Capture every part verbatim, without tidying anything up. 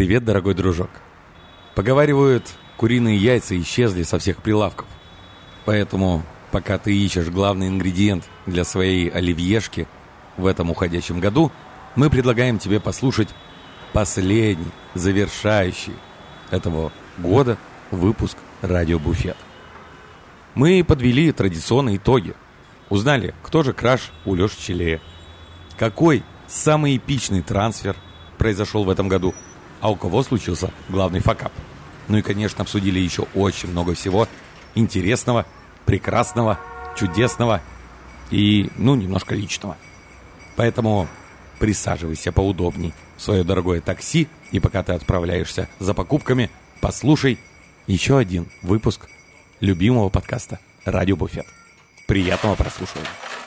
Привет, дорогой дружок. Поговаривают, куриные яйца исчезли со всех прилавков. Поэтому, пока ты ищешь главный ингредиент для своей оливьешки в этом уходящем году, мы предлагаем тебе послушать последний, завершающий этого года выпуск «Радио Буфет». Мы подвели традиционные итоги. Узнали, кто же краш у Лёши Челея, какой самый эпичный трансфер произошел в этом году, а у кого случился главный факап. Ну и, конечно, обсудили еще очень много всего интересного, прекрасного, чудесного и, ну, немножко личного. Поэтому присаживайся поудобней в свое дорогое такси, и пока ты отправляешься за покупками, послушай еще один выпуск любимого подкаста «Радио Буфет». Приятного прослушивания.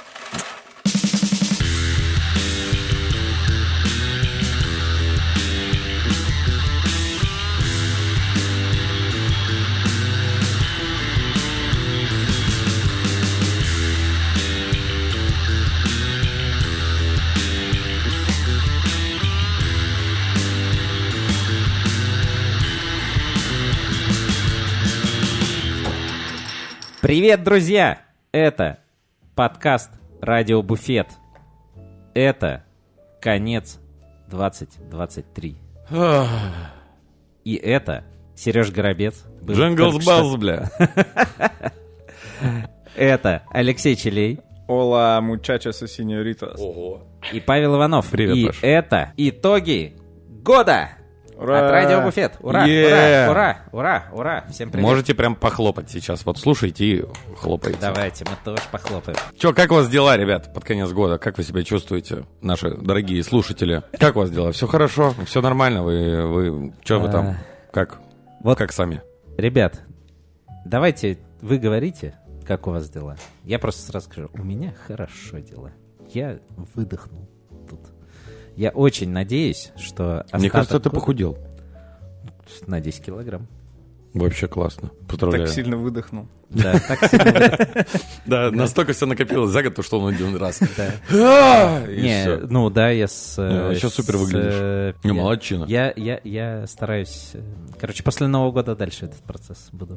Привет, друзья! Это подкаст «Радио Буфет». Это конец двадцать двадцать три. И это Сереж Горобец. Джинглс Балз, бля. Это Алексей Челей. Ола, мучачос и сеньоритас. Ого. И Павел Иванов. Привет, и Паш. это итоги года. Ура! От Радио Буфет. Ура, Yeah! ура, ура, ура, ура. Всем привет. Можете прям похлопать сейчас. Вот слушайте и хлопайте. Давайте, мы тоже похлопаем. Че, как у вас дела, ребят, под конец года? Как вы себя чувствуете, наши дорогие слушатели? Как у вас дела? Все хорошо? Все нормально? Вы, вы, че вы там? Как? Вот. Как сами? Ребят, давайте вы говорите, как у вас дела. Я просто сразу скажу, у меня хорошо дела. Я выдохнул тут. Я очень надеюсь, что... Мне кажется, ты года... похудел. На десять килограмм. Вообще классно. Поздравляю. Так сильно выдохнул. Да, так сильно. Да, настолько все накопилось за год, что он один раз. Да. И Не, всё. ну да, я с... Не, сейчас супер с, выглядишь. э, Не, я- молодчина. Я, я, я стараюсь... э, Короче, после Нового года дальше этот процесс буду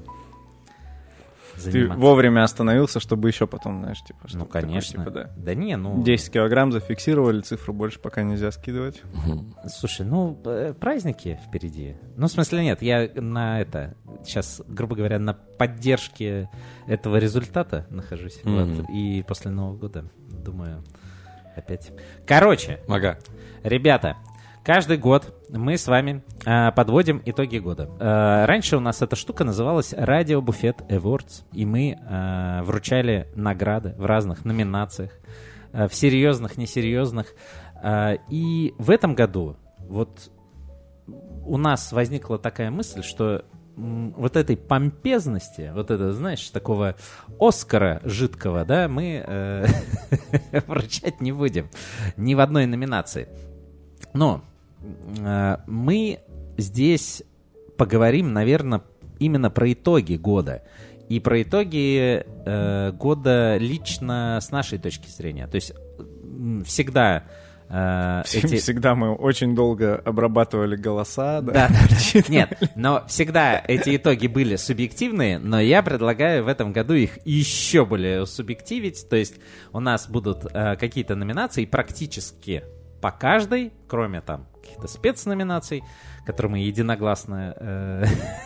Ты заниматься. вовремя остановился, чтобы еще потом, знаешь, типа... Ну, чтобы такой, конечно. типа, да. Да не, ну... десять килограмм зафиксировали, цифру больше пока нельзя скидывать. Мгм. Слушай, ну, э, праздники впереди. Ну, в смысле, нет, я на это, сейчас, грубо говоря, на поддержке этого результата нахожусь. Мгм. Вот, и после Нового года, думаю, опять. Короче, Ага. ребята, каждый год мы с вами э, подводим итоги года. Э, раньше у нас эта штука называлась «Радио Буфет Awards», и мы э, вручали награды в разных номинациях, э, в серьезных, несерьезных. Э, и в этом году вот у нас возникла такая мысль, что м, вот этой помпезности, вот это, знаешь, такого Оскара жидкого, да, мы э, вручать не будем ни в одной номинации. Но э, мы здесь поговорим, наверное, именно про итоги года. И про итоги э, года лично с нашей точки зрения. То есть м, всегда э, эти... Всегда мы очень долго обрабатывали голоса, да? Да, нет, но всегда эти итоги были субъективные, но я предлагаю в этом году их еще более субъективить. То есть у нас будут э, какие-то номинации практически по каждой, кроме там каких-то спецноминаций, которые мы единогласно, э,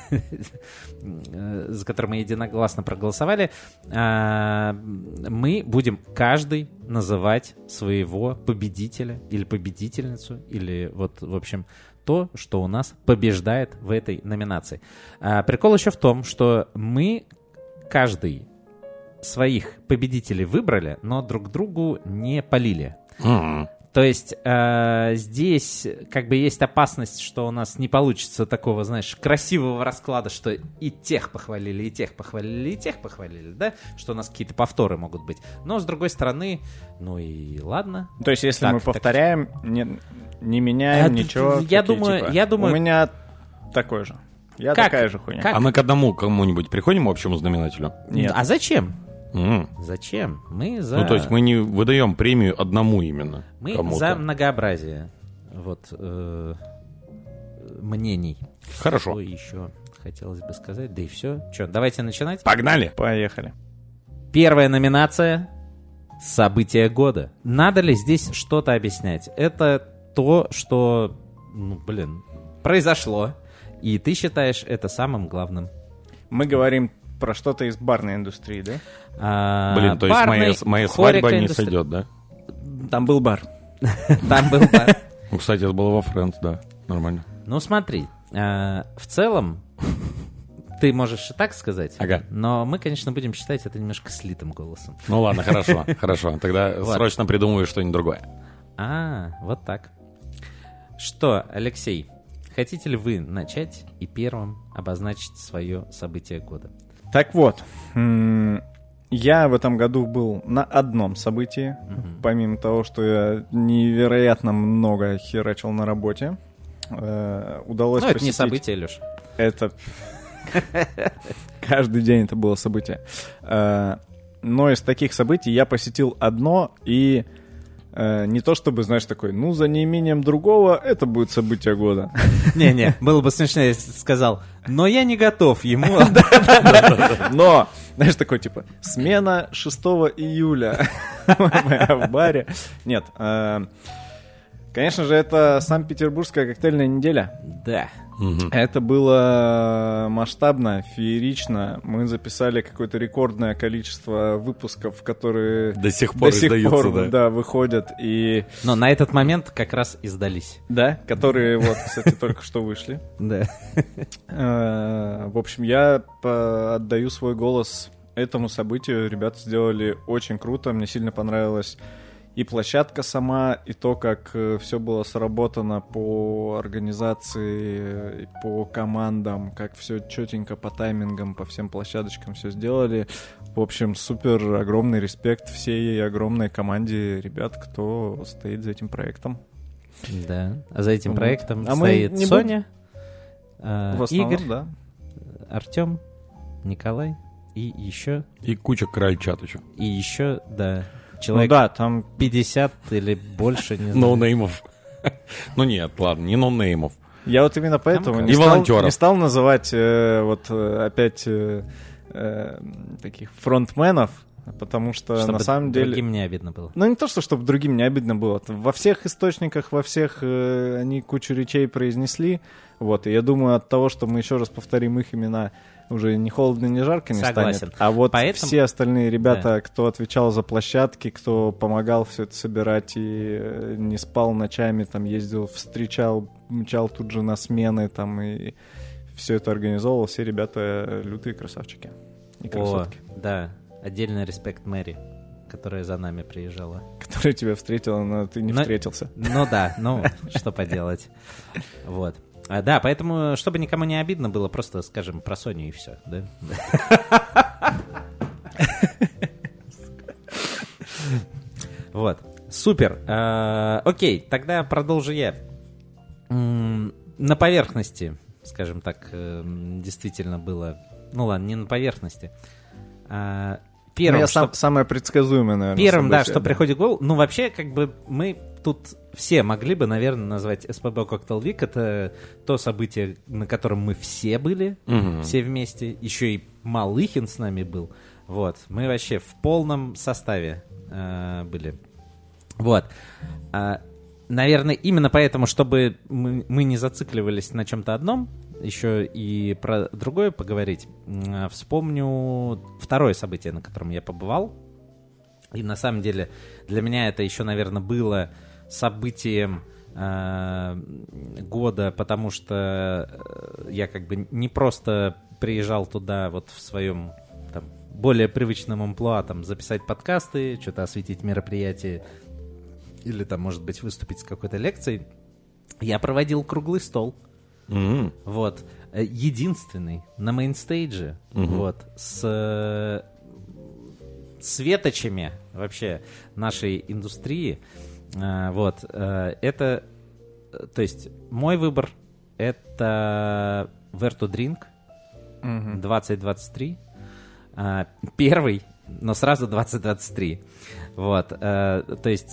э, за которые мы единогласно проголосовали, э, мы будем каждый называть своего победителя или победительницу, или вот, в общем, то, что у нас побеждает в этой номинации. А, прикол еще в том, что мы каждый своих победителей выбрали, но друг другу не полили. Мгм. То есть э, здесь как бы есть опасность, что у нас не получится такого, знаешь, красивого расклада, что и тех похвалили, и тех похвалили, и тех похвалили, да? Что у нас какие-то повторы могут быть. Но, с другой стороны, ну и ладно. То есть, если Так, мы так. повторяем, не, не меняем А, ничего. я такие, думаю- типа, я думаю- У меня такой же. Я Как? такая же хуйня. Как? А мы к одному кому-нибудь приходим, общему знаменателю? Нет. А зачем? М. Зачем? Мы за... Ну, то есть мы не выдаем премию одному именно Мы кому-то. за многообразие. Вот. э, мнений. Хорошо. Что еще хотелось бы сказать? Да и все. Че, давайте начинать? Погнали. Поехали. Первая номинация — события года. Надо ли здесь что-то объяснять? Это то, что, ну, блин, произошло, и ты считаешь это самым главным. Мы говорим про что-то из барной индустрии, да? А, Блин, то есть барной, моя, моя свадьба не индустри... сойдет, да? Там был бар. Там был бар. Ну, кстати, это было во Френдс, да, нормально. Ну, смотри, в целом, ты можешь и так сказать, ага. Но мы, конечно, будем считать это немножко слитым голосом. Ну ладно, хорошо, хорошо. Тогда Вот. Срочно придумываю что-нибудь другое. А, вот так. Что, Алексей, хотите ли вы начать и первым обозначить свое событие года? Так вот, м- я в этом году был на одном событии, Мгм. помимо того, что я невероятно много херачил на работе. Э, удалось Ну, это не посетить- событие, Леш. Это каждый день это было событие. Э, Но из таких событий я посетил одно, и э, не то чтобы, знаешь, такой, ну, за неимением другого, это будет событие года. Не-не, было бы смешно, если ты сказал, но я не готов ему. Но, знаешь, такой, типа, смена шестого июля в баре. Нет, э, конечно же, это Санкт-Петербургская коктейльная неделя. Да. Мгм. Это было масштабно, феерично. Мы записали какое-то рекордное количество выпусков, которые До сих пор до сих издаются, пор да. да, выходят. И, Но на этот момент как раз и сдались. да, которые, вот, кстати, только что вышли. Да. Э, В общем, я по- отдаю свой голос этому событию. Ребята сделали очень круто. Мне сильно понравилась и площадка сама, и то, как все было сработано по организации, и по командам, как все четенько по таймингам, по всем площадочкам все сделали. В общем, супер огромный респект всей огромной команде ребят, кто стоит за этим проектом. Да. А за этим Вот. проектом А мы стоит не Соня, э, В основном, Игорь, да. Артем, Николай и еще, И куча крольчат еще. и еще, да, Ну человек да, там пятьдесят или больше, не знаю. Ноунеймов. Ну нет, ладно, не ноунеймов. я вот именно поэтому Кому не И стал, волонтеров. не стал называть э, вот э, опять э, э, таких фронтменов, потому что Чтобы на самом деле... другим не обидно было. Ну, не то, что чтобы другим не обидно было. Во всех источниках, во всех э, они кучу речей произнесли. Вот, и я думаю, от того, что мы еще раз повторим их имена, уже не холодно, не жарко не Согласен. станет. А вот Поэтому- все остальные ребята, кто отвечал за площадки, кто помогал все это собирать и э, не спал ночами, там ездил, встречал, мчал тут же на смены, там и все это организовывал, все ребята лютые красавчики и О, красотки, да, отдельный респект Мэри, которая за нами приезжала. которые тебя встретила, но ты не Но- встретился. Ну да, ну, что поделать. Вот. А, да, поэтому, чтобы никому не обидно было, просто скажем про Соню и все, да? Вот. Супер. А, Окей, тогда продолжу я. М, На поверхности, скажем так, эм, действительно было... Ну ладно, не на поверхности. А, Ну, Первым, я что- сам, самое предсказуемое, наверное. Первым, да, событие, что приходит в голову. Ну, вообще, как бы мы тут все могли бы, наверное, назвать СПБ Cocktail Week. Это то событие, на котором мы все были, Мгм. все вместе. Еще и Малыхин с нами был. Вот. Мы вообще в полном составе э, были. Вот. А, наверное, именно поэтому, чтобы мы, мы не зацикливались на чем-то одном, еще и про другое поговорить, м, вспомню второе событие, на котором я побывал. И на самом деле для меня это еще, наверное, было событием э, года, потому что э, я как бы не просто приезжал туда вот в своем там, более привычном амплуа, там, записать подкасты, что-то осветить мероприятие или там, может быть, выступить с какой-то лекцией. Я проводил круглый стол. М. Вот. Э, Единственный на мейнстейдже. Мгм. Вот. С э, светочами вообще нашей индустрии. Э, Вот. э, Это... э, То есть мой выбор — это Where to Drink Мгм. двадцать двадцать три. Э, Первый, но сразу двадцать двадцать три. Вот. э, То есть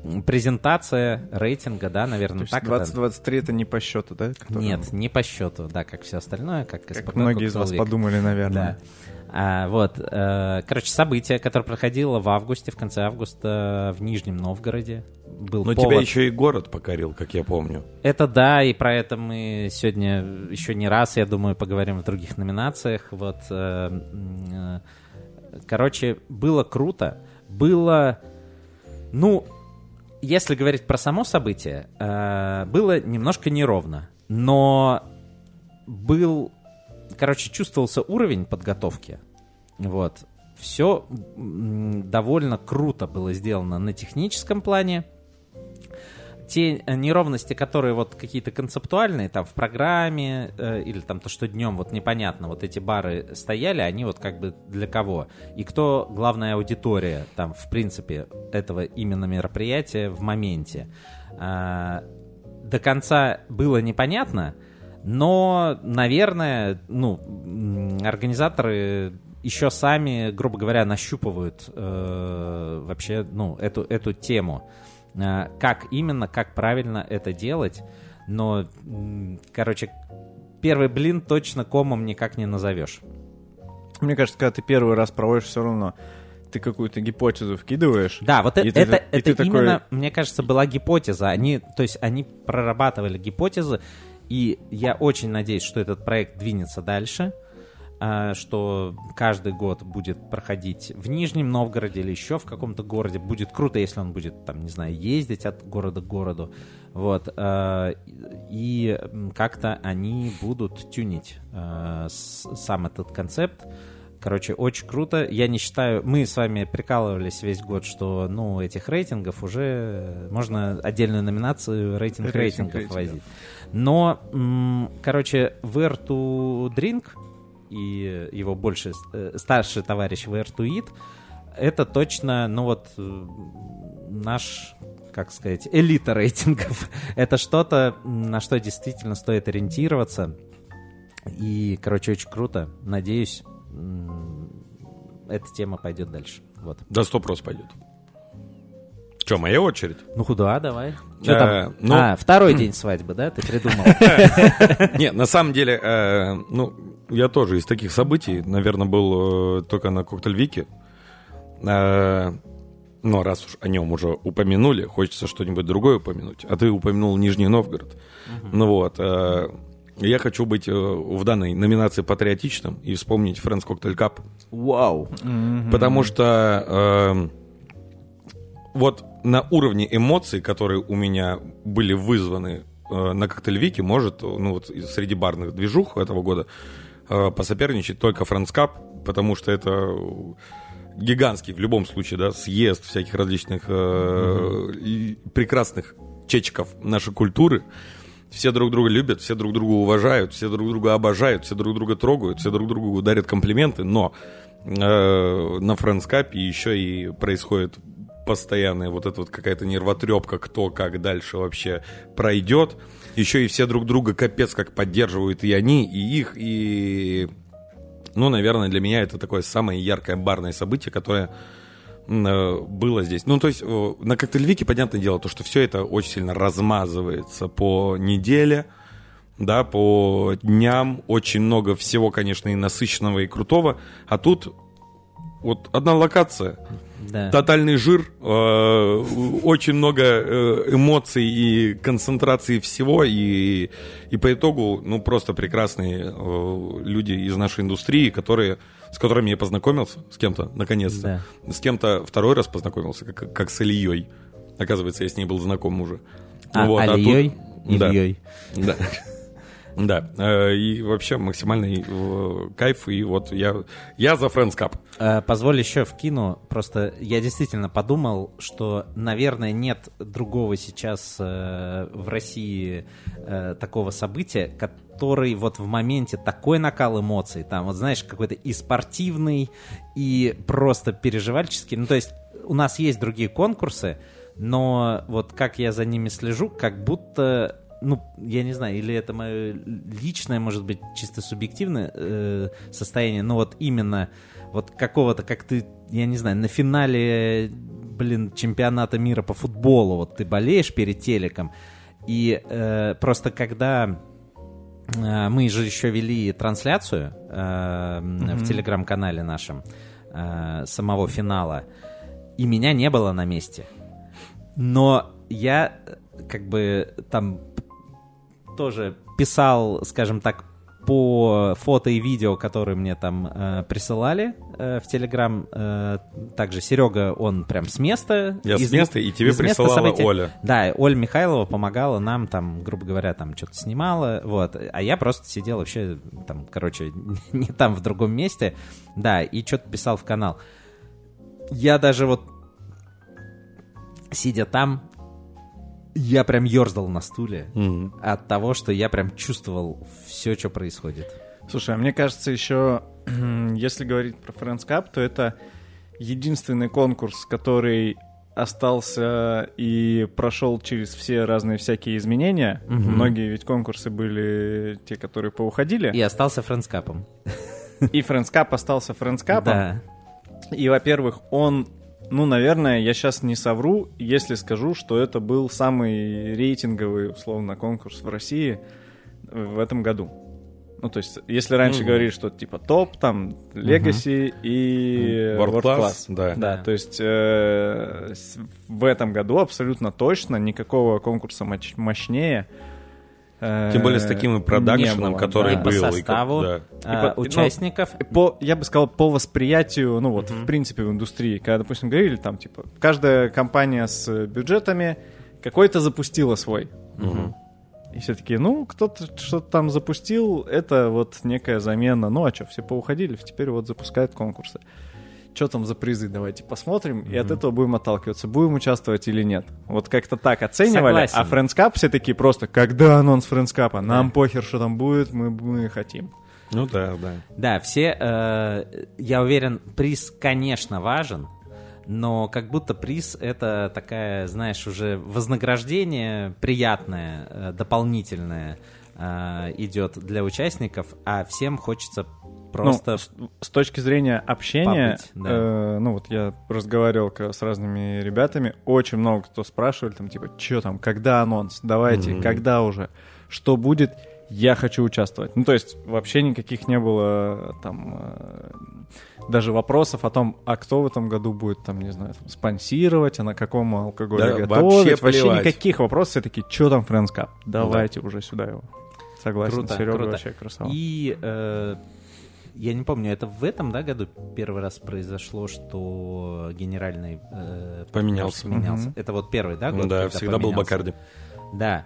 презентация рейтинга, да, наверное, так двадцать двадцать три это... это не по счету, да? Который... Нет, не по счету, да, как все остальное, как Как СПК, многие из вас век. Подумали, наверное. Да. А, вот, э, короче, событие, которое проходило в августе, в конце августа в Нижнем Новгороде. Был Но повод... тебя еще и город покорил, как я помню. Это да, и про это мы сегодня еще не раз, я думаю, поговорим в других номинациях. Вот, э, э, короче, было круто, было, ну, если говорить про само событие, э, было немножко неровно, но был... Короче, чувствовался уровень подготовки. Вот. Все довольно круто было сделано на техническом плане. Те неровности, которые вот какие-то концептуальные, там в программе, э, или там то, что днем вот непонятно, вот эти бары стояли, они вот как бы для кого? И кто главная аудитория там, в принципе, этого именно мероприятия в моменте. Э, до конца было непонятно. Но, наверное, ну, организаторы еще сами, грубо говоря, нащупывают э, вообще, ну, эту, эту тему. Э, как именно, как правильно это делать. Но, короче, первый блин точно комом никак не назовешь. Мне кажется, когда ты первый раз проводишь, все равно ты какую-то гипотезу вкидываешь. Да, вот это, ты, это, и это ты именно, такой... мне кажется, была гипотеза. Они, то есть они прорабатывали гипотезы. И я очень надеюсь, что этот проект двинется дальше, что каждый год будет проходить в Нижнем Новгороде или еще в каком-то городе. Будет круто, если он будет, там, не знаю, ездить от города к городу. Вот. И как-то они будут тюнить сам этот концепт. Короче, очень круто. Я не считаю... Мы с вами прикалывались весь год, что, ну, этих рейтингов уже... Можно отдельную номинацию рейтинг, рейтинг рейтингов возить. Но, м- короче, Where to Drink и его больше э, старший товарищ Where to Eat, это точно, ну вот, э, наш, как сказать, элита рейтингов. Это что-то, на что действительно стоит ориентироваться. И, короче, очень круто. Надеюсь, эта тема пойдет дальше. Вот. Да, сто процентов пойдет. Че, моя очередь? Ну куда, давай. Что там? Ну... А, второй день свадьбы, да? Ты придумал? Нет, на самом деле, ну, я тоже из таких событий, наверное, был только на Коктейль-Вике. Но раз уж о нем уже упомянули, хочется что-нибудь другое упомянуть. А ты упомянул Нижний Новгород. Ну вот... Я хочу быть э, в данной номинации патриотичным и вспомнить Friends Cocktail Cup. Вау! Mm-hmm. Потому что э, вот на уровне эмоций, которые у меня были вызваны э, на Коктейль-Вике, может, ну вот среди барных движух этого года э, посоперничать только Friends Cup, потому что это гигантский в любом случае, да, съезд всяких различных э, mm-hmm. и прекрасных чечков нашей культуры. Все друг друга любят, все друг друга уважают, все друг друга обожают, все друг друга трогают, все друг другу дарят комплименты, но э, на Friends Cup еще и происходит постоянная вот эта вот какая-то нервотрепка, кто как дальше вообще пройдет. Еще и все друг друга капец как поддерживают, и они, и их, и... Ну, наверное, для меня это такое самое яркое барное событие, которое было здесь. Ну, то есть на Коктейль-Вике, понятное дело, то, что все это очень сильно размазывается по неделе, да, по дням, очень много всего, конечно, и насыщенного, и крутого, а тут вот одна локация, да. Тотальный жир, э, очень много э, эмоций и концентрации всего, и, и по итогу, ну, просто прекрасные э, люди из нашей индустрии, которые, с которыми я познакомился, с кем-то, наконец-то, да. С кем-то второй раз познакомился, как, как с Ильей. Оказывается, я с ней был знаком уже. А, вот, Ильей? А тут... Ильей. Да. Да. Да, и вообще максимальный кайф, и вот я, я за Friends Cup. Позволь еще вкину, просто я действительно подумал, что, наверное, нет другого сейчас в России такого события, который вот в моменте такой накал эмоций, там, вот знаешь, какой-то и спортивный, и просто переживальческий, ну то есть у нас есть другие конкурсы, но вот как я за ними слежу, как будто... Ну, я не знаю, или это мое личное, может быть, чисто субъективное э, состояние, но вот именно вот какого-то, как ты, я не знаю, на финале блин, чемпионата мира по футболу. Вот ты болеешь перед телеком, и э, просто когда э, мы же еще вели трансляцию э, mm-hmm. в телеграм-канале нашем э, самого финала, и меня не было на месте. Но я как бы там тоже писал, скажем так, по фото и видео, которые мне там э, присылали э, в Телеграм. Э, также Серега, он прям с места. Я из, с места, и тебе присылала события. Оля. Да, Оля Михайлова помогала нам, там, грубо говоря, там что-то снимала, вот. А я просто сидел вообще там, короче, не там, в другом месте. Да, и что-то писал в канал. Я даже вот, сидя там, я прям ерзал на стуле mm-hmm. от того, что я прям чувствовал все, что происходит. Слушай, а мне кажется, еще, если говорить про Friends Cup, то это единственный конкурс, который остался и прошел через все разные всякие изменения. Mm-hmm. Многие ведь конкурсы были те, которые поуходили. И остался Friends Cup'ом. И Friends Cup остался Friends Cup'ом. Да. И, во-первых, он... Ну, наверное, я сейчас не совру, если скажу, что это был самый рейтинговый, условно, конкурс в России в этом году. Ну, то есть, если раньше mm-hmm. говорили, что типа топ, там, Legacy mm-hmm. и World, World Class, Class. Да. Да, то есть э, в этом году абсолютно точно никакого конкурса моч- мощнее. Тем более с таким продакшеном, который да. был. И по составу и, да. а, и по, участников. Ну, по, я бы сказал, по восприятию, ну вот, mm-hmm. в принципе, в индустрии. Когда, допустим, говорили, там, типа, каждая компания с бюджетами какой-то запустила свой. Mm-hmm. И все такие, ну, кто-то что-то там запустил, это вот некая замена. Ну, а что, все поуходили, теперь вот запускают конкурсы. Что там за призы, давайте посмотрим, mm-hmm. и от этого будем отталкиваться, будем участвовать или нет. Вот как-то так оценивали, Согласен. А Friends Cup все такие просто, когда анонс Friends Cup'а, нам да. похер, что там будет, мы, мы хотим. Ну да, да. Да, все, э, я уверен, приз, конечно, важен, но как будто приз — это такая, знаешь, уже вознаграждение приятное, э, дополнительное э, идет для участников, а всем хочется просто... Ну, с, с точки зрения общения, побыть, да. э, ну вот я разговаривал с разными ребятами, очень много кто спрашивали, там типа, что там, когда анонс, давайте, mm-hmm. когда уже, что будет, я хочу участвовать. Ну то есть вообще никаких не было там э, даже вопросов о том, а кто в этом году будет там, не знаю, там, спонсировать, а на каком алкоголе да, готовить. Вообще, вообще никаких вопросов, все такие, что там Friends Cup, давайте да. уже сюда его. Согласен, круто, Серега круто. вообще красава. И... Э, я не помню, это в этом, да, году первый раз произошло, что генеральный э, поменялся. поменялся. Mm-hmm. Это вот первый, да, год? Да, всегда поменялся. был Бакарди. Да.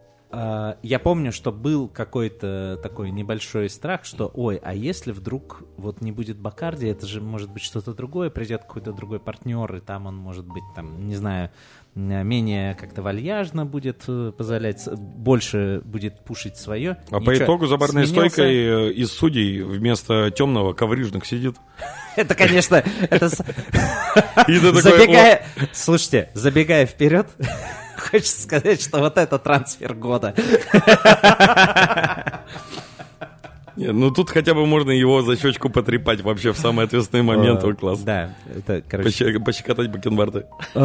Э, я помню, что был какой-то такой небольшой страх, что, ой, а если вдруг вот не будет Бакарди, это же может быть что-то другое, придет какой-то другой партнер, и там он может быть, там, не знаю, менее как-то вальяжно будет позволять, больше будет пушить свое. А Ничего. по итогу за барной Сменился... стойкой из судей вместо темного коврижник сидит. Это, конечно, это... Забегая... Слушайте, забегая вперед, хочется сказать, что вот это трансфер года. Нет, ну тут хотя бы можно его за щечку потрепать вообще в самый ответственный момент. Ой, класс. Да, это, короче... Пощекотать бакенбарды.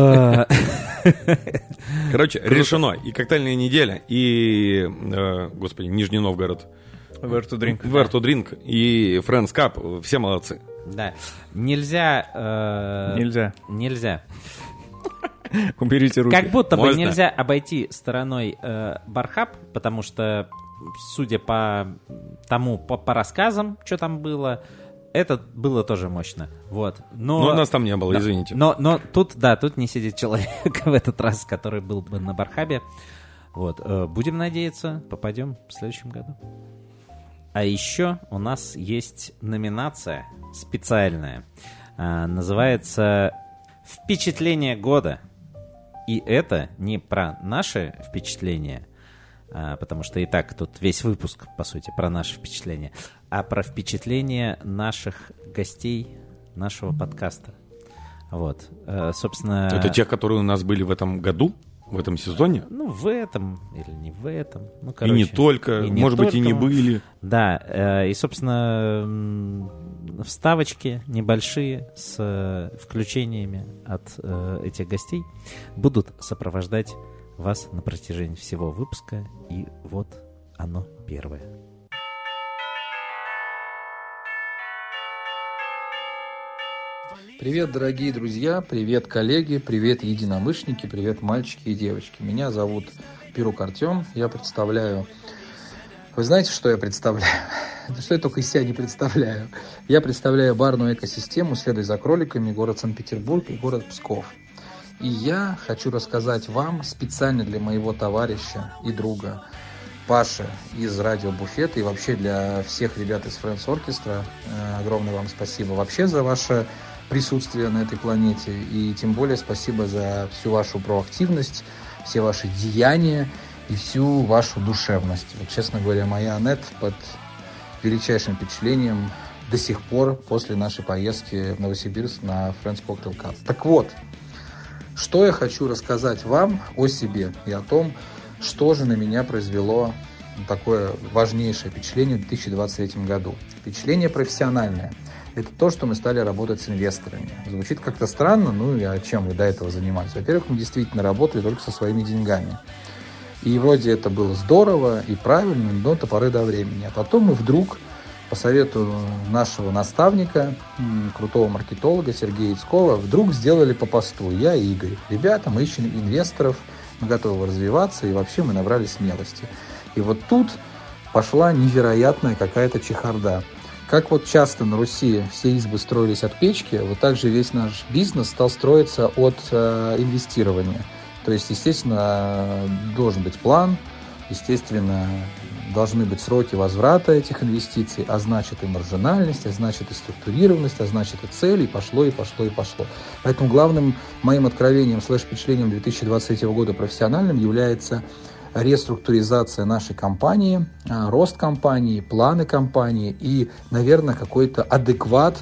Короче, решено. И коктейльная неделя, и, господи, Нижний Новгород. Where to drink. Where to drink. И Friends Cup. Все молодцы. Да. Нельзя... Нельзя. Нельзя. Уберите руки. Как будто бы Можно. нельзя обойти стороной Бархаб, потому что, судя по тому, по, по рассказам, что там было, это было тоже мощно. Вот. Но, Но нас там не было, да, извините. Но, но тут, да, тут не сидит человек в этот раз, который был бы на Бархабе. Вот. Будем надеяться, попадем в следующем году. А еще у нас есть номинация специальная. А, называется «Впечатление года». И это не про наши впечатления, а, потому что и так тут весь выпуск, по сути, про наши впечатления, а про впечатления наших гостей нашего подкаста. Вот. А, собственно... Это те, которые у нас были в этом году? В этом сезоне? Ну, в этом или не в этом. Ну, короче, и не только, и не может только. быть, и не были. Да, э, и, собственно, вставочки небольшие с э, включениями от э, этих гостей будут сопровождать вас на протяжении всего выпуска. И вот оно первое. Привет, дорогие друзья, привет, коллеги, привет, единомышленники, привет, мальчики и девочки. Меня зовут Пирук Артем, я представляю... Вы знаете, что я представляю? Что я только из себя не представляю? Я представляю барную экосистему «Следуй за кроликами», город Санкт-Петербург и город Псков. И я хочу рассказать вам специально для моего товарища и друга Паши из Радио Буфет и вообще для всех ребят из Friends Orchestra огромное вам спасибо вообще за ваше присутствие на этой планете, и тем более спасибо за всю вашу проактивность, все ваши деяния и всю вашу душевность. Вот, честно говоря, моя Анет под величайшим впечатлением до сих пор после нашей поездки в Новосибирск на Friends Cocktail Cup. Так вот, что я хочу рассказать вам о себе и о том, что же на меня произвело такое важнейшее впечатление в две тысячи двадцать третьем году. Впечатление профессиональное. Это то, что мы стали работать с инвесторами. Звучит как-то странно, ну и а чем вы до этого занимались? Во-первых, мы действительно работали только со своими деньгами. И вроде это было здорово и правильно, но до поры до времени. А потом мы вдруг, по совету нашего наставника, крутого маркетолога Сергея Яцкова, вдруг сделали по посту. Я и Игорь. Ребята, мы ищем инвесторов, мы готовы развиваться, и вообще мы набрали смелости. И вот тут пошла невероятная какая-то чехарда. Как вот часто на Руси все избы строились от печки, вот так же весь наш бизнес стал строиться от э, инвестирования. То есть, естественно, должен быть план, естественно, должны быть сроки возврата этих инвестиций, а значит и маржинальность, а значит и структурированность, а значит и цели, и пошло, и пошло, и пошло. Поэтому главным моим откровением слэш-впечатлением две тысячи двадцать третьего года профессиональным является реструктуризация нашей компании, рост компании, планы компании и, наверное, какой-то адекват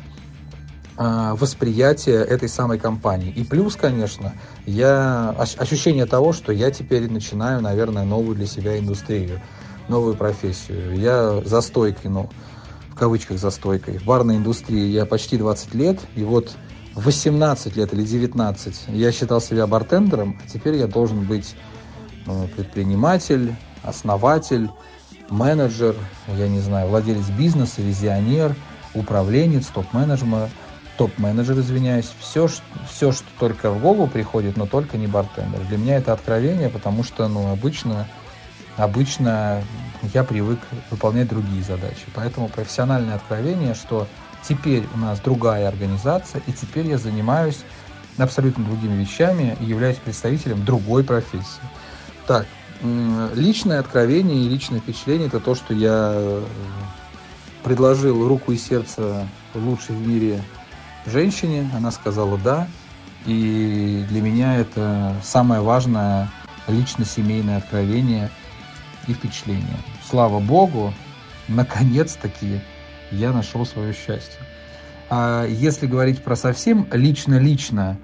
восприятия этой самой компании. И плюс, конечно, я, ощущение того, что я теперь начинаю, наверное, новую для себя индустрию, новую профессию. Я за стойкой, ну, в кавычках за стойкой, в барной индустрии я почти двадцать лет, и вот в восемнадцать лет или девятнадцать я считал себя бартендером, а теперь я должен быть предприниматель, основатель, менеджер, я не знаю, владелец бизнеса, визионер, управленец, топ-менеджер, топ-менеджер, извиняюсь, все, все, что только в голову приходит, но только не бартендер. Для меня это откровение, потому что, ну, обычно, обычно я привык выполнять другие задачи. Поэтому профессиональное откровение, что теперь у нас другая организация, и теперь я занимаюсь абсолютно другими вещами и являюсь представителем другой профессии. Так, личное откровение и личное впечатление – это то, что я предложил руку и сердце лучшей в мире женщине, она сказала «да», и для меня это самое важное лично-семейное откровение и впечатление. Слава Богу, наконец-таки я нашел свое счастье. А если говорить про совсем лично-лично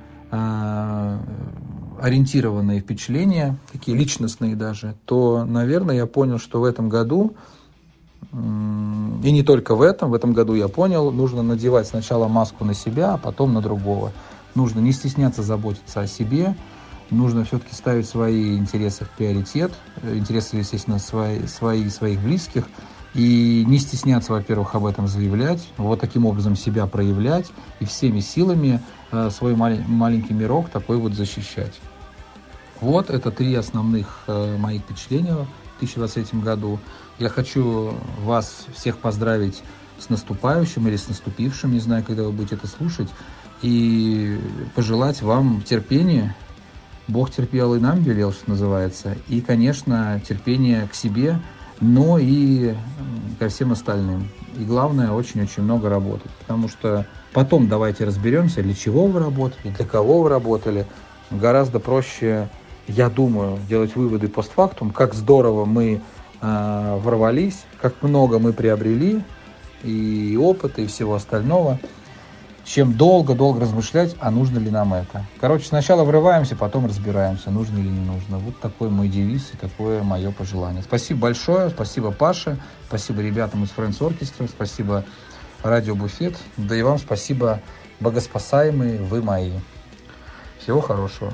ориентированные впечатления, такие личностные даже, то, наверное, я понял, что в этом году, и не только в этом, в этом году я понял, нужно надевать сначала маску на себя, а потом на другого. Нужно не стесняться заботиться о себе, нужно все-таки ставить свои интересы в приоритет, интересы, естественно, свои, свои и своих близких, и не стесняться, во-первых, об этом заявлять, вот таким образом себя проявлять и всеми силами э, свой мал- маленький мирок такой вот защищать. Вот это три основных э, моих впечатления в две тысячи двадцать третьем году. Я хочу вас всех поздравить с наступающим или с наступившим, не знаю, когда вы будете это слушать, и пожелать вам терпения. Бог терпел и нам велел, что называется, и, конечно, терпения к себе, но и ко всем остальным. И главное, очень-очень много работать, потому что потом давайте разберемся, для чего вы работали, для кого вы работали. Гораздо проще, я думаю, делать выводы постфактум, как здорово мы э, ворвались, как много мы приобрели и опыта, и всего остального, чем долго-долго размышлять, а нужно ли нам это. Короче, сначала врываемся, потом разбираемся, нужно или не нужно. Вот такой мой девиз и такое мое пожелание. Спасибо большое, спасибо Паше, спасибо ребятам из Friends Orchestra, спасибо Радио Буфет. Да и вам спасибо, богоспасаемые вы мои. Всего хорошего.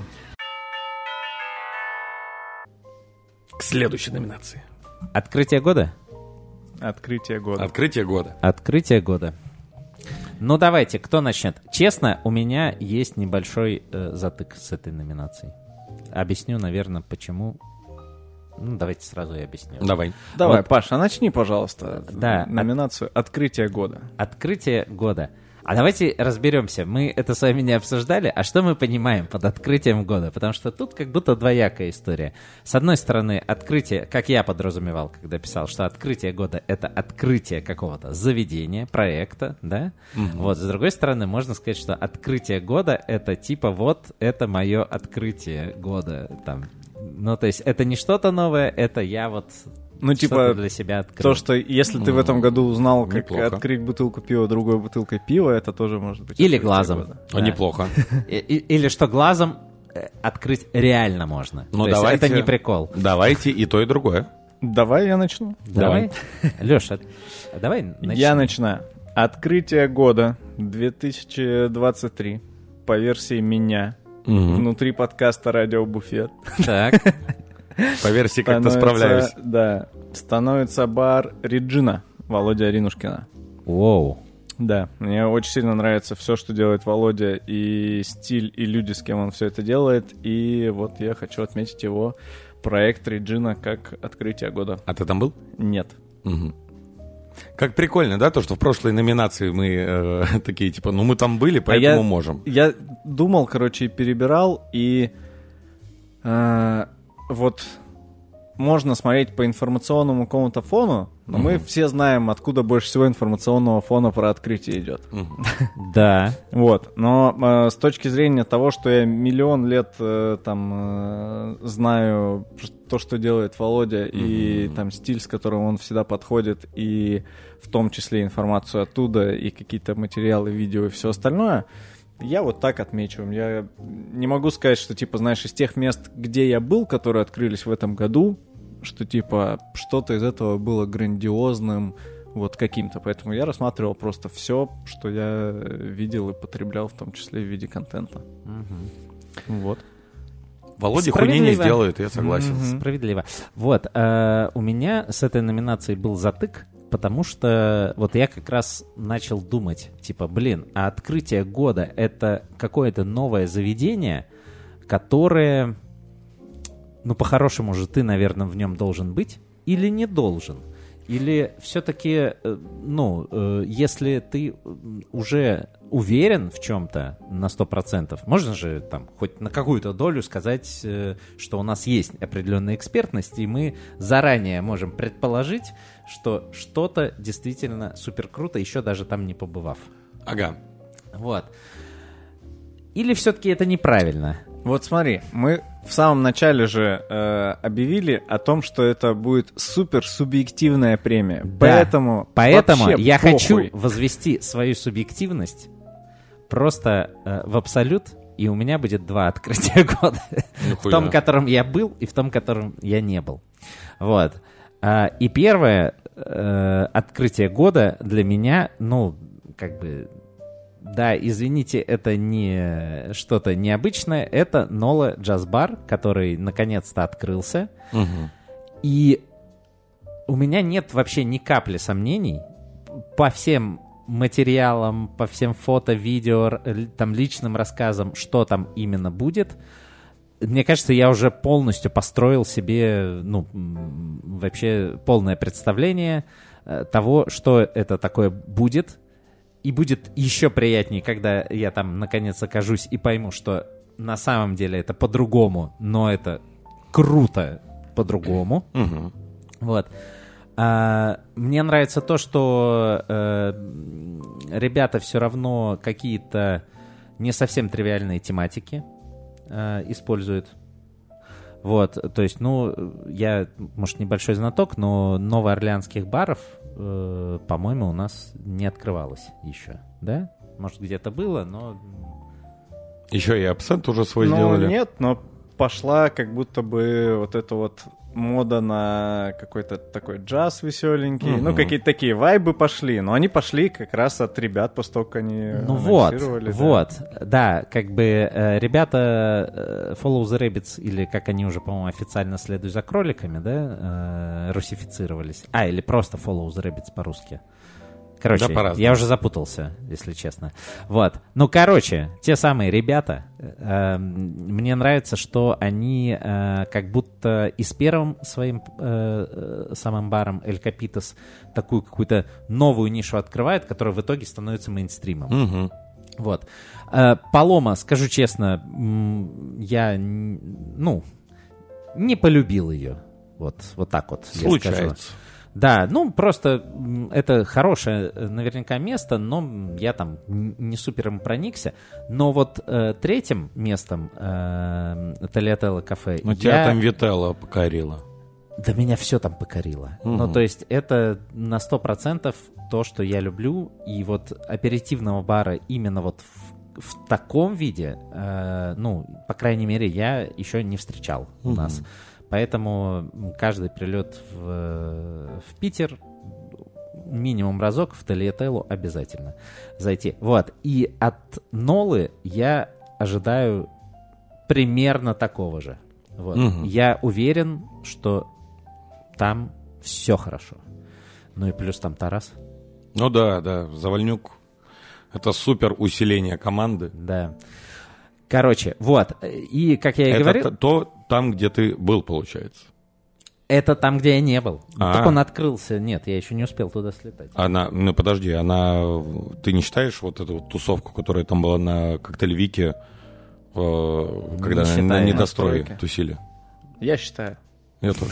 К следующей номинации. Открытие года? Открытие года. Открытие года. Открытие года. Ну, давайте, кто начнет? Честно, у меня есть небольшой э, затык с этой номинацией. Объясню, наверное, почему. Ну, давайте сразу я объясню. Давай. Давай, Вот. Паша, начни, пожалуйста, Да. номинацию «Открытие года». Открытие года. А давайте разберемся. Мы это с вами не обсуждали. А что мы понимаем под открытием года? Потому что тут как будто двоякая история. С одной стороны, открытие, как я подразумевал, когда писал, что открытие года — это открытие какого-то заведения, проекта, да? Мгм. Вот, с другой стороны, можно сказать, что открытие года — это типа вот это мое открытие года. Там. Ну, то есть это не что-то новое, это я вот Ну, что-то типа, для себя открыл. то, что если ты в этом году узнал, как Неплохо. открыть бутылку пива другой бутылкой пива, это тоже может быть Или открытие глазом. года. А, неплохо. И- и- Или что глазом э, открыть реально можно. Ну, То есть давайте. это не прикол. Давайте и то, и другое. Давай я начну. Давай. Леша, давай начнем. Я начинаю. Открытие года две тысячи двадцать три по версии меня Мгм. внутри подкаста «Радио Буфет». Так, По версии как-то Становится- справляюсь. Да. Становится бар «Реджина» Володя Аринушкина. воу. Да, мне очень сильно нравится все, что делает Володя, и стиль, и люди, с кем он все это делает. И вот я хочу отметить его проект «Реджина» как открытие года. А ты там был? Нет. Мгм. Как прикольно, да, то, что в прошлой номинации мы э, такие, типа, ну мы там были, поэтому я- можем. Я думал, короче, и перебирал, и э, вот можно смотреть по информационному какому-то фону, но мы все знаем, откуда больше всего информационного фона про открытие идет. Мгм. Да. Вот, но э, с точки зрения того, что я миллион лет э, там э, знаю ш- то, что делает Володя, и там стиль, с которым он всегда подходит, и в том числе информацию оттуда, и какие-то материалы, видео и все остальное, я вот так отмечу. Я не могу сказать, что, типа, знаешь, из тех мест, где я был, которые открылись в этом году, что, типа, что-то из этого было грандиозным, вот каким-то. Поэтому я рассматривал просто все, что я видел и потреблял, в том числе в виде контента. Вот. Володя хуйни не Справедливо. сделает, я согласен. Мгм. Справедливо. Вот, э, у меня с этой номинацией был затык, потому что вот я как раз начал думать, типа, блин, а открытие года — это какое-то новое заведение, которое, ну, по-хорошему же ты, наверное, в нем должен быть или не должен? Или все-таки, э, ну, э, если ты уже уверен в чем-то на сто процентов, можно же там хоть на какую-то долю сказать, э, что у нас есть определенная экспертность, и мы заранее можем предположить, что что-то действительно супер круто, еще даже там не побывав. Ага. Вот. Или все-таки это неправильно? Вот смотри, мы в самом начале же э, объявили о том, что это будет супер субъективная премия. Да. Поэтому, Поэтому вообще я похуй. хочу возвести свою субъективность просто э, в абсолют, и у меня будет два открытия года. В Нихуя. том, котором я был, и в том, котором я не был. Вот. А, и первое э, открытие года для меня, ну, как бы, да, извините, это не что-то необычное, это Нола Джаз-бар, который наконец-то открылся. Мгм. И у меня нет вообще ни капли сомнений по всем материалам, по всем фото, видео, л- там, личным рассказам, что там именно будет. Мне кажется, я уже полностью построил себе, ну, м, вообще полное представление э, того, что это такое будет. И будет еще приятнее, когда я там наконец окажусь и пойму, что на самом деле это по-другому, но это круто по-другому. Мгм. Вот. А, мне нравится то, что э, ребята все равно какие-то не совсем тривиальные тематики э, используют. Вот, то есть, ну, я, может, небольшой знаток, но новоорлеанских баров, э, по-моему, у нас не открывалось еще, да? Может, где-то было, но... Еще и абсент уже свой Ну, сделали. нет, но пошла как будто бы вот эта вот мода на какой-то такой джаз веселенький. Угу. Ну, какие-то такие вайбы пошли. Но они пошли как раз от ребят, после того, как они Ну вот, анонсировали. вот, да, как бы э, ребята э, Follow the Rabbits, или как они уже, по-моему, официально следуют за кроликами, да, э, русифицировались. А, или просто Follow the Rabbits по-русски. Короче, Да, по-разному. я уже запутался, если честно. Вот. Ну, короче, те самые ребята, э, мне нравится, что они э, как будто и с первым своим э, э, самым баром Эль Капитас такую какую-то новую нишу открывают, которая в итоге становится мейнстримом. Угу. Вот. Э, Палома, скажу честно, м, я, н- ну, не полюбил ее. Вот, вот так вот я скажу. Случается. Да, ну просто м, это хорошее э, наверняка место, но м, я там н- не супер им проникся. Но вот э, третьим местом э, Тальятелло кафе Ну, тебя я... там Вителла покорила. Да меня все там покорило. Мгм. Ну, то есть это на сто процентов то, что я люблю. И вот аперитивного бара именно вот в, в таком виде, э, ну, по крайней мере, я еще не встречал у Мгм. нас. Поэтому каждый прилет в, в Питер минимум разок в Тальятелло обязательно зайти. Вот. И от Нолы я ожидаю примерно такого же. Вот. Мгм. Я уверен, что там все хорошо. Ну и плюс там Тарас. Ну да, да, Завальнюк. Это супер усиление команды. Да. Короче, вот. И, как я и Это говорил, т- то, там, где ты был, получается. это там, где я не был. А. Так он открылся. Нет, я еще не успел туда слетать. Она, ну подожди, она, ты не считаешь вот эту вот тусовку, которая там была на коктейль-вике, э, когда на, считаю. на недострое Настройки. тусили? Я считаю. Я тоже.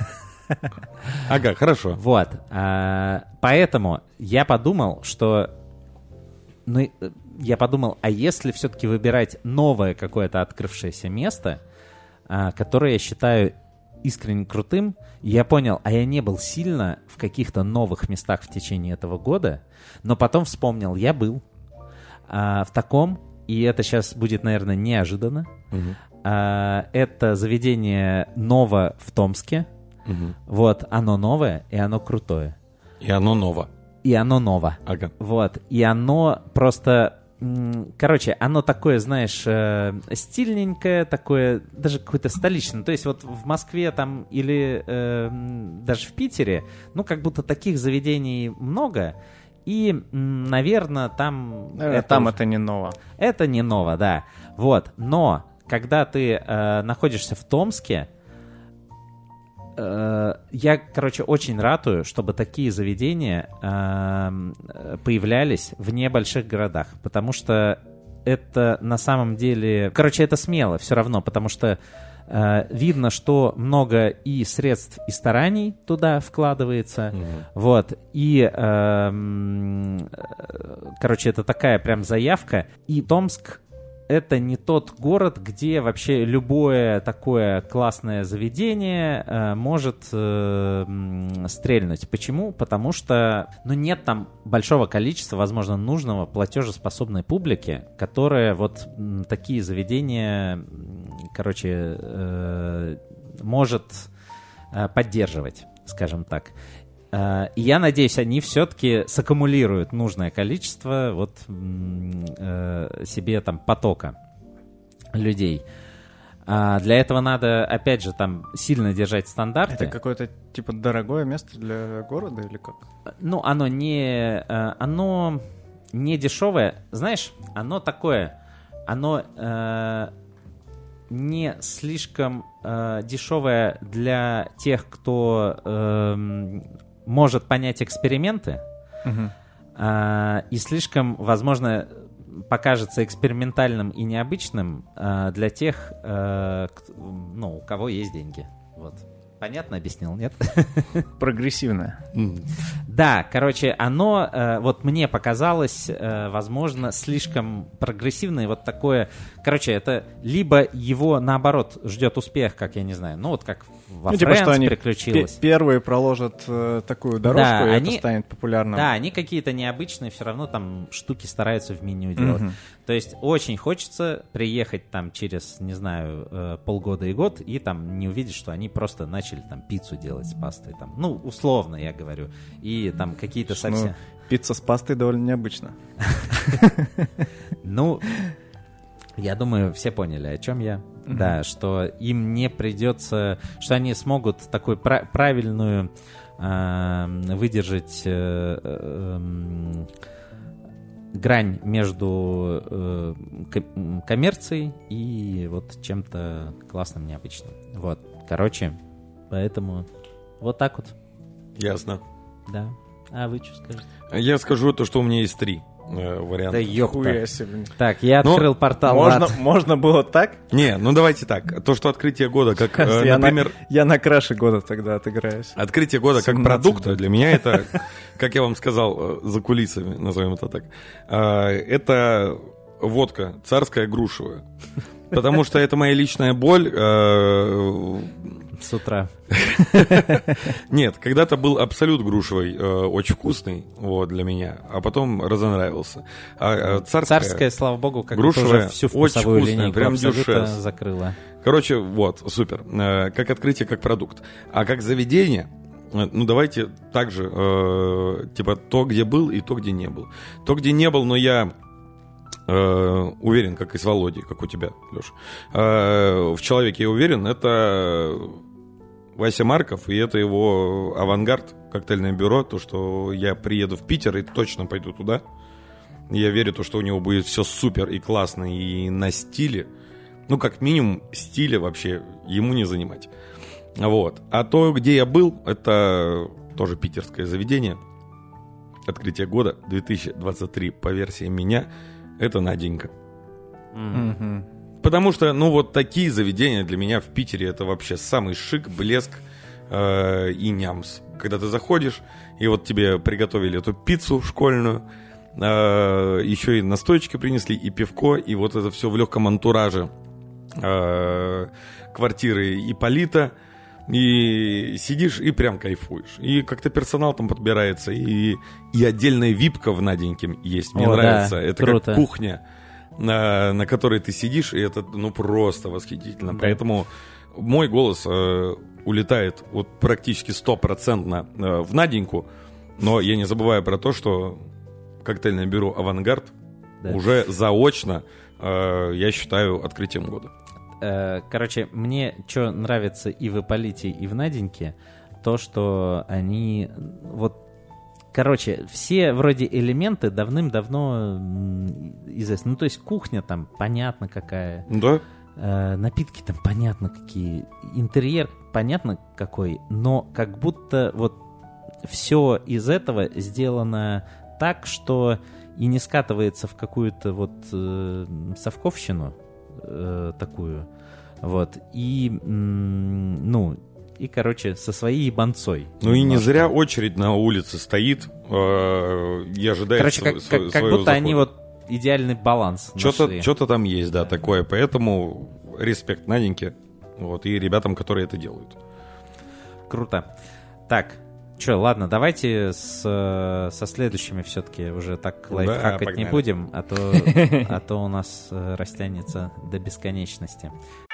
Ага, хорошо. Вот. а, поэтому я подумал, что... Ну, и, э, я подумал, а если все-таки выбирать новое какое-то открывшееся место, а, которое я считаю искренне крутым, я понял, а я не был сильно в каких-то новых местах в течение этого года, но потом вспомнил, я был а, в таком, и это сейчас будет, наверное, неожиданно. Мгм. А, это заведение Нова в Томске. Мгм. Вот, оно новое, и оно крутое. И оно ново. И оно ново. Ага. Вот, и оно просто... м, Короче, оно такое, знаешь, э, стильненькое, такое, даже какое-то столичное. То есть вот в Москве там или э, м, даже в Питере, ну, как будто таких заведений много. И, м, наверное, там... Наверное, там уже- это не ново. Это не ново, да. Вот, но когда ты э, находишься в Томске, э, я, короче, очень ратую, чтобы такие заведения э, появлялись в небольших городах, потому что это на самом деле... Короче, это смело все равно, потому что э, видно, что много и средств, и стараний туда вкладывается. Мгм. Вот, и, эм, э, короче, это такая прям заявка. И Томск — это не тот город, где вообще любое такое классное заведение э, может э, м, стрельнуть. Почему? Потому что, ну, нет там большого количества, возможно, нужного платежеспособной публики, которая вот м, такие заведения, м, короче, э, может э, поддерживать, скажем так. Э, И я надеюсь, они все-таки саккумулируют нужное количество вот м, э, себе там потока людей. А для этого надо, опять же, там сильно держать стандарты. Это какое-то, типа, дорогое место для города или как? Ну, оно не, э, оно не дешевое. Знаешь, оно такое, оно э, не слишком э, дешевое для тех, кто э, может понять эксперименты, Мгм. а, и слишком, возможно, покажется экспериментальным и необычным а, для тех, а, кто- ну, у кого есть деньги. Вот. Понятно объяснил, нет? Прогрессивное. Мгм. Да, короче, оно, э, вот мне показалось, э, возможно, слишком прогрессивное, вот такое, короче, это либо его, наоборот, ждет успех, как, я не знаю, ну вот как во Ну, типа, что Friends они приключилось. пе- первые проложат э, такую дорожку, Да, и они- это станет популярным. Да, они какие-то необычные, все равно там штуки стараются в меню делать. Мгм. То есть очень хочется приехать там через, не знаю, э, полгода и год, и там не увидеть, что они просто начали там пиццу делать с пастой. Там, ну, условно, я говорю. И там какие-то Ну, совсем... пицца с пастой довольно необычно. Ну, я думаю, все поняли, о чем я. Да, что им не придется, что они смогут такую пра- правильную э, выдержать э, э, м, грань между э, ко- коммерцией и вот чем-то классным, необычным. Вот, короче, поэтому вот так вот, Ясно. да. А вы что скажете? Я скажу то, что у меня есть три э, варианта. Да ёпта. Хуя себе. Так, я Ну, открыл портал. Можно, Лад. можно было так? Не, ну давайте так. То, что открытие года, как, э, я, например, на, я на краше года тогда отыграюсь. открытие года как семнадцать продукта, будет. для меня это, как я вам сказал, э, за кулисами, назовем это так, э, это водка царская грушевая. Потому что это моя личная боль. э, С утра. Нет, когда-то был абсолют грушевый, э, очень вкусный, вот, для меня, а потом разонравился. А, а царская, Царская, слава богу, как грушевая, уже всю очень вкусовую вкусная, линейку прям Абсолюта дюшес. закрыла. Короче, вот, супер. Э, как открытие, как продукт. А как заведение, э, ну, давайте также, э, типа, то, где был, и то, где не был. То, где не был, но я э, уверен, как и с Володей, как у тебя, Леша. Э, в человеке я уверен, это Вася Марков, и это его «Авангард», коктейльное бюро, то, что я приеду в Питер и точно пойду туда. Я верю, то, что у него будет все супер и классно, и на стиле. Ну, как минимум, стиля вообще ему не занимать. Вот. А то, где я был, это тоже питерское заведение. Открытие года две тысячи двадцать три по версии меня. Это Наденька. М. Мгм. Потому что, ну, вот такие заведения для меня в Питере это вообще самый шик, блеск э, и нямс. Когда ты заходишь, и вот тебе приготовили эту пиццу школьную, э, еще и настойчики принесли, и пивко, и вот это все в легком антураже э, квартиры Ипполита, и сидишь и прям кайфуешь. И как-то персонал там подбирается, и, и отдельная випка в Наденьке есть. Мне О, нравится. да, это круто. как кухня, на, на которой ты сидишь, и это, ну, просто восхитительно. Да. Поэтому мой голос э, улетает вот практически стопроцентно э, в Наденьку, но я не забываю про то, что коктейльное бюро «Авангард» Да. уже заочно, э, я считаю, открытием года. Э, Короче, мне что нравится и в Ипполите, и в Наденьке, то, что они вот. Короче, все вроде элементы давным-давно м, известны. Ну, то есть кухня там понятно какая, Да? э, напитки там понятно какие, интерьер понятно какой, но как будто вот все из этого сделано так, что и не скатывается в какую-то вот э, совковщину э, такую. Вот. И, м, ну, и, короче, со своей ебанцой. Ну и не немножко. зря очередь на улице стоит э, и ожидает Короче, как, св- как- св- как своего будто они захода. вот идеальный баланс Что-то, нашли. что-то там есть, да, такое. Поэтому респект Наденьке, вот, и ребятам, которые это делают. Круто. Так, что, ладно, давайте с, э, со следующими все-таки уже так Да, лайфхакать не погнали. будем, а то, а то у нас э, растянется до бесконечности.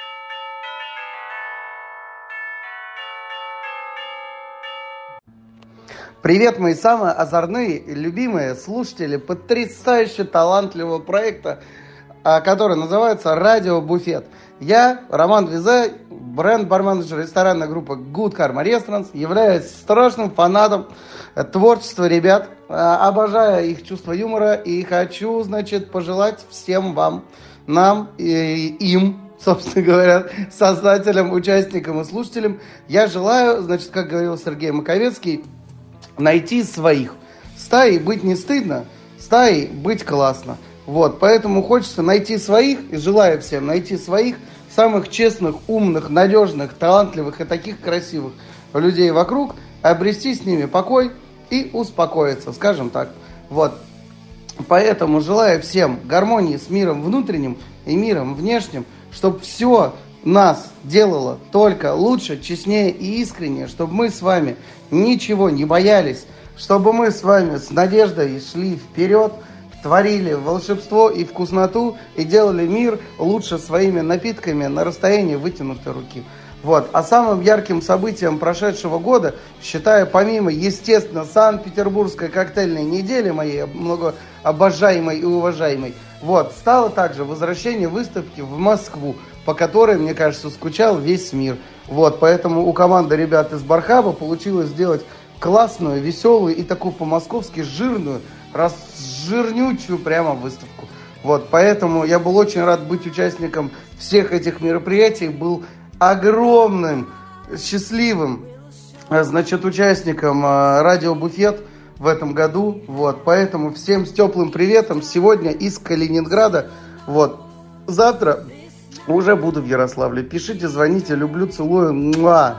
Привет, мои самые озорные и любимые слушатели потрясающе талантливого проекта, а, который называется «Радио Буфет». Я, Роман Визай, бренд-барменеджер ресторанной группы Good Karma Restaurants, являюсь страшным фанатом э, творчества ребят, а, обожаю их чувство юмора и хочу, значит, пожелать всем вам, нам и им, собственно говоря, создателям, участникам и слушателям, я желаю, значит, как говорил Сергей Маковецкий, найти своих. Стаей быть не стыдно, стаей быть классно. Вот, поэтому хочется найти своих, и желаю всем найти своих, самых честных, умных, надежных, талантливых и таких красивых людей вокруг, обрести с ними покой и успокоиться, скажем так. Вот. Поэтому желаю всем гармонии с миром внутренним и миром внешним, чтобы все нас делало только лучше, честнее и искреннее, чтобы мы с вами ничего не боялись, чтобы мы с вами с надеждой шли вперед, творили волшебство и вкусноту и делали мир лучше своими напитками на расстоянии вытянутой руки. Вот. А самым ярким событием прошедшего года, считаю, помимо, естественно, Санкт-Петербургской коктейльной недели, моей многообожаемой и уважаемой, вот, стало также возвращение выставки в Москву, по которой, мне кажется, скучал весь мир. Вот, поэтому у команды ребят из Бархаба получилось сделать классную, веселую и такую по-московски жирную, разжирнючую прямо выставку. Вот, поэтому я был очень рад быть участником всех этих мероприятий, был огромным, счастливым, значит, участником радио «Буфет» в этом году. Вот, поэтому всем с теплым приветом сегодня из Калининграда. Вот, завтра уже буду в Ярославле. Пишите, звоните, люблю, целую. Муа!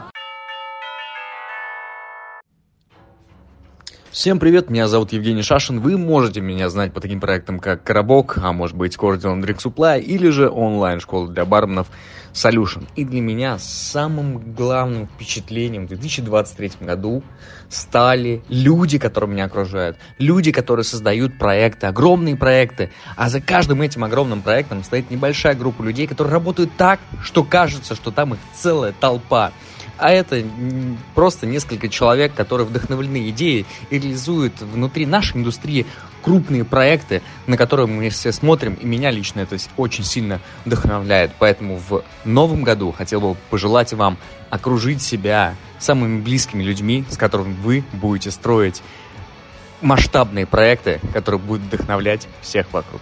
Всем привет, меня зовут Евгений Шашин. Вы можете меня знать по таким проектам, как «Коробок», а может быть Cordial Drink Supply или же онлайн-школа для барменов Solution. И для меня самым главным впечатлением в две тысячи двадцать третьем году стали люди, которые меня окружают. Люди, которые создают проекты, огромные проекты. А за каждым этим огромным проектом стоит небольшая группа людей, которые работают так, что кажется, что там их целая толпа. А это просто несколько человек, которые вдохновлены идеей и реализуют внутри нашей индустрии крупные проекты, на которые мы все смотрим, и меня лично это очень сильно вдохновляет. Поэтому в новом году хотел бы пожелать вам окружить себя самыми близкими людьми, с которыми вы будете строить масштабные проекты, которые будут вдохновлять всех вокруг.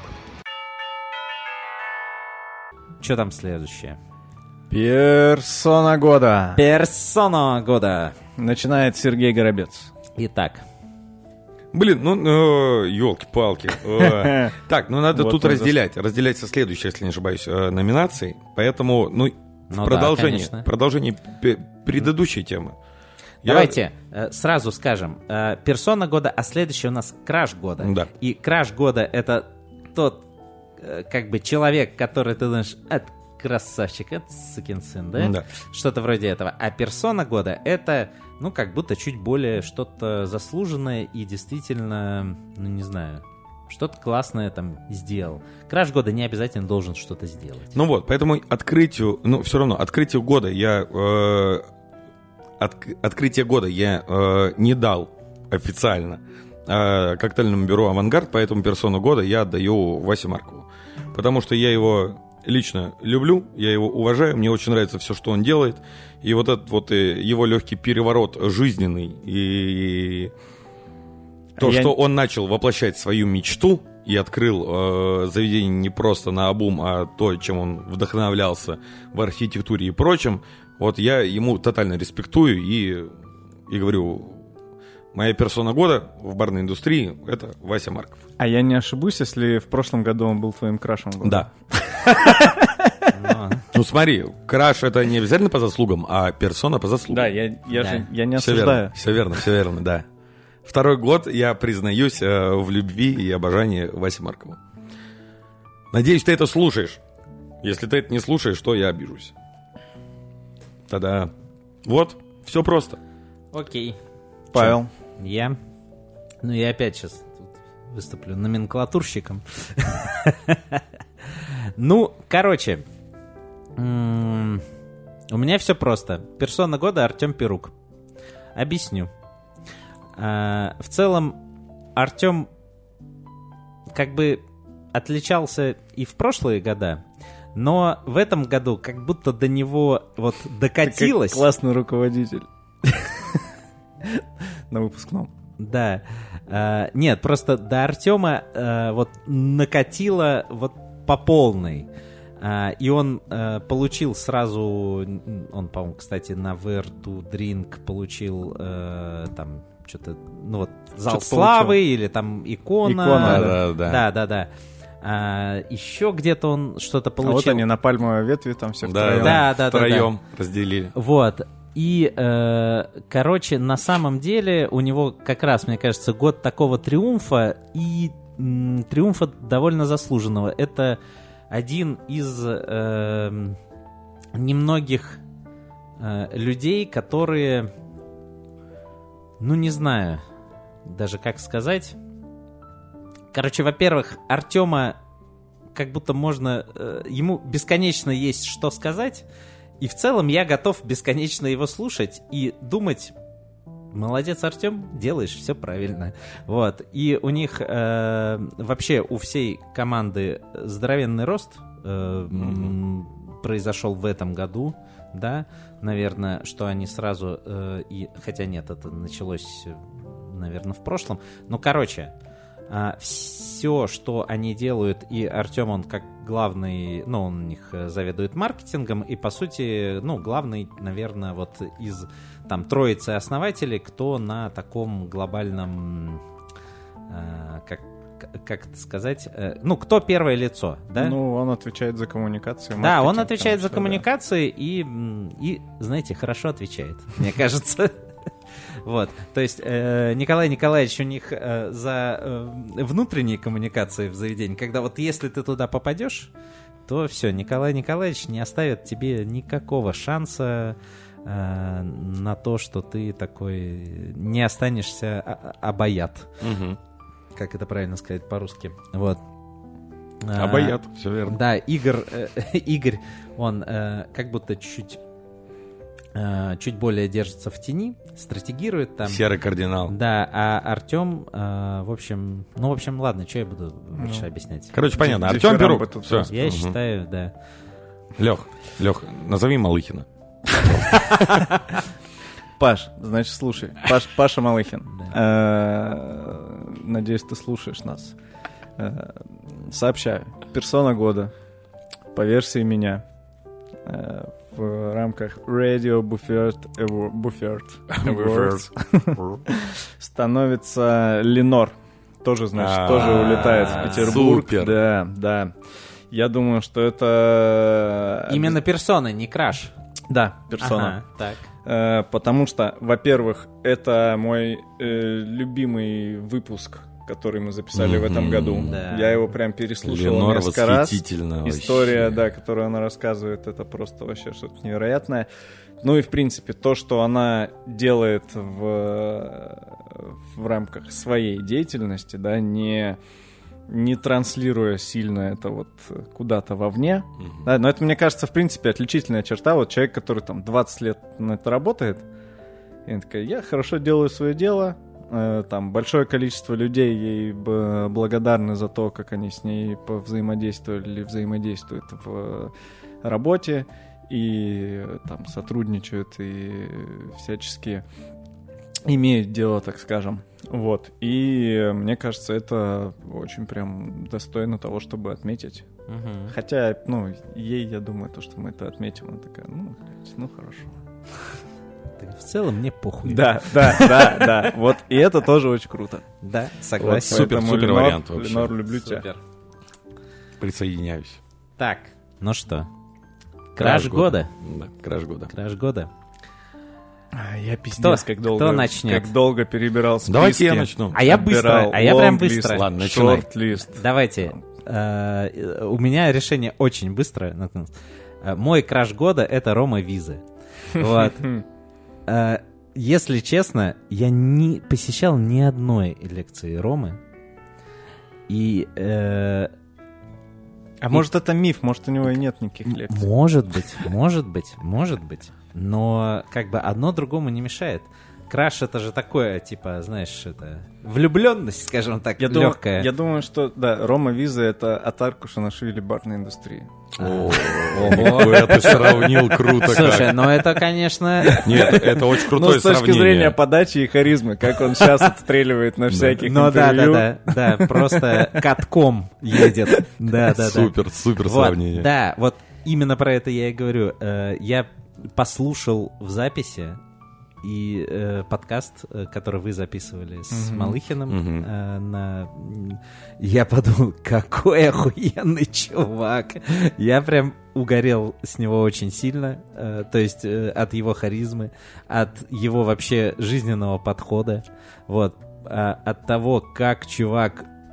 Что там следующее? Персона года. Персона года. Начинает Сергей Горобец. Итак. Блин, ну, елки-палки. Так, ну надо Вот тут он разделять. Разделять со следующей, если не ошибаюсь, э, номинацией. Поэтому, ну, Ну в продолжение, да, конечно. продолжение пе- предыдущей темы. Я- Давайте э, сразу скажем. Э, персона года, а следующий у нас краш года. Да. И краш года — это тот, э, как бы, человек, который ты думаешь, это красавчик, это сукин сын, да? Да. Что-то вроде этого. А персона года — это, ну, как будто чуть более что-то заслуженное и действительно, ну, не знаю, что-то классное там сделал. Краш года не обязательно должен что-то сделать. Ну вот, поэтому открытию, ну, все равно, открытию года я... э, от- открытие года я э, не дал официально э, коктейльному бюро «Авангард», поэтому персону года я отдаю Васе Маркову. Потому что я его лично люблю, я его уважаю, мне очень нравится все, что он делает. И вот этот вот э, его легкий переворот жизненный, и то, А я- что он начал воплощать свою мечту и открыл э, заведение не просто на обум, а то, чем он вдохновлялся в архитектуре и прочем, вот я ему тотально респектую и, и говорю, моя персона года в барной индустрии — это Вася Марков. А я не ошибусь, если в прошлом году он был твоим крашем года? Да. Ну, Ну смотри, краш — это не обязательно по заслугам, а персона по заслугам. Да, я, я Да. же я не Все осуждаю. верно, все верно, все верно, да. Второй год я признаюсь э, в любви и обожании Васи Маркова. Надеюсь, ты это слушаешь. Если ты это не слушаешь, то я обижусь. Тогда вот, все просто. окей. Павел. Я? Ну, я опять сейчас тут выступлю номенклатурщиком. Ну, короче, м, у меня все просто. Персона года — Артем Перук. Объясню. А, В целом, Артем как бы отличался и в прошлые года, но в этом году как будто до него вот докатилось. Как классный руководитель. На выпускном. Да. А, нет, просто до Артема а, вот накатило вот по полной. А, и он а, получил сразу, он, по-моему, кстати, на Where to Drink получил а, там что-то, ну вот, Зал Что-то славы получил. или там икона. Икона, да, да. Да, да, да. А, еще где-то он что-то А получил. вот они на пальмовой ветви там все Да, втроем. Да, да, да, втроем разделили. Вот. И, э, короче, на самом деле у него как раз, мне кажется, год такого триумфа и м, триумфа довольно заслуженного. Это один из э, немногих э, людей, которые, ну не знаю, даже как сказать. Короче, во-первых, Артема как будто можно, э, ему бесконечно есть что сказать, и в целом я готов бесконечно его слушать и думать: молодец, Артем, делаешь все правильно. Вот. И у них э, вообще у всей команды здоровенный рост э, mm-hmm. произошел в этом году, да, наверное, что они сразу, э, и, хотя нет, это началось, наверное, в прошлом. Ну, короче, э, все, что они делают, и Артем, он как главный, ну, он у них заведует маркетингом, и, по сути, ну, главный, наверное, вот из там троицы основателей, кто на таком глобальном, э, как, как это сказать, э, ну, кто первое лицо, да? Ну, он отвечает за коммуникации. Да, он отвечает за коммуникации и, и, знаете, хорошо отвечает, мне кажется. Вот, то есть э, Николай Николаевич у них э, за э, внутренние коммуникации в заведении, когда вот если ты туда попадешь, то все, Николай Николаевич не оставит тебе никакого шанса э, на то, что ты такой не останешься обаят. Угу. Как это правильно сказать по-русски? Вот. Обаят, а, все верно. Да, Игорь, э, Игорь он э, как будто чуть чуть более держится в тени, стратегирует там. Серый кардинал. Да, а Артем, э, в общем, ну, в общем, ладно, что я буду больше ну, объяснять. Короче, понятно. Артем Перук. Я угу. считаю, да. Лех, Лех, назови Малыхина. Паш, значит, слушай. Паш, Паша Малыхин. Надеюсь, ты слушаешь нас. Сообщаю. Персона года по версии меня в рамках Radio Buffet Awards становится Ленор. Тоже, значит, тоже улетает в Петербург. Супер. Да, да. Я думаю, что это... Именно персона, не краш. Да, персона. Ага, так. Э, потому что, во-первых, это мой э, любимый выпуск, который мы записали mm-hmm, в этом году. Да. Я его прям переслушал Ленор несколько раз. История, да, которую она рассказывает, это просто вообще что-то невероятное. Ну и, в принципе, то, что она делает в, в рамках своей деятельности, да, не, не транслируя сильно это вот куда-то вовне. Mm-hmm. Да, но это, мне кажется, в принципе, отличительная черта. Вот человек, который там двадцать лет на это работает, и она такая: я хорошо делаю свое дело, там большое количество людей ей благодарны за то, как они с ней взаимодействовали или взаимодействуют в работе, и там сотрудничают, и всячески имеют дело, так скажем. Вот. И мне кажется, это очень прям достойно того, чтобы отметить. Угу. Хотя, ну, ей, я думаю, то, что мы это отметим, она такая: ну, блядь, ну хорошо. В целом мне похуй. Да, да, да, да. Вот, и это тоже очень круто. Да, согласен. Вот, супер, супер Ленор, вариант вообще. Ленор, люблю супер. тебя. Присоединяюсь. Так, ну что, краш года. Да, краш года. Краш года. А, я пиздец, кто, как долго, кто начнет? как долго перебирал списки. Давайте я начну. А я быстро, а я прям лонг-лист, быстро. Ладно, начинай. шорт-лист. Давайте. Э, у меня решение очень быстро. Мой краш года — это Рома Визы. Вот. Э, Если честно, я не посещал ни одной лекции Ромы. И... Э, А и... может, это миф, может, у него и нет никаких лекций. Может быть, может быть, может быть. Но как бы одно другому не мешает. Краш — это же такое, типа, знаешь, это... влюбленность, скажем так, я легкая. Думаю, я думаю, что, да, Рома Виза — это Атар Кушанашвили барной индустрии. Ого, это сравнил круто. Слушай, ну это, конечно... Нет, это очень крутое сравнение. Ну, с точки сравнение. зрения подачи и харизмы, как он сейчас отстреливает на всяких ну, интервью. Ну да, да, да, да, просто катком едет. Да, да, да. Супер, супер вот, сравнение. Да, вот именно про это я и говорю. Я послушал в записи и э, подкаст, который вы записывали с mm-hmm. Малыхиным, mm-hmm. э, на... я подумал, какой охуенный чувак. Я прям угорел с него очень сильно, э, то есть э, от его харизмы, от его вообще жизненного подхода, вот, э, от того, как чувак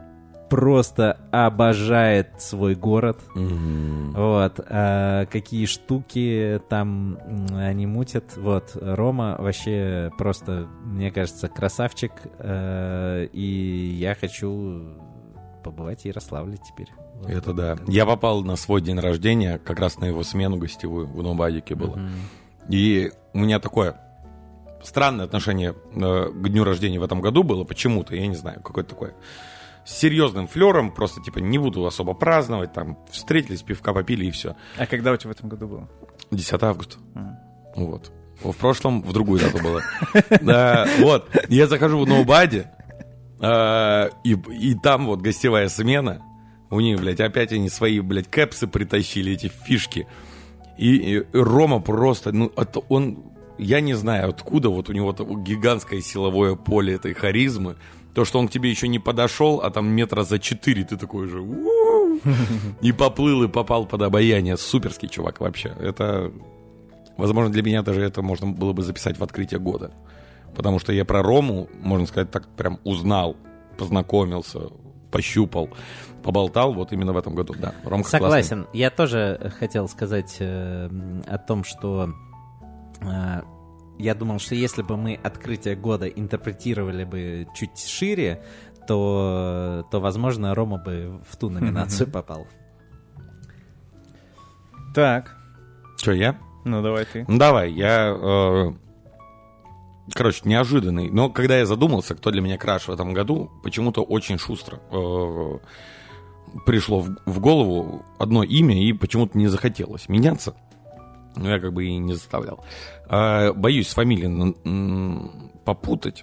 просто обожает свой город. Мгм. Вот. А какие штуки там м, они мутят. Вот. Рома вообще просто, мне кажется, красавчик. э, И я хочу побывать в Ярославле теперь. Вот. Это да. Я попал на свой день рождения, как раз на его смену гостевую в Нобадике было. Мгм. И у меня такое странное отношение э, к дню рождения в этом году было почему-то, я не знаю, какое-то такое с серьезным флером, просто типа не буду особо праздновать, там встретились, пивка попили и все. А когда у тебя в этом году было? десятого августа. М. Вот. В прошлом в другую дату было. Да, вот. Я захожу в ноубаде, э, и, и там вот гостевая смена. У них, блядь, опять они свои, блядь, кэпсы притащили, эти фишки. И, и Рома просто, ну, это он, я не знаю, откуда вот у него такое гигантское силовое поле этой харизмы. То, что он к тебе еще не подошел, а там метра за четыре ты такой же «У-у-у». И поплыл, и попал под обаяние. Суперский чувак вообще. Это, возможно, для меня даже это можно было бы записать в открытие года. Потому что я про Рому, можно сказать, так прям узнал, познакомился, пощупал, поболтал вот именно в этом году. Да, Ромка Согласен. Я тоже хотел сказать э, о том, что э, я думал, что если бы мы открытие года интерпретировали бы чуть шире, то, то возможно, Рома бы в ту номинацию попал. Так, Че, я? ну давай ты. Ну давай, я... э, короче, неожиданный. Но когда я задумался, кто для меня краш в этом году, почему-то очень шустро э, пришло в, в голову одно имя, и почему-то не захотелось меняться. Но я как бы и не заставлял. Э, боюсь с фамилией н- н- попутать.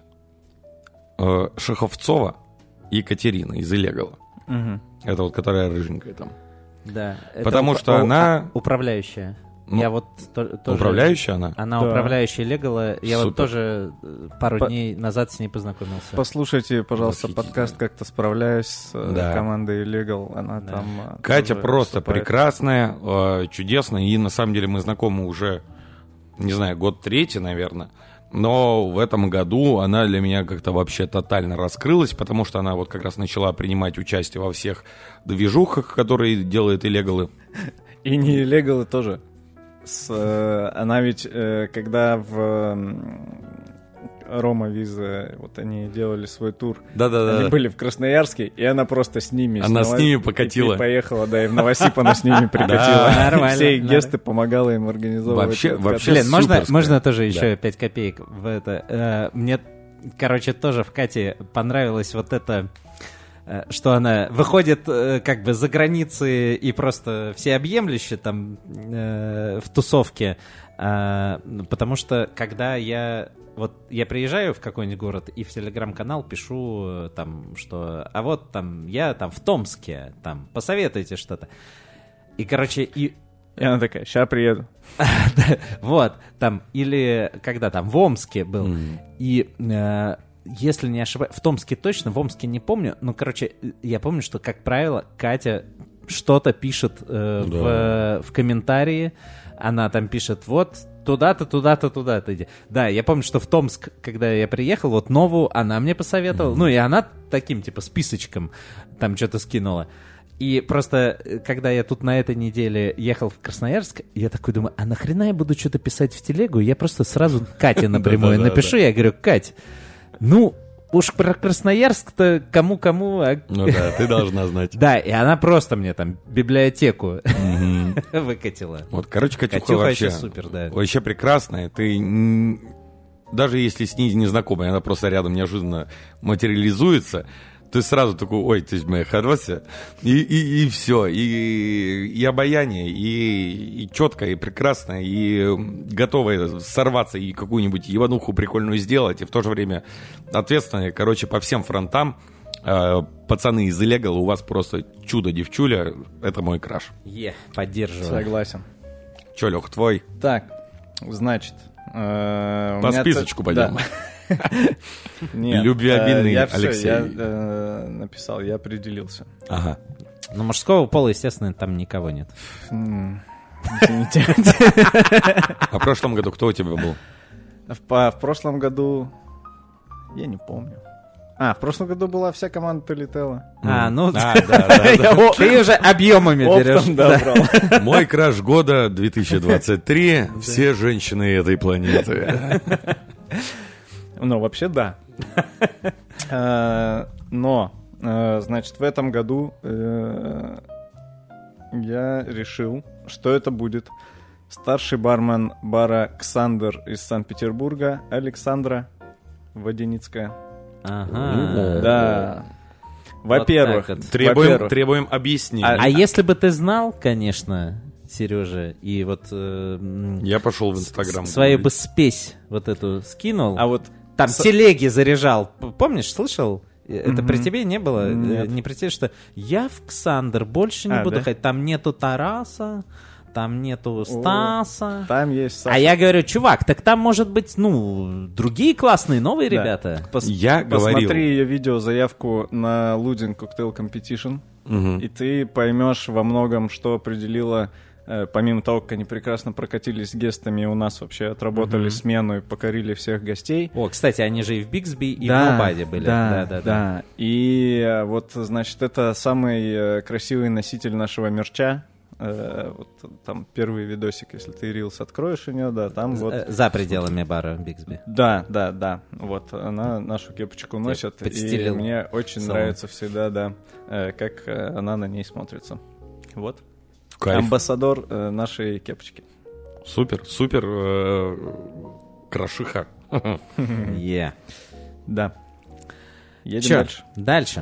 Э, Шаховцова Екатерина из Илегала. Мгм. Это вот которая рыженькая там. Да. Потому Это что у- она- а, управляющая. Ну, я вот то- тоже... Управляющая она? Она Да. управляющая Легала. Я вот Супер. тоже э, пару По- дней назад с ней познакомился. Послушайте, пожалуйста, Восхитительно. подкаст «Как-то справляюсь» с э, Да. командой Legal. Она Да. там... э, Катя тоже просто выступает. прекрасная, э, чудесная, и на самом деле мы знакомы уже, не знаю, год третий, наверное, но в этом году она для меня как-то вообще тотально раскрылась, потому что она вот как раз начала принимать участие во всех движухах, которые делают и легалы. И не Legal тоже. С, э, она ведь, э, когда в м, Рома Виза, вот они делали свой тур, Да-да-да. они были в Красноярске, и она просто с ними. Она с Ново- ними покатила. И поехала, да, и в Новосиб она с ними прикатила. Да, нормально, Все их нормально. гесты помогала им организовывать. Вообще- этот вообще каток. Блин, можно, суперская. можно тоже еще Да. пять копеек в это? Э, Мне, короче, тоже в Кате понравилось вот это, э, что она выходит э, как бы за границы и просто всеобъемлюще там э, в тусовке. А, потому что когда я... Вот я приезжаю в какой-нибудь город и в телеграм-канал пишу э, там, что... А вот там я там в Томске, там, посоветуйте что-то. И, короче, и И она такая, ща приеду. вот, там, или когда там в Омске был, М. и э, если не ошибаюсь, в Томске точно, в Омске не помню, но, короче, я помню, что, как правило, Катя что-то пишет э, в, в комментарии, она там пишет, вот, туда-то, туда-то, туда-то иди. Да, я помню, что в Томск, когда я приехал, вот новую она мне посоветовала, ну, и она таким, типа, списочком там что-то скинула. И просто, э, когда я тут на этой неделе ехал в Красноярск, я такой думаю, а нахрена я буду что-то писать в телегу? Я просто сразу Кате напрямую Да-да-да-да. напишу, я говорю, Кать, ну, уж про Красноярск-то кому-кому, а... Ну да, ты должна знать. Да, и она просто мне там библиотеку Мгм. выкатила. Вот, короче, Катюха Катюха вообще, вообще супер, да. вообще прекрасная. Ты м, даже если с ней не знакомая, она просто рядом неожиданно материализуется, ты сразу такой, ой, ты ж моя хорошая, и, и, и все, и, и обаяние, и, и четкое, и прекрасное, и готовое сорваться и какую-нибудь ебануху прикольную сделать, и в то же время ответственная, короче, по всем фронтам. Э, Пацаны из Illegal, у вас просто чудо-девчуля, это мой краш. Е, поддерживаю. Согласен. Че, Лех, твой? Так, значит... э, у По меня списочку ц- пойдем. да. Нет, Любвеобильный э, я всё, Алексей. я э, написал, я определился. Ага. Но мужского пола, естественно, там никого нет. М, извините. А в прошлом году кто у тебя был? В по- в прошлом году... Я не помню. А, в прошлом году была вся команда Полетела. А, ну... А, да, да, да. Ты уже объемами берешь. Оптом, да, брал. Мой краш года две тысячи двадцать три. Все женщины этой планеты. Ну, вообще, да. Э, Но, э, значит, в этом году э, я решил, что это будет старший бармен бара «Ксандр» из Санкт-Петербурга Александра Водяницкая. Ага. Да. Во-первых, так вот. Требуем, во-первых, требуем объяснений. А если бы ты знал, конечно, Сережа, и вот э, м, Я пошел в Инстаграм. с- свою бы гуглить. спесь вот эту скинул, а вот там с- телеги заряжал. П- Помнишь, слышал? Это Мгм. при тебе не было? Э, Нет. Не при тебе, что я в Ксандр больше не А, буду да? ходить. Там нету Тараса, там нету Стаса. там есть Саша. А я говорю, чувак, так там может быть, ну, другие классные новые Да. ребята. Пос- Я Посмотри говорил. ее видео-заявку на Ludin Cocktail Competition, Мгм. и ты поймешь во многом, что определило, э, помимо того, как они прекрасно прокатились с гестами, у нас вообще отработали смену и покорили всех гостей. О, кстати, они же и в Бигсби, и Да, в Нобаде были. Да, Да, да, да. И э, вот, значит, это самый э, красивый носитель нашего мерча. Э, вот там первый видосик, если ты рилс откроешь у нее, да, там вот... Э, За пределами бара Бигсби. Да, да, да. Вот она нашу кепочку носит, и подстелил мне очень салон. нравится всегда, да, э, как э, она на ней смотрится. Вот. Кайф. Амбассадор э, нашей кепочки. Супер, супер. э, Крашиха. Е. Да. Едем Чё, дальше. дальше.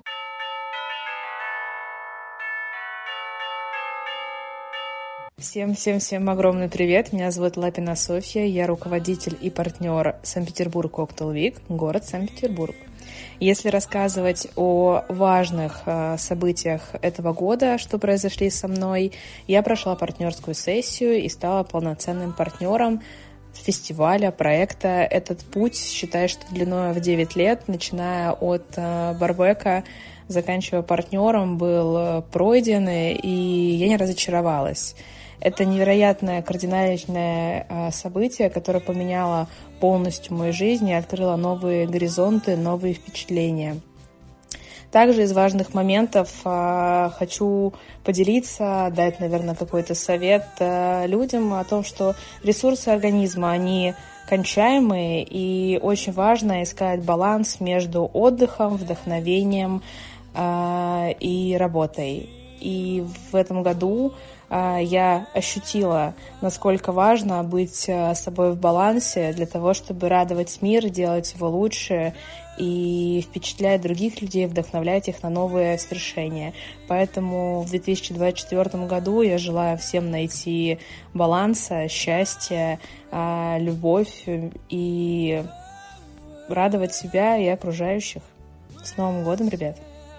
Всем-всем-всем огромный привет. Меня зовут Лапина Софья. Я руководитель и партнер Санкт-Петербург Cocktail Week, город Санкт-Петербург. Если рассказывать о важных э, событиях этого года, что произошли со мной, я прошла партнерскую сессию и стала полноценным партнером фестиваля, проекта. Этот путь, считаю, что длиной в девять лет, начиная от э, барбека, заканчивая партнером, был э, пройден, и я не разочаровалась. Это невероятное кардинальное э, событие, которое поменяло полностью мою жизнь и открыло новые горизонты, новые впечатления. Также из важных моментов э, хочу поделиться, дать, наверное, какой-то совет э, людям о том, что ресурсы организма, они кончаемые, и очень важно искать баланс между отдыхом, вдохновением э, и работой. И в этом году э, я ощутила, насколько важно быть э, с собой в балансе для того, чтобы радовать мир, делать его лучше и впечатлять других людей, вдохновлять их на новые свершения. Поэтому в две тысячи двадцать четвёртом году я желаю всем найти баланса, счастья, э, любовь и радовать себя и окружающих. С Новым годом, ребят!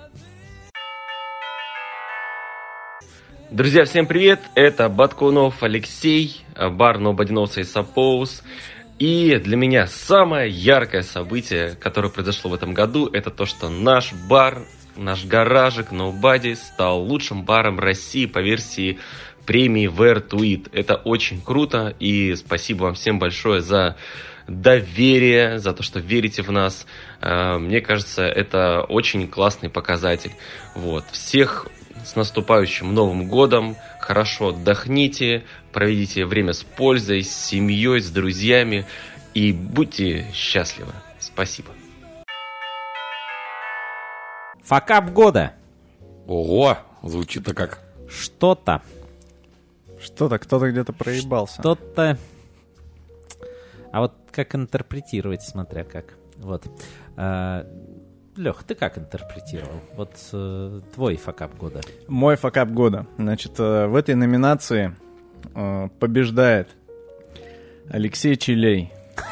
Друзья, всем привет! Это Баткунов Алексей, бар Nobody Knows I Suppose. И для меня самое яркое событие, которое произошло в этом году, это то, что наш бар, наш гаражик Nobody стал лучшим баром России по версии премии Where to Eat. Это очень круто, и спасибо вам всем большое за доверие, за то, что верите в нас. Мне кажется, это очень классный показатель. Вот. Всех с наступающим Новым годом, хорошо отдохните, проведите время с пользой, с семьей, с друзьями и будьте счастливы. Спасибо. Факап года. Ого, звучит-то как. Что-то. Что-то, кто-то где-то проебался. Что-то. А вот как интерпретировать, смотря как. Вот. Лех, ты как интерпретировал? Вот э, твой факап года. Мой факап года. Значит, э, в этой номинации э, побеждает Алексей Чилей.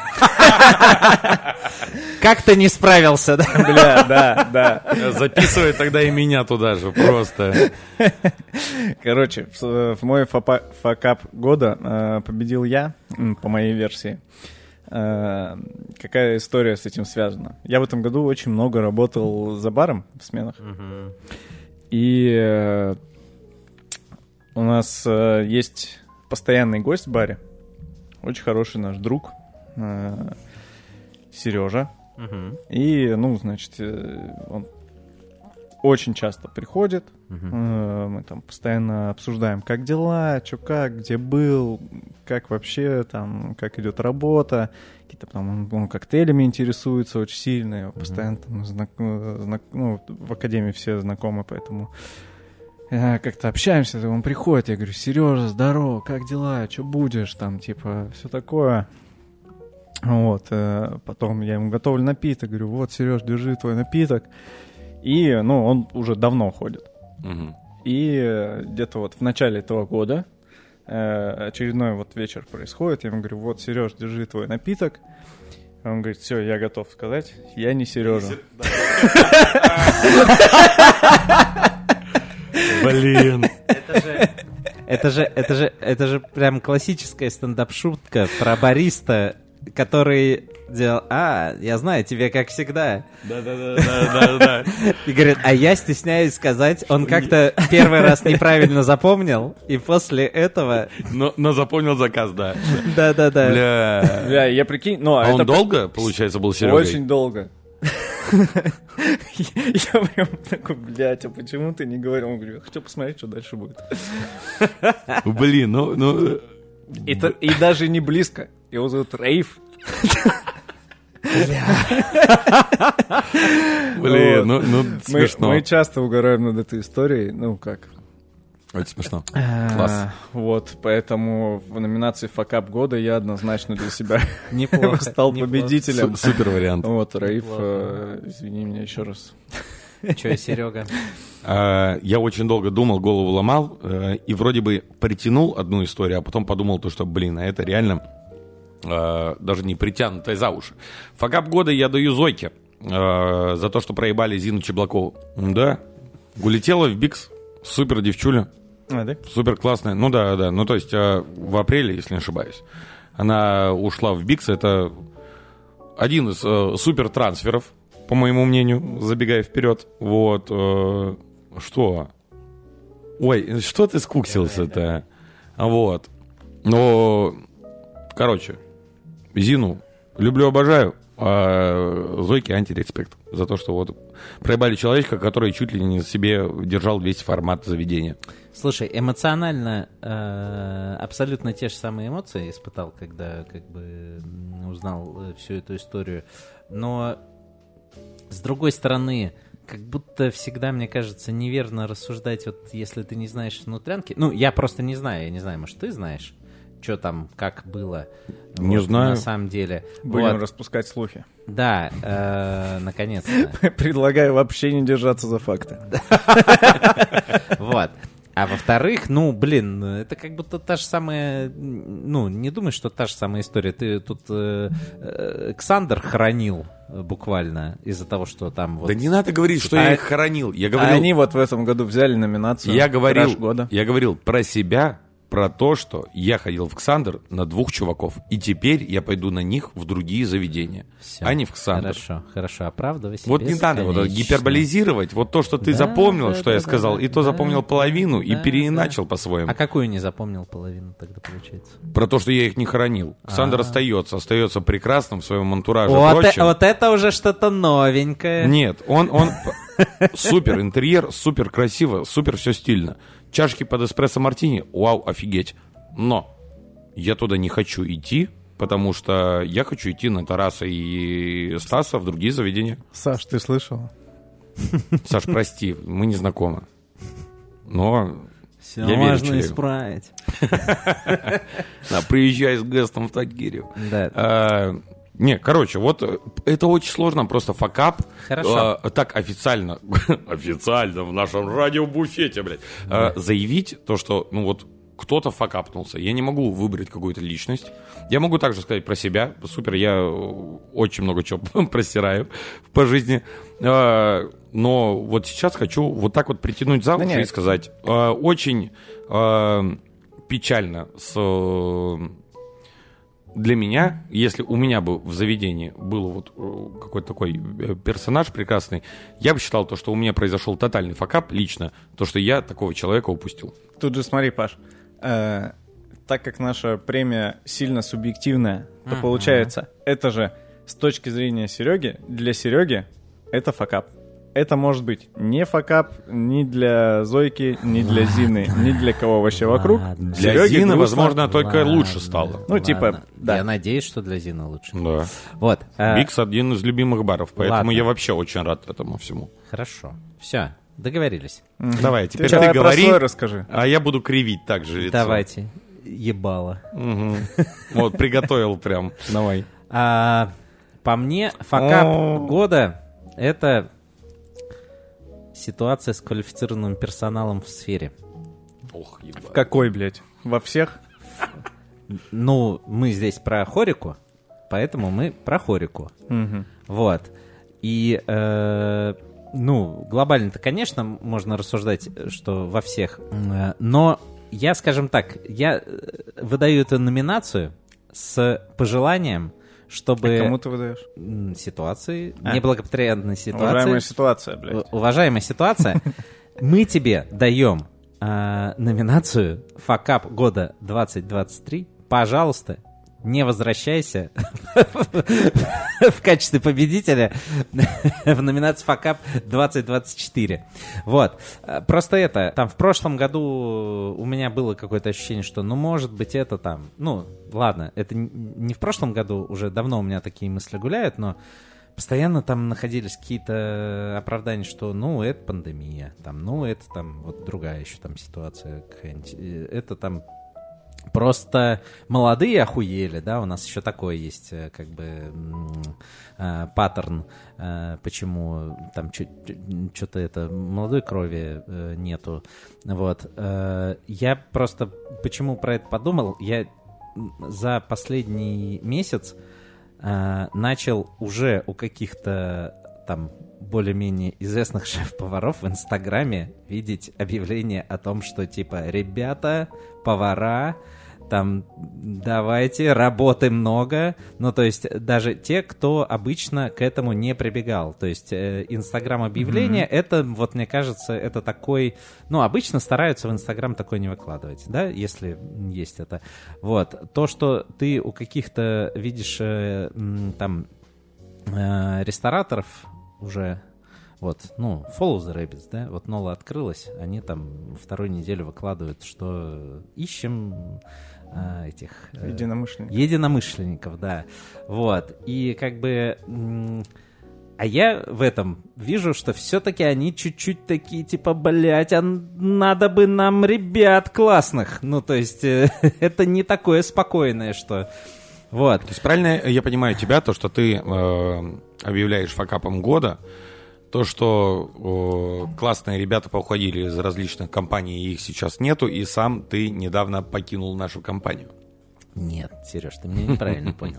Как ты не справился, да? Бля, да, да. Записывай тогда и меня туда же, просто. Короче, в, в мой фапа- факап года э, победил я, м, по моей версии. Э, какая история с этим связана? Я в этом году очень много работал за баром в сменах. И э, у нас э, есть постоянный гость в баре. Очень хороший наш друг. Э, Сережа. Угу. И, ну, значит, он очень часто приходит. Угу. Мы там постоянно обсуждаем, как дела, что как, где был, как вообще там, как идет работа. Какие-то там, он, он коктейлями интересуется очень сильно. Угу. Постоянно там, знак, знак, ну, в академии все знакомы, поэтому как-то общаемся. Он приходит, я говорю: Сережа, здорово, как дела, что будешь, там, типа, все такое. Вот, потом я ему готовлю напиток, говорю: вот, Сереж, держи твой напиток. И, ну, он уже давно ходит. Угу. И где-то вот в начале этого года э, очередной вот вечер происходит. Я ему говорю: вот, Сереж, держи твой напиток. Он говорит: все, я готов сказать, я не Сережа. Блин. Это же, это же, это же прям классическая стендап-шутка про бариста, который делал: а, я знаю, тебе как всегда. Да-да-да. И говорит: а я стесняюсь сказать, он как-то первый раз неправильно запомнил, и после этого... Но, но запомнил заказ, да. Да-да-да. Бля. Бля, я прикинь... Ну, а это он долго, получается, был Серегой? Очень долго. Я прям такой: блядь, а почему ты не говорил? Он говорит: я хочу посмотреть, что дальше будет. Блин, ну... ну... И, то, и даже не близко. Его зовут Раиф. Блин, ну, ну смешно. Мы, мы часто угораем над этой историей. Ну, как? Очень смешно. Класс. Вот, поэтому в номинации «Факап года» я однозначно для себя неплохо, стал неплохо. победителем. Супер вариант. Вот, Раиф, э, извини меня еще раз. Че, Серега? Я очень долго думал, голову ломал, и вроде бы притянул одну историю, а потом подумал, то, что, блин, а это реально даже не притянутая за уши. Факап года я даю Зойке за то, что проебали Зину Чеблакову. Да, улетела в Бикс, супер девчуля. А, да? Супер классная. Ну да, да. Ну то есть в апреле, если не ошибаюсь, она ушла в Бикс. Это один из э, супер трансферов, по моему мнению, забегая вперед. Вот. Э, что? Ой, что ты скуксился-то? Вот. Но, короче, Зину люблю, обожаю. А Зойке антиреспект за то, что вот проебали человечка, который чуть ли не себе держал весь формат заведения. Слушай, эмоционально э, абсолютно те же самые эмоции испытал, когда как бы узнал э, всю эту историю. Но с другой стороны, как будто всегда, мне кажется, неверно рассуждать, вот если ты не знаешь внутрянки. Ну, я просто не знаю, я не знаю, может, ты знаешь, что там, как было. Не вот, знаю. На самом деле. Будем вот. распускать слухи. Да, э, наконец-то. Предлагаю вообще не держаться за факты. Вот. А во-вторых, ну, блин, это как будто та же самая, ну, не думай, что та же самая история. Ты тут э, э, Ксандр хоронил буквально из-за того, что там вот... Да не надо говорить, что А- я их хоронил. Я А говорил, они вот в этом году взяли номинацию я говорил, «Краш года». я говорил про себя, про то, что я ходил в Ксандр на двух чуваков, и теперь я пойду на них в другие заведения, Всё, а не в Ксандр. Хорошо, хорошо, оправдывай себя. Вот не надо вот бесконечно. гиперболизировать. Вот то, что ты Да, запомнил, да, что да, я да, сказал, да, и то да, запомнил половину, и да, переиначил да. по-своему. А какую не запомнил половину тогда, получается? Про то, что я их не хоронил. Ксандр А. остается, остается прекрасным в своем антураже. Вот, э- прочем. вот это уже что-то новенькое. Нет, он, он супер интерьер, супер красиво, супер все стильно. Чашки под эспрессо-мартини, вау, офигеть. Но я туда не хочу идти, потому что я хочу идти на Тараса и Стаса в другие заведения. Саш, ты слышал? Саш, прости, мы не знакомы. Но Все я верю можно человеку. исправить. Да, приезжай с Гестом в Тагире. Да. А, не, короче, вот э, это очень сложно, просто факап. Хорошо. А, так официально, официально в нашем радиобуфете, блядь, а, заявить то, что, ну вот, кто-то факапнулся. Я не могу выбрать какую-то личность. Я могу также сказать про себя. Супер, я очень много чего просираю по жизни. А, но вот сейчас хочу вот так вот притянуть за уши Да и нет. сказать. а, Очень а, печально с... Для меня, если у меня бы в заведении был вот э, какой-то такой э, персонаж прекрасный, я бы считал то, что у меня произошел тотальный факап лично, то, что я такого человека упустил. Тут же смотри, Паш, э, так как наша премия сильно субъективная, то Мгм. получается, это же с точки зрения Сереги, для Сереги это факап. Это может быть не факап ни для Зойки, ни для Зины, ни для кого вообще вокруг. Ладно. Для Сереге Зины, грустно. возможно, только Ладно. лучше стало. Ну, типа, Ладно. да. Я надеюсь, что для Зины лучше. Да. Вот. а, Бикс один из любимых баров, поэтому Ладно. я вообще очень рад этому всему. Хорошо. Все, договорились. Давай, теперь Ты ты, давай про говори, свой расскажи. а я буду кривить так же лицо. Давайте. Ебало. Мгм. Вот, приготовил прям. Давай. А, по мне, факап О. года — это ситуация с квалифицированным персоналом в сфере. Ох, ебать. Какой, блядь? Во всех? Ну, мы здесь про хорику, поэтому мы про хорику. Мгм. Вот. И, э, ну, глобально-то, конечно, можно рассуждать, что во всех. Э, Но я, скажем так, я э, выдаю эту номинацию с пожеланием, чтобы... Кому ты выдаешь? м, ситуации, А. неблагоприятной ситуации. Уважаемая ситуация, блядь. У- Уважаемая ситуация, мы тебе даем а, номинацию «Факап года двадцать двадцать три». Пожалуйста, не возвращайся в качестве победителя в номинации «Факап двадцать двадцать четыре». Вот. А, Просто это, там в прошлом году у меня было какое-то ощущение, что, ну, может быть, это там, ну, ладно, это н- не в прошлом году, уже давно у меня такие мысли гуляют, но постоянно там находились какие-то оправдания, что, ну, это пандемия, там, ну, это там вот другая еще там ситуация какая-нибудь, э, это там просто молодые охуели, да, у нас еще такое есть, э, как бы, м, э, паттерн, э, почему там что-то это, молодой крови э, нету, вот. Э, я просто, почему про это подумал, я м, за последний месяц э, начал уже у каких-то там более-менее известных шеф-поваров в Инстаграме видеть объявление о том, что типа, ребята, повара, там, давайте, работы много. Ну, то есть, даже те, кто обычно к этому не прибегал. То есть, э, Инстаграм-объявление, mm-hmm. это, вот мне кажется, это такой... Ну, обычно стараются в Инстаграм такое не выкладывать, да, если есть это. Вот. То, что ты у каких-то видишь э, м, там э, рестораторов уже... Вот, ну, Follow the Rabbits, да, вот Нола открылась, они там вторую неделю выкладывают, что ищем а, этих... э, Единомышленников. Единомышленников, да. Вот, и как бы... м, А я в этом вижу, что все-таки они чуть-чуть такие, типа, блядь, а надо бы нам ребят классных. Ну, то есть, э, это не такое спокойное, что... Вот. То есть правильно я понимаю тебя, то, что ты э, объявляешь факапом года, то, что э, классные ребята поуходили из различных компаний, и их сейчас нету, и сам ты недавно покинул нашу компанию. Нет, Сереж, ты меня неправильно понял.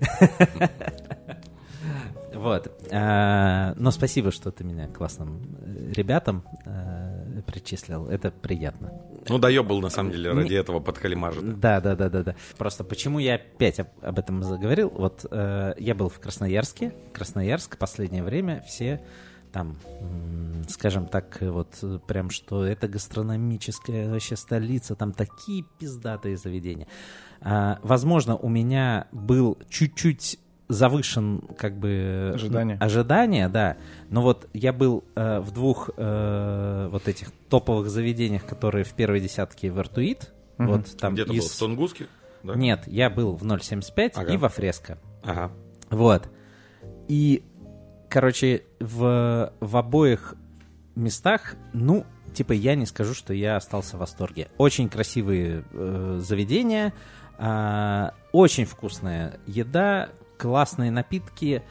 Вот. А, Но спасибо, что ты меня к классным э, ребятам э, причислил. Это приятно. Ну, доебал, на самом деле, ради Не- этого подкалимажа. Да, да, да, да, да. Просто почему я опять об, об этом заговорил? Вот э, я был в Красноярске. Красноярск последнее время все там, м, скажем так, вот э, прям что это гастрономическая вообще столица, там такие пиздатые заведения. А, возможно, у меня был чуть-чуть завышен как бы Ожидания. ожидания, да. Но вот я был э, в двух э, вот этих топовых заведениях, которые в первой десятке в Артуит. Мгм. Вот там Где-то из- был в Тунгуске? Да? Нет, я был в ноль семьдесят пять Ага. и во Фреско. Ага. Вот. И, короче, в, в обоих местах, ну, типа, я не скажу, что я остался в восторге. Очень красивые э, заведения, а, очень вкусная еда, классные напитки.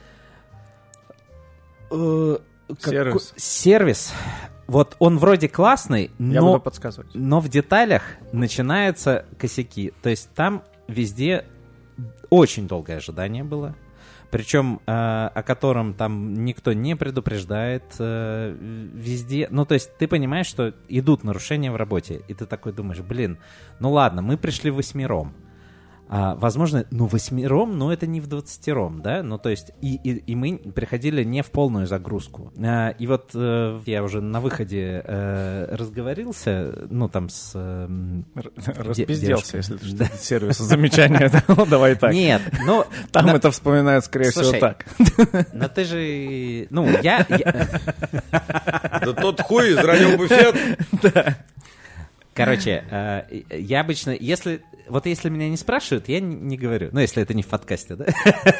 Э, какой- Сервис. Сервис. Вот он вроде классный, Я но... буду подсказывать. Но в деталях начинаются косяки. То есть там везде очень долгое ожидание было. Причем э, о котором там никто не предупреждает. э, везде. Ну, то есть ты понимаешь, что идут нарушения в работе. И ты такой думаешь, блин, ну ладно, мы пришли восьмером. А, возможно, ну, восьмером, но это не в двадцатером, да? Ну, то есть, и, и, и мы приходили не в полную загрузку. А, и вот э, я уже на выходе э, разговорился, ну, там с... Э, Распизделся, если ты что-то сервис замечания дал, давай так. Нет, ну... Там это вспоминают, скорее всего, так. Но ты же... Ну, я... Да тот хуй из радиобуфет. Да. Короче, э, я обычно, если, вот если меня не спрашивают, я не, не говорю. Ну, если это не в подкасте, да?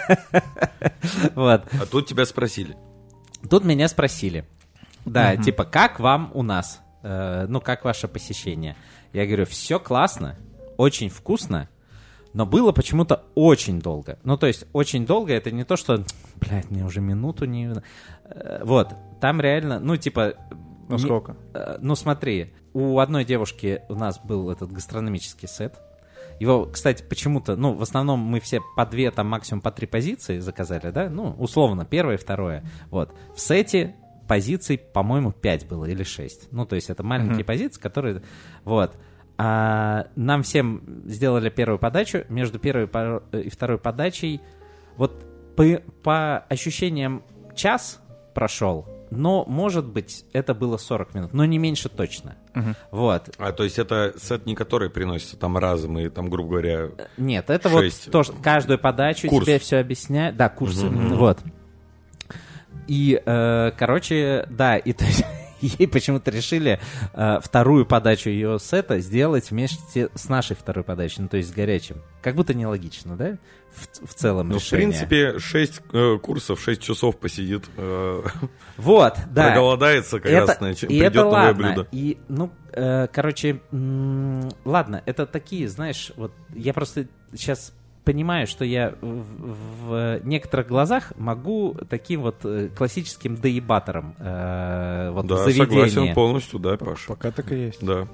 Вот. А тут тебя спросили. Тут меня спросили. Да, типа, как вам у нас? Э, ну, как ваше посещение? Я говорю, все классно, очень вкусно, но было почему-то очень долго. Ну, то есть, очень долго, это не то, что, блядь, мне уже минуту не... Э, вот, там реально, ну, типа... Ну, не, сколько? Э, ну, смотри, у одной девушки у нас был этот гастрономический сет. Его, кстати, почему-то, ну, в основном мы все по две, там, максимум по три позиции заказали, да? Ну, условно, первое и второе. Вот. В сете позиций, по-моему, пять было или шесть. Ну, то есть это маленькие mm-hmm. позиции, которые... Вот. А нам всем сделали первую подачу. Между первой и второй подачей вот по, по ощущениям час прошел, но, может быть, это было сорок минут, но не меньше точно. Uh-huh. Вот. А то есть это сет не который приносится там разом и там, грубо говоря, нет, это шесть... вот то, каждую подачу курс. Тебе все объясняют. Да, курсы. Uh-huh. Вот. И, э, короче, да, и то есть ей почему-то решили э, вторую подачу ее сета сделать вместе с нашей второй подачей, ну, то есть с горячим. Как будто нелогично, да? В, в целом ну, решение. В принципе, шесть э, курсов, шесть часов посидит. Э, вот, да. Проголодается, как это, раз, значит, и придет это новое ладно. блюдо. И, ну, э, короче, м- ладно, это такие, знаешь, вот я просто сейчас... понимаю, что я в, в некоторых глазах могу таким вот классическим доебатором э, вот да, заведения. Согласен полностью, да, Паша. Пока так и есть. Да.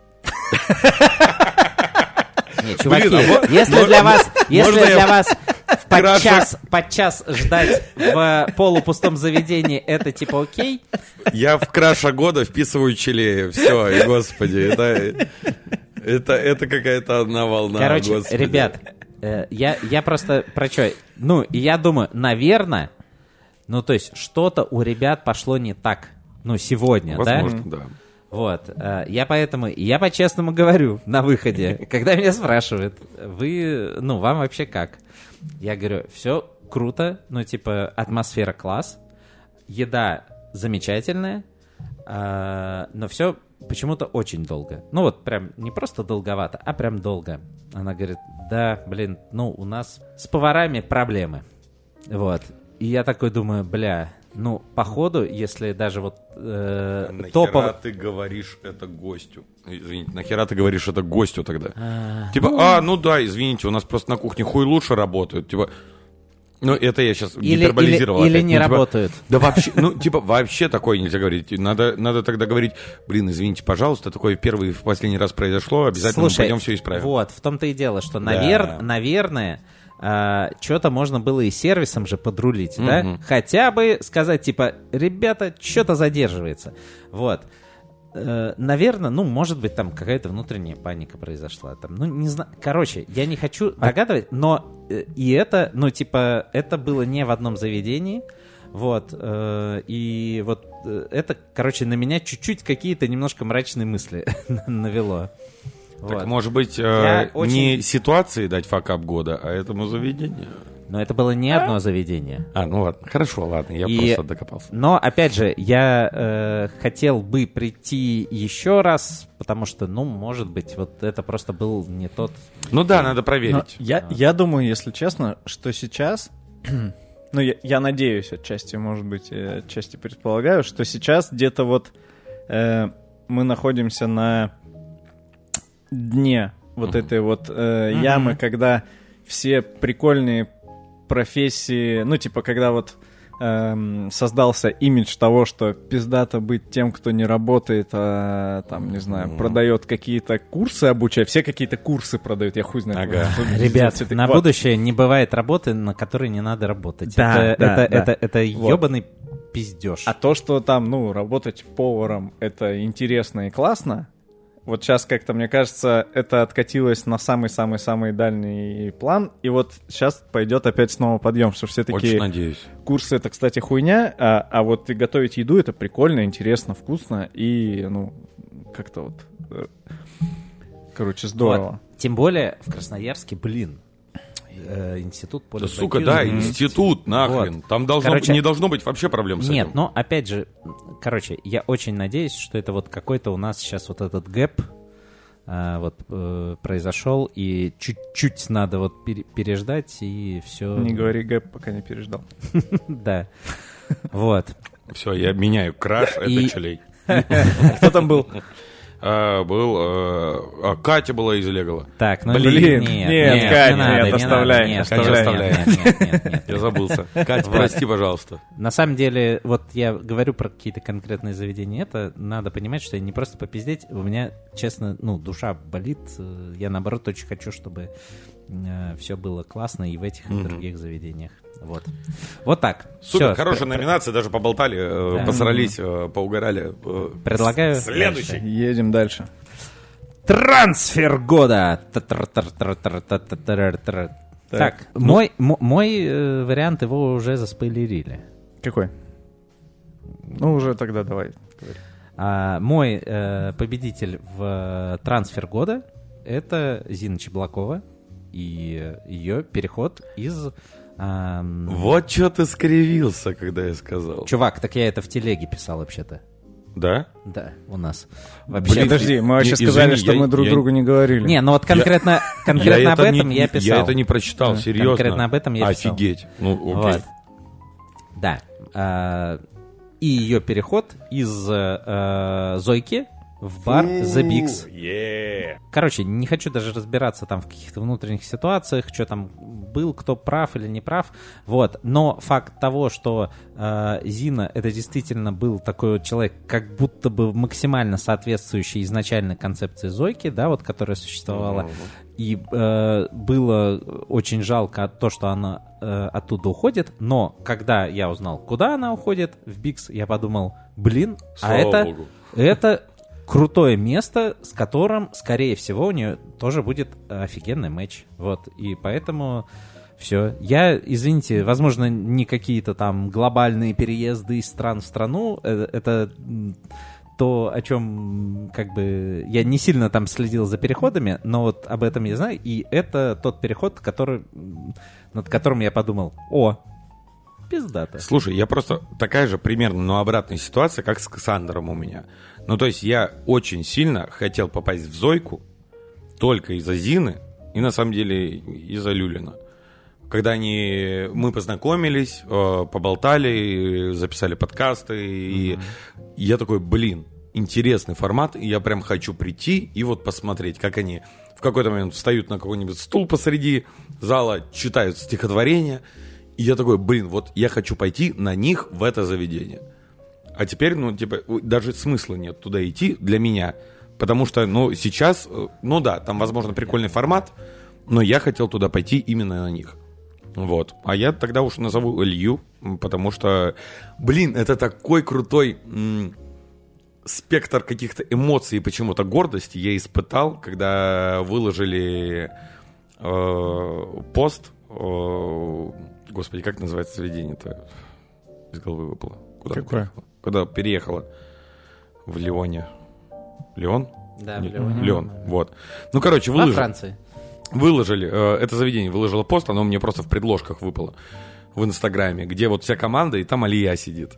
Не, чуваки, если для вас, если для вас подчас, подчас ждать в полупустом заведении, это типа окей? Я в краша года вписываю Чилея. Все, и господи, это, это, это какая-то одна волна. Короче, господи. ребят, Я, я просто про что? Ну, и я думаю, наверное, ну, то есть, что-то у ребят пошло не так. Ну, сегодня, возможно, да? да. Вот. Я поэтому, я по-честному говорю на выходе, когда меня спрашивают, вы, ну, вам вообще как? Я говорю, все круто, ну, типа, атмосфера класс, еда замечательная, но все почему-то очень долго. Ну вот прям не просто долговато, а прям долго. Она говорит, да, блин, ну у нас с поварами проблемы. Вот. И я такой думаю, бля, ну походу, если даже вот э, нахера топово... ты говоришь это гостю? Извините, нахера ты говоришь это гостю тогда? А, типа, ну... а, ну да, извините, у нас просто на кухне хуй лучше работают. Типа... Ну, это я сейчас или, гиперболизировал. Или, или опять. не ну, типа, работают. Да вообще, ну, типа, вообще такое нельзя говорить. Надо, надо тогда говорить, блин, извините, пожалуйста, такое первый и в последний раз произошло, обязательно Слушай, мы пойдем все исправим. Вот, в том-то и дело, что, навер... Да. наверное, э, что-то можно было и сервисом же подрулить, Мгм. да? Хотя бы сказать, типа, ребята, что-то задерживается. Вот. Э, наверное, ну, может быть, там какая-то внутренняя паника произошла. Там, ну, не знаю. Короче, я не хочу догадывать, но э, и это, ну, типа, это было не в одном заведении. Вот. Э, и вот э, это, короче, на меня чуть-чуть какие-то немножко мрачные мысли навело. Так, Вот. может быть, Я э, очень- не ситуации дать факап года, а этому заведению? Но это было не одно заведение. А, ну ладно, хорошо, ладно, я И- просто докопался. Но, опять же, я э, хотел бы прийти еще раз, потому что, ну, может быть, вот это просто был не тот... Ну да, надо Но проверить. я, я думаю, если честно, что сейчас, ну, я, я надеюсь, отчасти, может быть, я отчасти предполагаю, что сейчас где-то вот э, мы находимся на дне вот Мгм. этой вот э, Мгм. ямы, когда все прикольные профессии, ну, типа, когда вот эм, создался имидж того, что пиздато быть тем, кто не работает, а там, не знаю, Мгм. продает какие-то курсы, обучая. Все какие-то курсы продают, я хуй знаю. Ага. что пиздец, Ребят, все такие, на вот. будущее не бывает работы, на которой не надо работать. Да, это, да, это, да. это, это Вот. ебаный пиздеж. А то, что там, ну, работать поваром, это интересно и классно, вот сейчас как-то, мне кажется, это откатилось на самый-самый-самый дальний план, и вот сейчас пойдет опять снова подъем, что все такие... Очень надеюсь. Курсы — это, кстати, хуйня, а, а вот и готовить еду — это прикольно, интересно, вкусно и, ну, как-то вот... Короче, здорово. Вот. Тем более в Красноярске, блин, э, институт Да, полиграфизма. сука, да, институт, нахрен. Вот. Там должно, Короче, не должно быть вообще проблем с Нет, этим. но опять же, короче, я очень надеюсь, что это вот какой-то у нас сейчас вот этот гэп а, вот э, произошел, и чуть-чуть надо вот пере- переждать, и все. Не говори гэп, пока не переждал. Да. Вот. Все, я меняю краш, это И- чилей. Кто там был? А, был... а, а, Катя была из Легала. Так, ну Блин, нет, нет, нет, Кать, не надо, нет, не оставляй, надо, нет, оставляй. оставляй. Нет, нет, нет, нет. Я забылся. Катя, прости, пожалуйста. На самом деле, вот я говорю про какие-то конкретные заведения, это надо понимать, что я не просто попиздеть, у меня, честно, ну, душа болит, э, я, наоборот, очень хочу, чтобы э, все было классно и в этих, и в других заведениях. Вот. Вот так. Супер, Всё. хорошая номинация, даже поболтали, э, Да. посрались, э, поугорали. Э, Предлагаю Следующий. Едем дальше. Трансфер года. Та-тар-тар-тар-тар-тар-тар-тар. Так, мой, мо- мой э, вариант, его уже заспойлерили. Какой? Ну, уже тогда давай. А, мой э, победитель в э, трансфер года — это Зина Чеблакова и ее переход из... ам, Вот что ты скривился, когда я сказал. Чувак, так я это в телеге писал вообще-то. Да? Да, у нас. Вообще. Блин, Подожди, мы вообще не- сказали, извини, что я- мы друг я- другу не говорили. Не, ну вот конкретно, конкретно Я об это этом не- я писал. Я это не прочитал, Да. серьезно. Конкретно об этом я писал. Офигеть. Ну, окей. Вот. Да. А, и ее переход из э, Зойки в бар The Bigs. Е. Короче, не хочу даже разбираться там в каких-то внутренних ситуациях, что там был, кто прав или не прав. Вот. Но факт того, что э, Зина это действительно был такой вот человек, как будто бы максимально соответствующий изначальной концепции Зойки, да, вот, которая существовала. И э, было очень жалко то, что она э, оттуда уходит. Но когда я узнал, куда она уходит, в Бигс, я подумал, блин, Слава а это, богу. это крутое место, с которым, скорее всего, у нее тоже будет офигенный матч. Вот. И поэтому все. Я, извините, возможно, не какие-то там глобальные переезды из стран в страну. Это... это то, о чем, как бы, я не сильно там следил за переходами, но вот об этом я знаю, и это тот переход, который, над которым я подумал, о, пиздато. Слушай, я просто такая же примерно, но обратная ситуация, как с Кассандром у меня. Ну, то есть я очень сильно хотел попасть в Зойку только из-за Зины и, на самом деле, из-за Люлина. Когда они, мы познакомились, э, поболтали, записали подкасты, и я такой, блин, интересный формат, и я прям хочу прийти и вот посмотреть, как они в какой-то момент встают на какой-нибудь стул посреди зала, читают стихотворения, и я такой, блин, вот я хочу пойти на них в это заведение. А теперь, ну, типа, даже смысла нет туда идти для меня, потому что, ну, сейчас, ну да, там, возможно, прикольный формат, но я хотел туда пойти именно на них. Вот. А я тогда уж назову Илью, потому что, блин, это такой крутой м- спектр каких-то эмоций и почему-то гордости я испытал, когда выложили э, пост. Э, господи, как называется заведение-то? Из головы выпало. Куда Какое? переехала? Куда переехала? В Лионе. Лион? Да, Не- в Лионе. Лион, вот. Ну, короче, Во выложили. Франции. Выложили, э, это заведение выложило пост, оно мне просто в предложках выпало в Инстаграме, где вот вся команда, и там Алия сидит.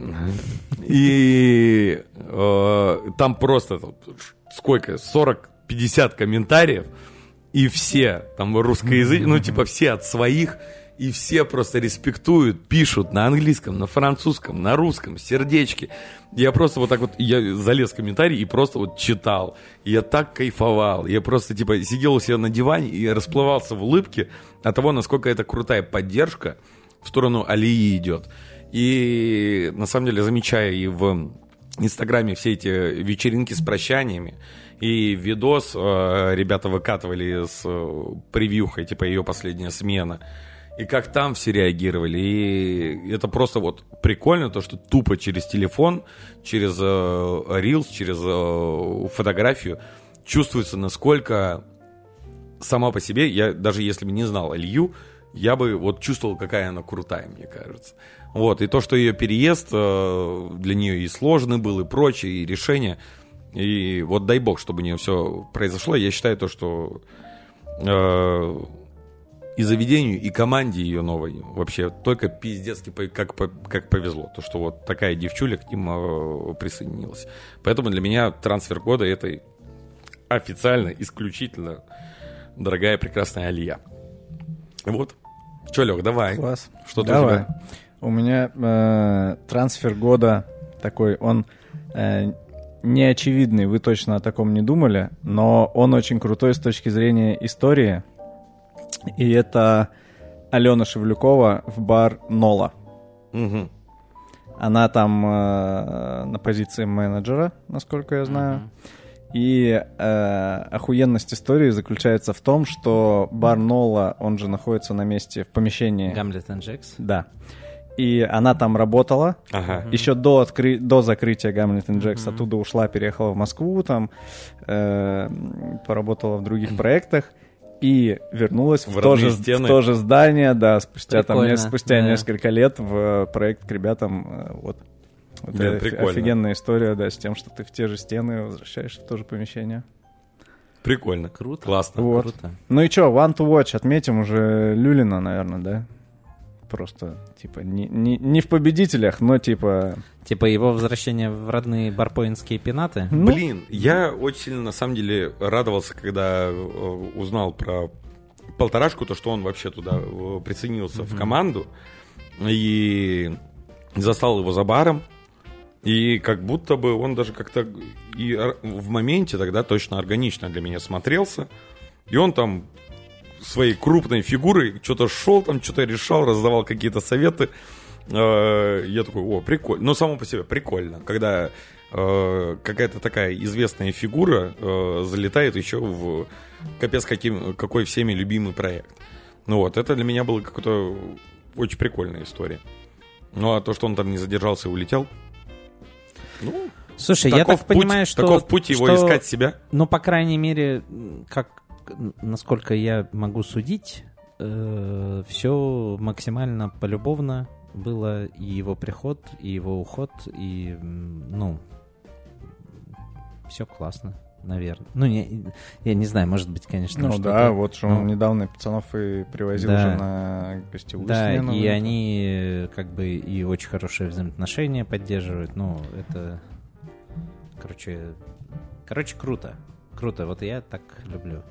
И э, там просто тут сколько, сорок-пятьдесят комментариев, и все там русскоязычные, ну типа все от своих, и все просто респектуют, пишут на английском, на французском, на русском, сердечки. Я просто вот так вот, я залез в комментарий и просто вот читал. И я так кайфовал. Я просто типа сидел у себя на диване и расплывался в улыбке от того, насколько это крутая поддержка в сторону Алии идет. И на самом деле, замечая и в Инстаграме все эти вечеринки с прощаниями, и видос э, ребята выкатывали с э, превьюхой, типа ее последняя смена. и как там все реагировали. И это просто вот прикольно, то, что тупо через телефон, через э, Reels, через э, фотографию чувствуется, насколько сама по себе, я даже если бы не знал Илью, я бы вот чувствовал, какая она крутая, мне кажется. Вот, и то, что ее переезд э, для нее и сложный был, и прочее, и решение. И вот дай бог, чтобы у нее все произошло. Я считаю то, что э, и заведению, и команде ее новой вообще только пиздецки как, как повезло. То, что вот такая девчуля к ним э, присоединилась. Поэтому для меня трансфер года — это официально, исключительно дорогая, прекрасная Алия. Вот. Че, Лех, давай. Класс. Что давай. у тебя? У меня э, трансфер года такой, он э, неочевидный, вы точно о таком не думали, но он очень крутой с точки зрения истории. И это Алена Шевлюкова в бар Нола. Угу. Она там э, на позиции менеджера, насколько я знаю. Mm-hmm. И э, охуенность истории заключается в том, что бар Нола, он же находится на месте в помещении... Гамлет энд Джекс. Да. И она там работала. Ага. Еще до, откры... до закрытия Гамлет энд Джекс Mm-hmm. оттуда ушла, переехала в Москву, там э, поработала в других mm-hmm. проектах. И вернулась в, в, то, же, в то же здание, да, спустя, там, не, спустя да. несколько лет в проект к ребятам. Вот. Вот Блин, это прикольно. Офигенная история, да, с тем, что ты в те же стены возвращаешься в то же помещение. Прикольно. Круто. Классно. Вот. Круто. Ну и что, One to Watch отметим уже Люлина, наверное, да? Просто, типа, не, не, не в победителях, но типа... Типа его возвращение в родные барпоинские пенаты? Ну, Блин, я очень, на самом деле, радовался, когда узнал про полторашку, то, что он вообще туда присоединился mm-hmm. в команду, и застал его за баром, и как будто бы он даже как-то и в моменте тогда точно органично для меня смотрелся, и он там своей крупной фигурой что-то шел, там что-то решал, раздавал какие-то советы. Я такой, о, прикольно. Но само по себе прикольно, когда э, какая-то такая известная фигура э, залетает еще в капец каким, какой всеми любимый проект. Ну вот, это для меня была какая-то очень прикольная история. Ну а то, что он там не задержался и улетел, ну... Слушай, я так путь, понимаю, что... Таков путь его что, искать себя. Ну, по крайней мере, как, насколько я могу судить, э, все максимально полюбовно было, и его приход, и его уход, и, ну, все классно, наверное. Ну, не, я не знаю, может быть, конечно, ну что-то... да, вот же он ну, недавно пацанов и привозил да, уже на гостевую да, смену. и они как бы и очень хорошие взаимоотношения поддерживают, ну, это, короче, короче, круто, круто, вот я так люблю.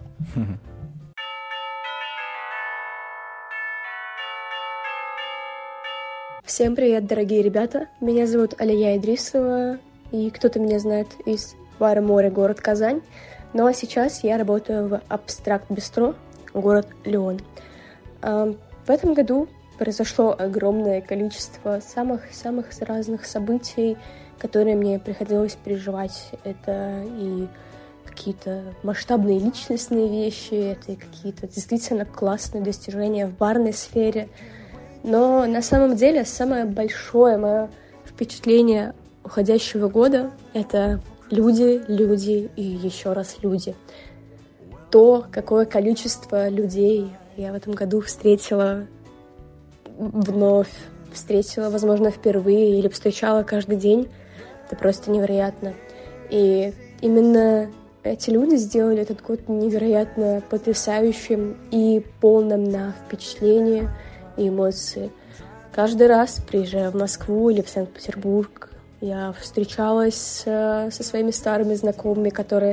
Всем привет, дорогие ребята! Меня зовут Алия Идрисова, и кто-то меня знает из бара «Море», город Казань. Но сейчас я работаю в Абстракт Бистро, город Лион. В этом году произошло огромное количество самых-самых разных событий, которые мне приходилось переживать. Это и какие-то масштабные личностные вещи, это и какие-то действительно классные достижения в барной сфере. Но на самом деле самое большое мое впечатление уходящего года — это люди, люди и еще раз люди. То, какое количество людей я в этом году встретила вновь, встретила, возможно, впервые или встречала каждый день, это просто невероятно. И именно эти люди сделали этот год невероятно потрясающим и полным на впечатления и эмоции. Каждый раз, приезжая в Москву или в Санкт-Петербург, я встречалась со своими старыми знакомыми, которые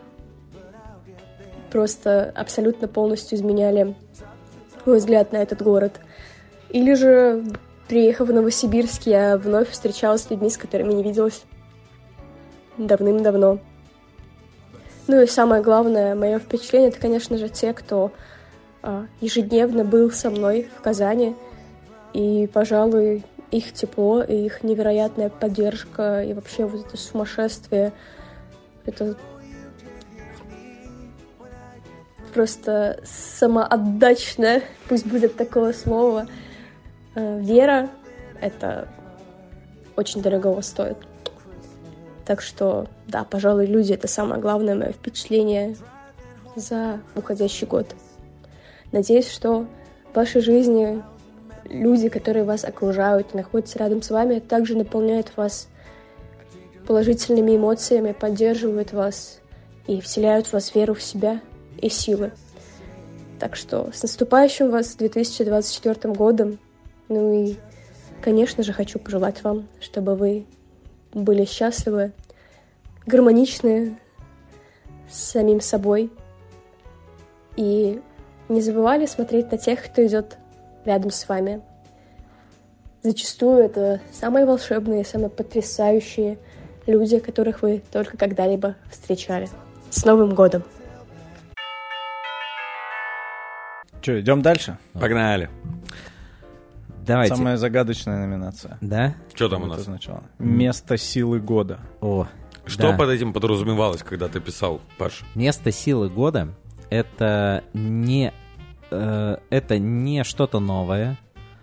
просто абсолютно полностью изменяли мой взгляд на этот город. Или же, приехав в Новосибирск, я вновь встречалась с людьми, с которыми не виделась давным-давно. Ну и самое главное, мое впечатление, это, конечно же, те, кто ежедневно был со мной в Казани, и, пожалуй, их тепло, и их невероятная поддержка, и вообще вот это сумасшествие, это просто самоотдачная, пусть будет такое слово, вера, это очень дорого стоит. Так что, да, пожалуй, люди — это самое главное мое впечатление за уходящий год. Надеюсь, что в вашей жизни люди, которые вас окружают, находятся рядом с вами, также наполняют вас положительными эмоциями, поддерживают вас и вселяют в вас веру в себя и силы. Так что с наступающим вас две тысячи двадцать четвёртым годом. Ну и, конечно же, хочу пожелать вам, чтобы вы были счастливы, гармоничны с самим собой и не забывали смотреть на тех, кто идет рядом с вами. Зачастую это самые волшебные, самые потрясающие люди, которых вы только когда-либо встречали. С Новым годом! Че, идем дальше? Погнали. Давайте. Самая загадочная номинация. Да? Что там у Это нас? означало. Место силы года. О, Что да. под этим подразумевалось, когда ты писал, Паш? Место силы года — это не, э, это не что-то новое,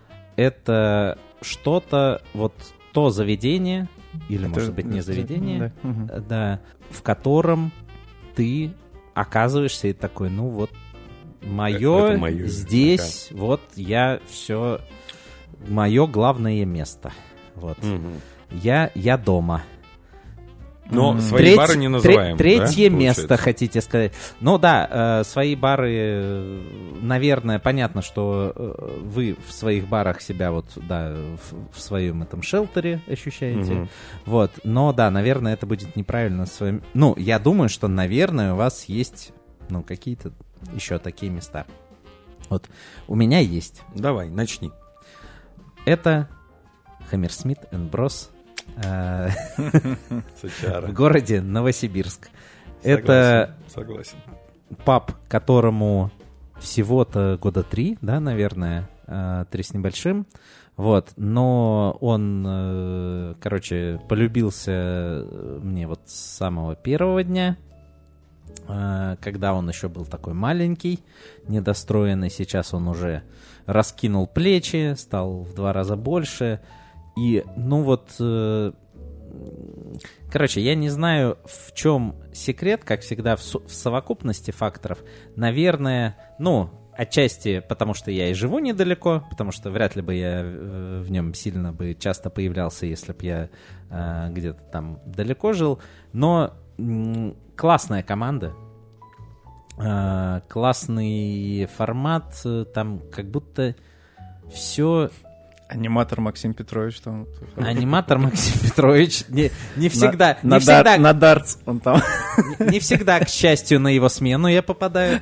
это что-то, вот то заведение, или, Это- может быть, не заведение, Да. Мгм. э, да, в котором ты оказываешься и такой, ну вот, мое, Это моё, здесь, вот я все, мое главное место. Вот. Мгм. Я, я дома. Но Мгм. свои Треть- бары не тре- называем, Третье да, место, получается? хотите сказать. Ну да, э, свои бары, э, наверное, понятно, что э, вы в своих барах себя вот, да, в, в своем этом шелтере ощущаете. Мгм. Вот, но да, наверное, это будет неправильно с вами. Ну, я думаю, что, наверное, у вас есть, ну, какие-то еще такие места. Вот, у меня есть. Давай, начни. Это Хаммерсмит энд Брос э, Сычара. в городе Новосибирск. Это Согласен. паб, которому всего-то года три, да, наверное, э, три с небольшим. Вот, но он, э, короче, полюбился мне вот с самого первого дня, э, когда он еще был такой маленький, недостроенный. Сейчас он уже раскинул плечи, стал в два раза больше. И, ну вот, э, короче, я не знаю, в чем секрет, как всегда, в, со- в совокупности факторов. Наверное, ну, отчасти потому, что я и живу недалеко, потому что вряд ли бы я э, в нем сильно бы часто появлялся, если бы я э, где-то там далеко жил. Но м, классная команда, э, классный формат, э, там как будто все... Аниматор Максим Петрович там. Аниматор Максим Петрович не, не На- всегда, на, не, всегда дар- на дартс он там. не, не всегда, к счастью, на его смену я попадаю.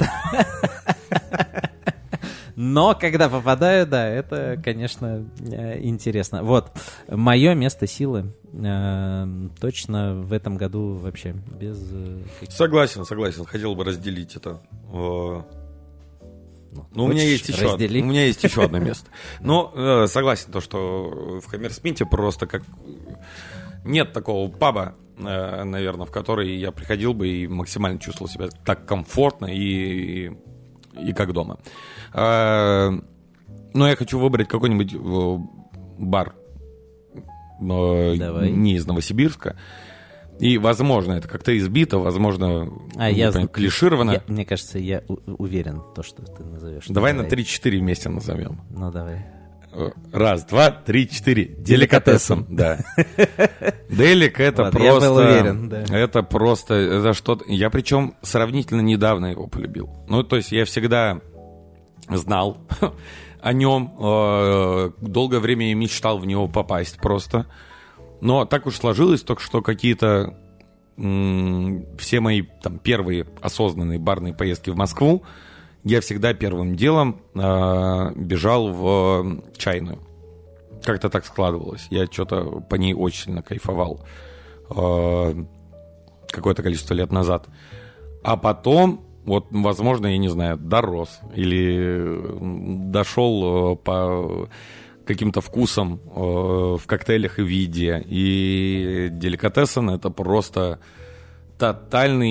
Но когда попадаю, да, это, конечно, э, интересно. Вот, мое место силы э, точно в этом году вообще без... э, каких- Согласен, согласен. Хотел бы разделить это. Э, Ну, у меня хочешь, есть еще, од- раздели. у меня есть еще одно место. Но э, согласен, то, что в Хаммерсмите просто как нет такого паба, э, наверное, в который я приходил бы и максимально чувствовал себя так комфортно и, и как дома. Э, но я хочу выбрать какой-нибудь э, бар э, Давай. не из Новосибирска. И, возможно, это как-то избито, возможно, А, не я знаю, зн- клишировано. я- мне кажется, я у- уверен, то, что ты назовешь. Давай на три-четыре вместе назовем. Ну, давай. Раз, два, три, четыре. Деликатесом. Да. Делик это Вот, я был просто... уверен, да. Это просто... Это что-то... Я причем сравнительно недавно его полюбил. Ну, то есть я всегда знал о нем. э, Долгое время я мечтал в него попасть просто. Но так уж сложилось, только что какие-то м, все мои там первые осознанные барные поездки в Москву я всегда первым делом э, бежал в чайную. Как-то так складывалось. Я что-то по ней очень сильно кайфовал э, какое-то количество лет назад. А потом, вот, возможно, я не знаю, дорос или дошел э, по каким-то вкусом э, в коктейлях и виде. И деликатесен — это просто тотальный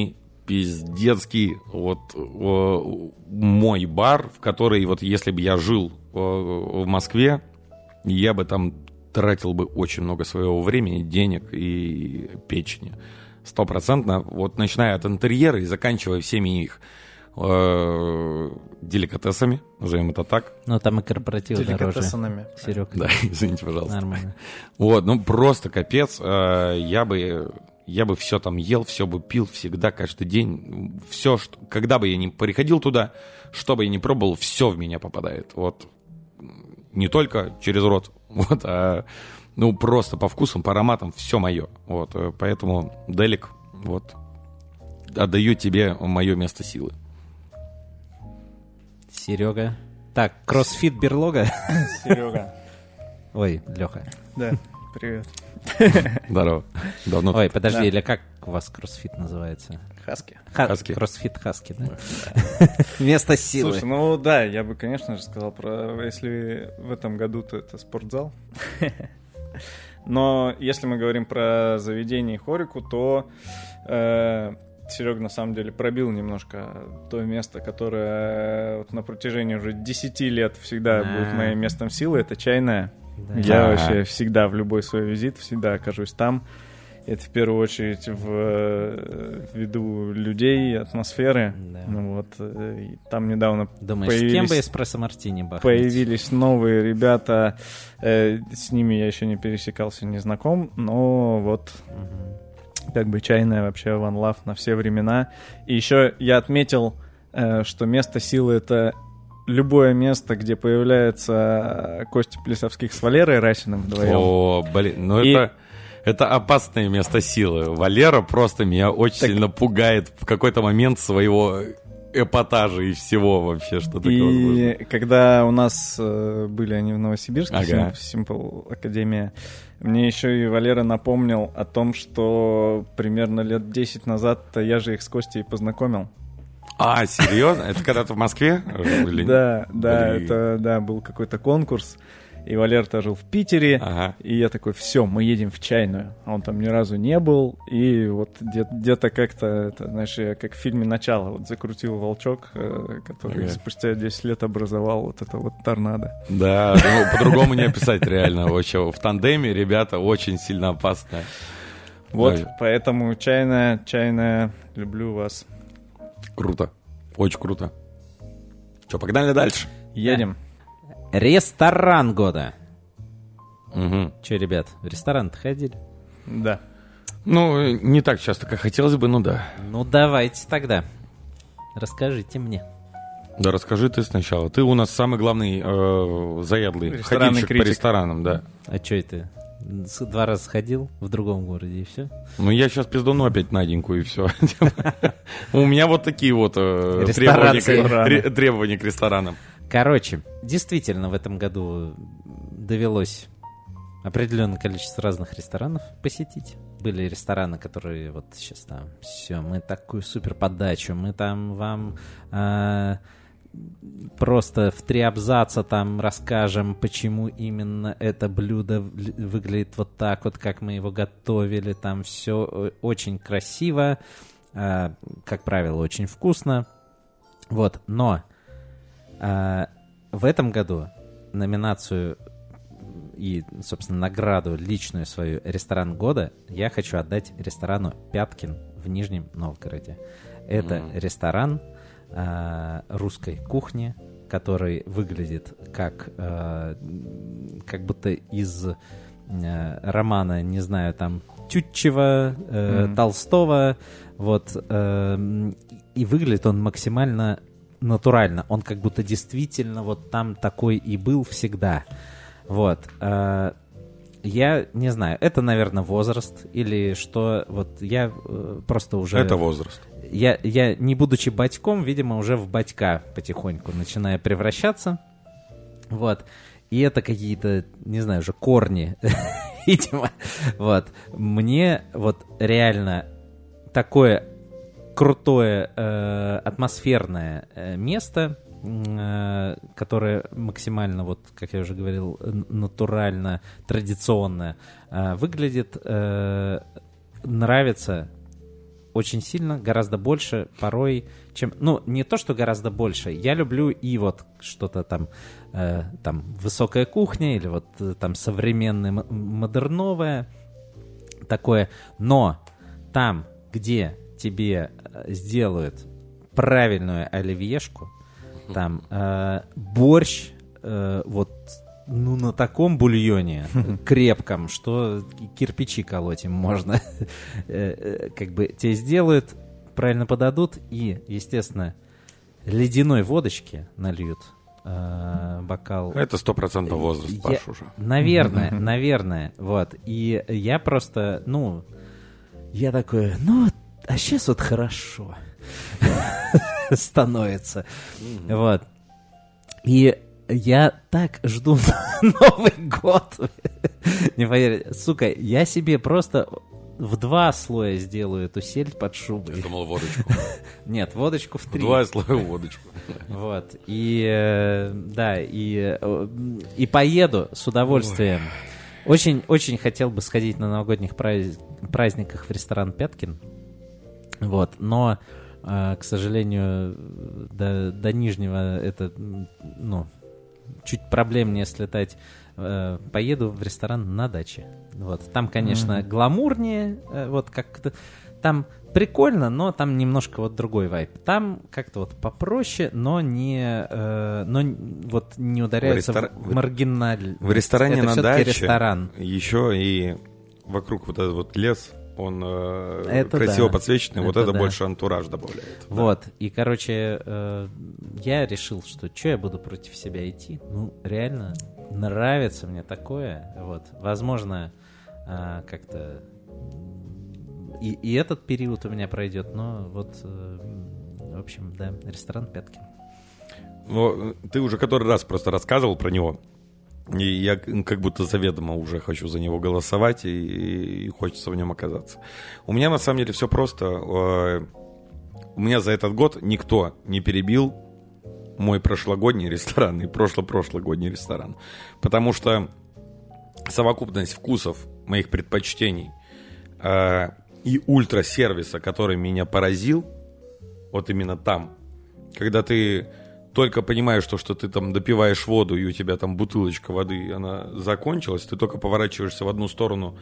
пиздецкий вот э, мой бар, в который вот если бы я жил э, в Москве, я бы там тратил бы очень много своего времени, денег и печени. Стопроцентно, вот начиная от интерьера и заканчивая всеми их э, деликатесами, назовем это так. Ну, там и корпоративы дороже. Деликатесами. Серег. Да, извините, пожалуйста. Нормально. Вот, ну просто капец. Э, я бы, я бы все там ел, все бы пил всегда, каждый день. Все, что, когда бы я ни приходил туда, что бы я ни пробовал, все в меня попадает. Вот. Не только через рот, вот, а ну просто по вкусам, по ароматам все мое. Вот, поэтому, Делик, вот, отдаю тебе мое место силы. Серега. Так, кроссфит берлога. Серега. Ой, Леха. Да, привет. Здорово. Давно. Ой, подожди, Да. или как у вас кроссфит называется? Хаски. Ха- Хаски. Кроссфит хаски, да? Место силы. Слушай, ну да, я бы, конечно же, сказал про... Если в этом году, то это спортзал. Но если мы говорим про заведение и хорику, то э, Серега на самом деле пробил немножко то место, которое вот на протяжении уже десяти лет всегда А. будет моим местом силы. Это чайная. Да. Я Ага. вообще всегда в любой свой визит всегда окажусь там. Это в первую очередь в э, виду людей, атмосферы. Да. Ну вот, э, и там недавно Думаешь, с появились- кем бы эспрессо-мартини бахнуть? появились новые ребята. Э, с ними я еще не пересекался, не знаком, но вот Мгм. как бы чайная вообще one love на все времена. И еще я отметил, э, что место силы — это любое место, где появляется Костя Плесовских с Валерой Расиным вдвоем. О, блин, ну И- это, это опасное место силы. Валера просто меня очень Так- сильно пугает в какой-то момент своего эпатажа и всего вообще, что такое возможно. И когда у нас э, были они в Новосибирске, Ага. Сим- Simple Академия, мне еще и Валера напомнил о том, что примерно лет десять назад я же их с Костей познакомил. А, серьезно? Это когда ты в Москве? Или- Да, да, Блин. это да, был какой-то конкурс, и Валер-то жил в Питере, Ага. и я такой, все, мы едем в чайную. А он там ни разу не был, и вот где- где-то как-то, это, знаешь, я как в фильме «Начало» вот закрутил волчок, э, который Ага. спустя десять лет образовал вот это вот торнадо. Да, ну, по-другому не описать реально. Вообще, в тандеме ребята очень сильно опасные. Вот, Да. поэтому чайная, чайная, люблю вас. Круто. Очень круто. Че, погнали дальше? Едем. Ресторан года. Мгм. Че, ребят, в ресторан-то ходили? Да. Ну, не так часто, как хотелось бы, ну да. Ну, давайте тогда. Расскажите мне. Да расскажи ты сначала. Ты у нас самый главный э, заядлый Ресторанный ходильщик по критик. ресторанам, да. А что это? С- Два раза сходил в другом городе и все? Ну, я сейчас пиздану опять Наденьку, и все. У меня вот такие вот э, Ресторации. требования к- ре- требования к ресторанам. Короче, действительно, в этом году довелось определенное количество разных ресторанов посетить. Были рестораны, которые вот сейчас там, все, мы такую супер подачу, мы там вам а, просто в три абзаца там расскажем, почему именно это блюдо в- выглядит вот так вот, как мы его готовили, там все очень красиво, а, как правило, очень вкусно. Вот, но а, в этом году номинацию и, собственно, награду личную свою «Ресторан года» я хочу отдать ресторану «Пяткин» в Нижнем Новгороде. Это Мгм. ресторан а, русской кухни, который выглядит как, а, как будто из а, романа, не знаю, там, Тютчева, э, Мгм. Толстого, вот, э, и выглядит он максимально натурально. Он как будто действительно вот там такой и был всегда. Вот. э, Я не знаю, это, наверное, возраст или что. Вот я э, просто уже... Это возраст. Я, я, не будучи батьком, видимо, уже в батька потихоньку начинаю превращаться. Вот. И это какие-то, не знаю, уже корни, видимо. Вот. Мне вот реально такое крутое э, атмосферное э, место, э, которое максимально, вот, как я уже говорил, н- натурально, традиционно э, выглядит, э, нравится очень сильно, гораздо больше порой, чем... Ну, не то, что гораздо больше. Я люблю и вот что-то там, э, там высокая кухня или вот э, там современное, м- модерновое такое. Но там, где тебе э, сделают правильную оливьешку, там э, борщ э, вот ну на таком бульоне крепком, что кирпичи колоть им можно, как бы тебе сделают, правильно подадут и, естественно, ледяной водочки нальют э, бокал. Это сто процентов возраст, Я, Паш, уже. Наверное, наверное, вот. И я просто, ну, я такой, ну, а сейчас вот хорошо становится, вот. И я так жду Новый год. Не поверите. Сука, я себе просто в два слоя сделаю эту сельдь под шубой. Я думал, водочку. Нет, водочку в три. В два слоя водочку. Вот. И, э, да, и, э, и поеду с удовольствием. Очень-очень хотел бы сходить на новогодних праз... праздниках в ресторан «Пяткин». Вот. Но, э, к сожалению, до, до Нижнего это, ну... чуть проблемнее слетать. Э, поеду в ресторан на даче. Вот. Там, конечно, mm-hmm. гламурнее. Э, вот как-то там прикольно, но там немножко вот другой вайб. Там как-то вот попроще, но не, э, но вот не ударяется в, рестор... в маргиналь. В ресторане это на даче ресторан. Еще и вокруг вот этот вот лес. Он э, это красиво да. подсвеченный, это вот это да. больше антураж добавляет. Вот, да. И, короче, э, я решил, что что я буду против себя идти? Ну, реально, нравится мне такое. Вот, возможно, э, как-то и, и этот период у меня пройдет, но вот, э, в общем, да, ресторан «Пяткин». Ну, ты уже который раз просто рассказывал про него. И я как будто заведомо уже хочу за него голосовать, и, и хочется в нем оказаться. У меня на самом деле все просто. У меня за этот год никто не перебил мой прошлогодний ресторан и прошло-прошлогодний ресторан. Потому что совокупность вкусов, моих предпочтений э, и ультрасервиса, который меня поразил, вот именно там, когда ты... только понимаешь, что, что ты там допиваешь воду, и у тебя там бутылочка воды, она закончилась, ты только поворачиваешься в одну сторону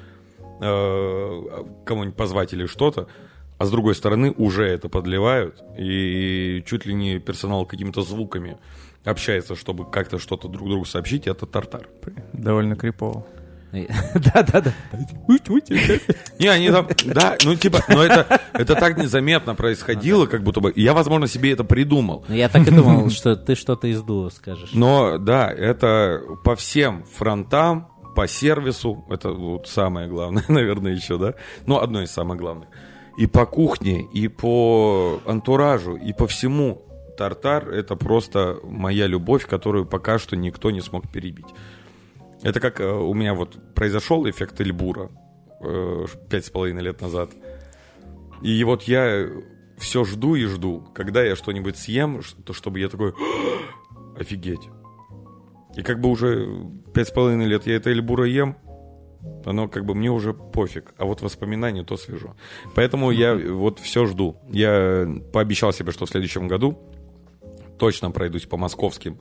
э, кого-нибудь позвать или что-то, а с другой стороны уже это подливают, и чуть ли не персонал какими-то звуками общается, чтобы как-то что-то друг другу сообщить, это тартар. Довольно крипово. Да-да-да. Не, они там, да, ну типа, но это, это так незаметно происходило, как будто бы, я, возможно, себе это придумал. Я так и думал, что ты что-то из дуо скажешь. Но, да, это по всем фронтам, по сервису, это вот самое главное, наверное, еще, да, ну, одно из самых главных. И по кухне, и по антуражу, и по всему тартар, это просто моя любовь, которую пока что никто не смог перебить. Это как э, у меня вот произошел эффект Эльбура э, пять с половиной лет назад. И вот я все жду и жду, когда я что-нибудь съем, то чтобы я такой, офигеть. И как бы уже пять с половиной лет я это Эльбура ем, оно как бы мне уже пофиг. А вот воспоминания то свежо. Поэтому я вот все жду. Я пообещал себе, что в следующем году точно пройдусь по московским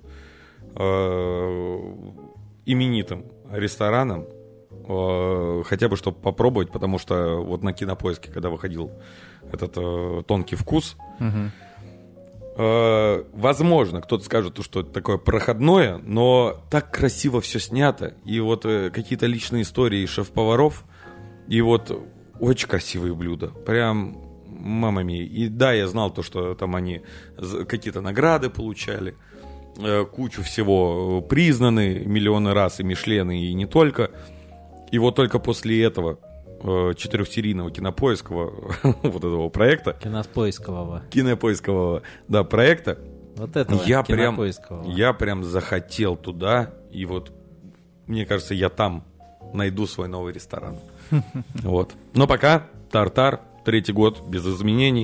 э, именитым ресторанам, э, хотя бы чтобы попробовать, потому что вот на Кинопоиске, когда выходил этот э, «Тонкий вкус», угу. э, возможно, кто-то скажет, что это такое проходное, но так красиво все снято, и вот э, какие-то личные истории шеф-поваров, и вот очень красивые блюда, прям мама мия. И да, я знал то, что там они какие-то награды получали, кучу всего признаны миллионы раз, и Мишлены, и не только. И вот только после этого четырехсерийного кинопоискового вот этого проекта, кинопоискового кинопоискового, да, проекта, вот этого я прям, я прям захотел туда, и вот мне кажется, я там найду свой новый ресторан. Вот. Но пока тартар, третий год без изменений.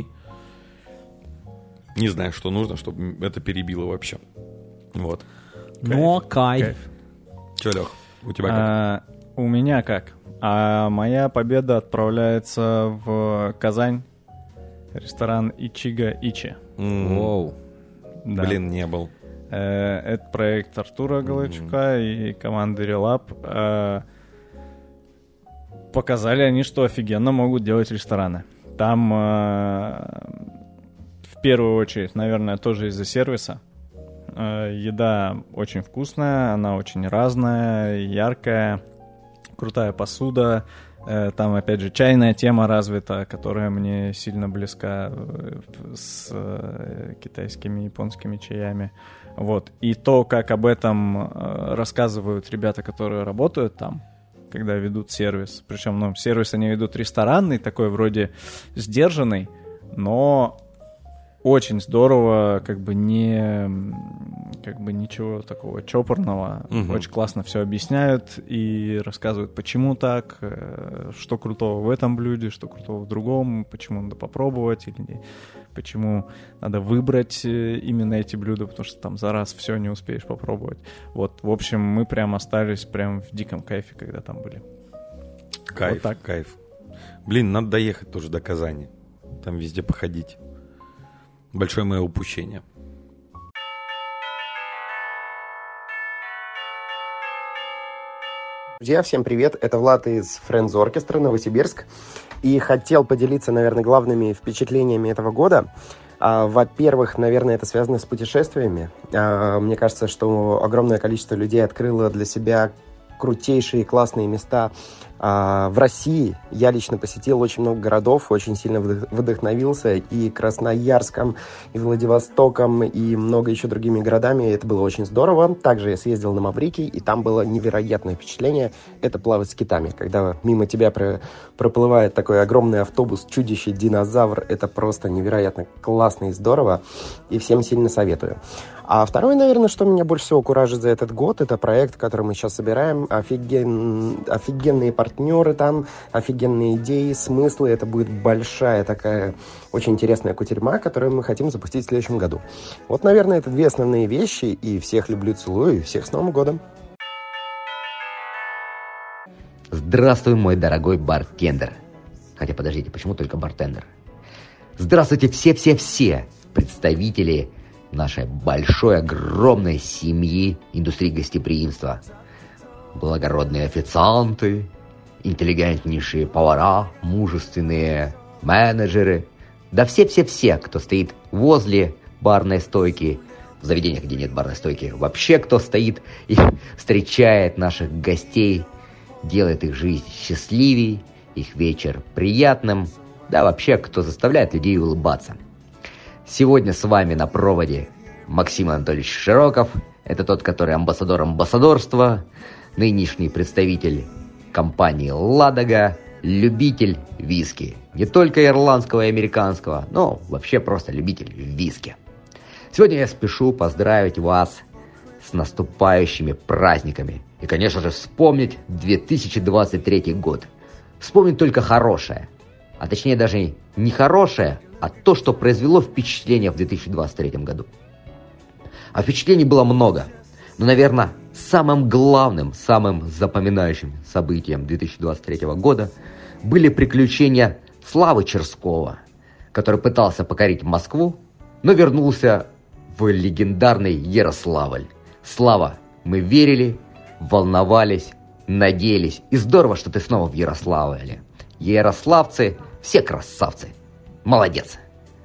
Не знаю, что нужно, чтобы это перебило вообще. Вот. Но кайф. Че, Лех, у тебя как? А, у меня как? А моя победа отправляется в Казань Ресторан Ичига Ичи. М. Воу. Да. Блин, не был. Э, Это проект Артура Головчука и команды Релап. Э, Показали они, что офигенно могут делать рестораны. Там э, в первую очередь, наверное, тоже из-за сервиса. Э, Еда очень вкусная, она очень разная, яркая, крутая посуда. Э, Там, опять же, чайная тема развита, которая мне сильно близка э, с э, китайскими, японскими чаями. Вот. И то, как об этом э, рассказывают ребята, которые работают там, когда ведут сервис. Причем, ну, сервис они ведут ресторанный, такой вроде сдержанный, но очень здорово, как бы не, как бы ничего такого чопорного. Мгм. Очень классно все объясняют и рассказывают, почему так, э, что крутого в этом блюде, что крутого в другом, почему надо попробовать или почему надо выбрать э, именно эти блюда, потому что там за раз все не успеешь попробовать. Вот, в общем, мы прям остались прям в диком кайфе, когда там были. Кайф, Вот так. кайф. Блин, надо доехать тоже до Казани. Там везде походить. Большое мое упущение. Друзья, всем привет! Это Влад из Friends Orchestra, Новосибирск. И хотел поделиться, наверное, главными впечатлениями этого года. А, Во-первых, наверное, это связано с путешествиями. А, Мне кажется, что огромное количество людей открыло для себя крутейшие классные места а, в России. Я лично посетил очень много городов, очень сильно вдох- вдохновился и Красноярском, и Владивостоком, и много еще другими городами. Это было очень здорово. Также я съездил на Маврикий, и там было невероятное впечатление. Это плавать с китами. Когда мимо тебя про- проплывает такой огромный автобус, чудище, динозавр, это просто невероятно классно и здорово. И всем сильно советую. А второе, наверное, что меня больше всего куражит за этот год, это проект, который мы сейчас собираем. Офиген... Офигенные партнеры там, офигенные идеи, смыслы. Это будет большая такая, очень интересная кутерьма, которую мы хотим запустить в следующем году. Вот, наверное, это две основные вещи. И всех люблю, целую, и всех с Новым годом. Здравствуй, мой дорогой бартендер. Хотя, подождите, почему только бартендер? Здравствуйте все-все-все представители нашей большой, огромной семьи индустрии гостеприимства. Благородные официанты, интеллигентнейшие повара, мужественные менеджеры. Да все-все-все, кто стоит возле барной стойки, в заведениях, где нет барной стойки. Вообще, кто стоит и встречает наших гостей, делает их жизнь счастливей, их вечер приятным. Да вообще, кто заставляет людей улыбаться. Сегодня с вами на проводе Максим Анатольевич Широков. Это тот, который амбассадор амбассадорства, нынешний представитель компании «Ладога», любитель виски. Не только ирландского и американского, но вообще просто любитель виски. Сегодня я спешу поздравить вас с наступающими праздниками. И, конечно же, вспомнить две тысячи двадцать третий год. Вспомнить только хорошее. А точнее даже не хорошее, а то, что произвело впечатление в две тысячи двадцать третьем году. А впечатлений было много. Но, наверное, самым главным, самым запоминающим событием две тысячи двадцать третьего года были приключения Славы Черского, который пытался покорить Москву, но вернулся в легендарный Ярославль. Слава, мы верили, волновались, надеялись. И здорово, что ты снова в Ярославле. Ярославцы все красавцы. Молодец.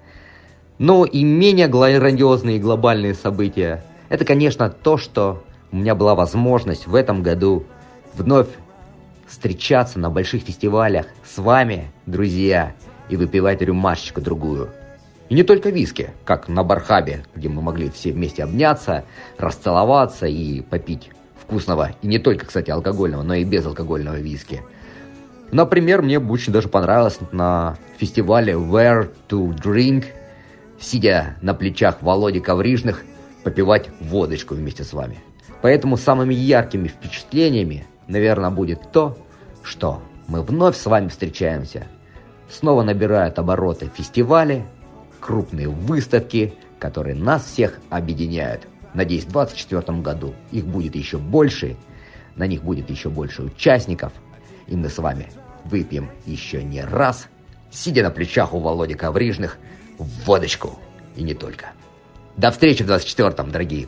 Ну и менее грандиозные и глобальные события. Это, конечно, то, что у меня была возможность в этом году вновь встречаться на больших фестивалях с вами, друзья, и выпивать рюмашечку-другую. И не только виски, как на Бархабе, где мы могли все вместе обняться, расцеловаться и попить вкусного, и не только, кстати, алкогольного, но и безалкогольного виски. Например, мне очень даже понравилось на фестивале Where to Drink, сидя на плечах Володи Коврижных, попивать водочку вместе с вами. Поэтому самыми яркими впечатлениями, наверное, будет то, что мы вновь с вами встречаемся. Снова набирают обороты фестивали, крупные выставки, которые нас всех объединяют. Надеюсь, в двадцать четвёртом году их будет еще больше, на них будет еще больше участников, и мы с вами выпьем еще не раз, сидя на плечах у Володи Коврижных, в водочку. И не только. До встречи в двадцать четвёртом, дорогие.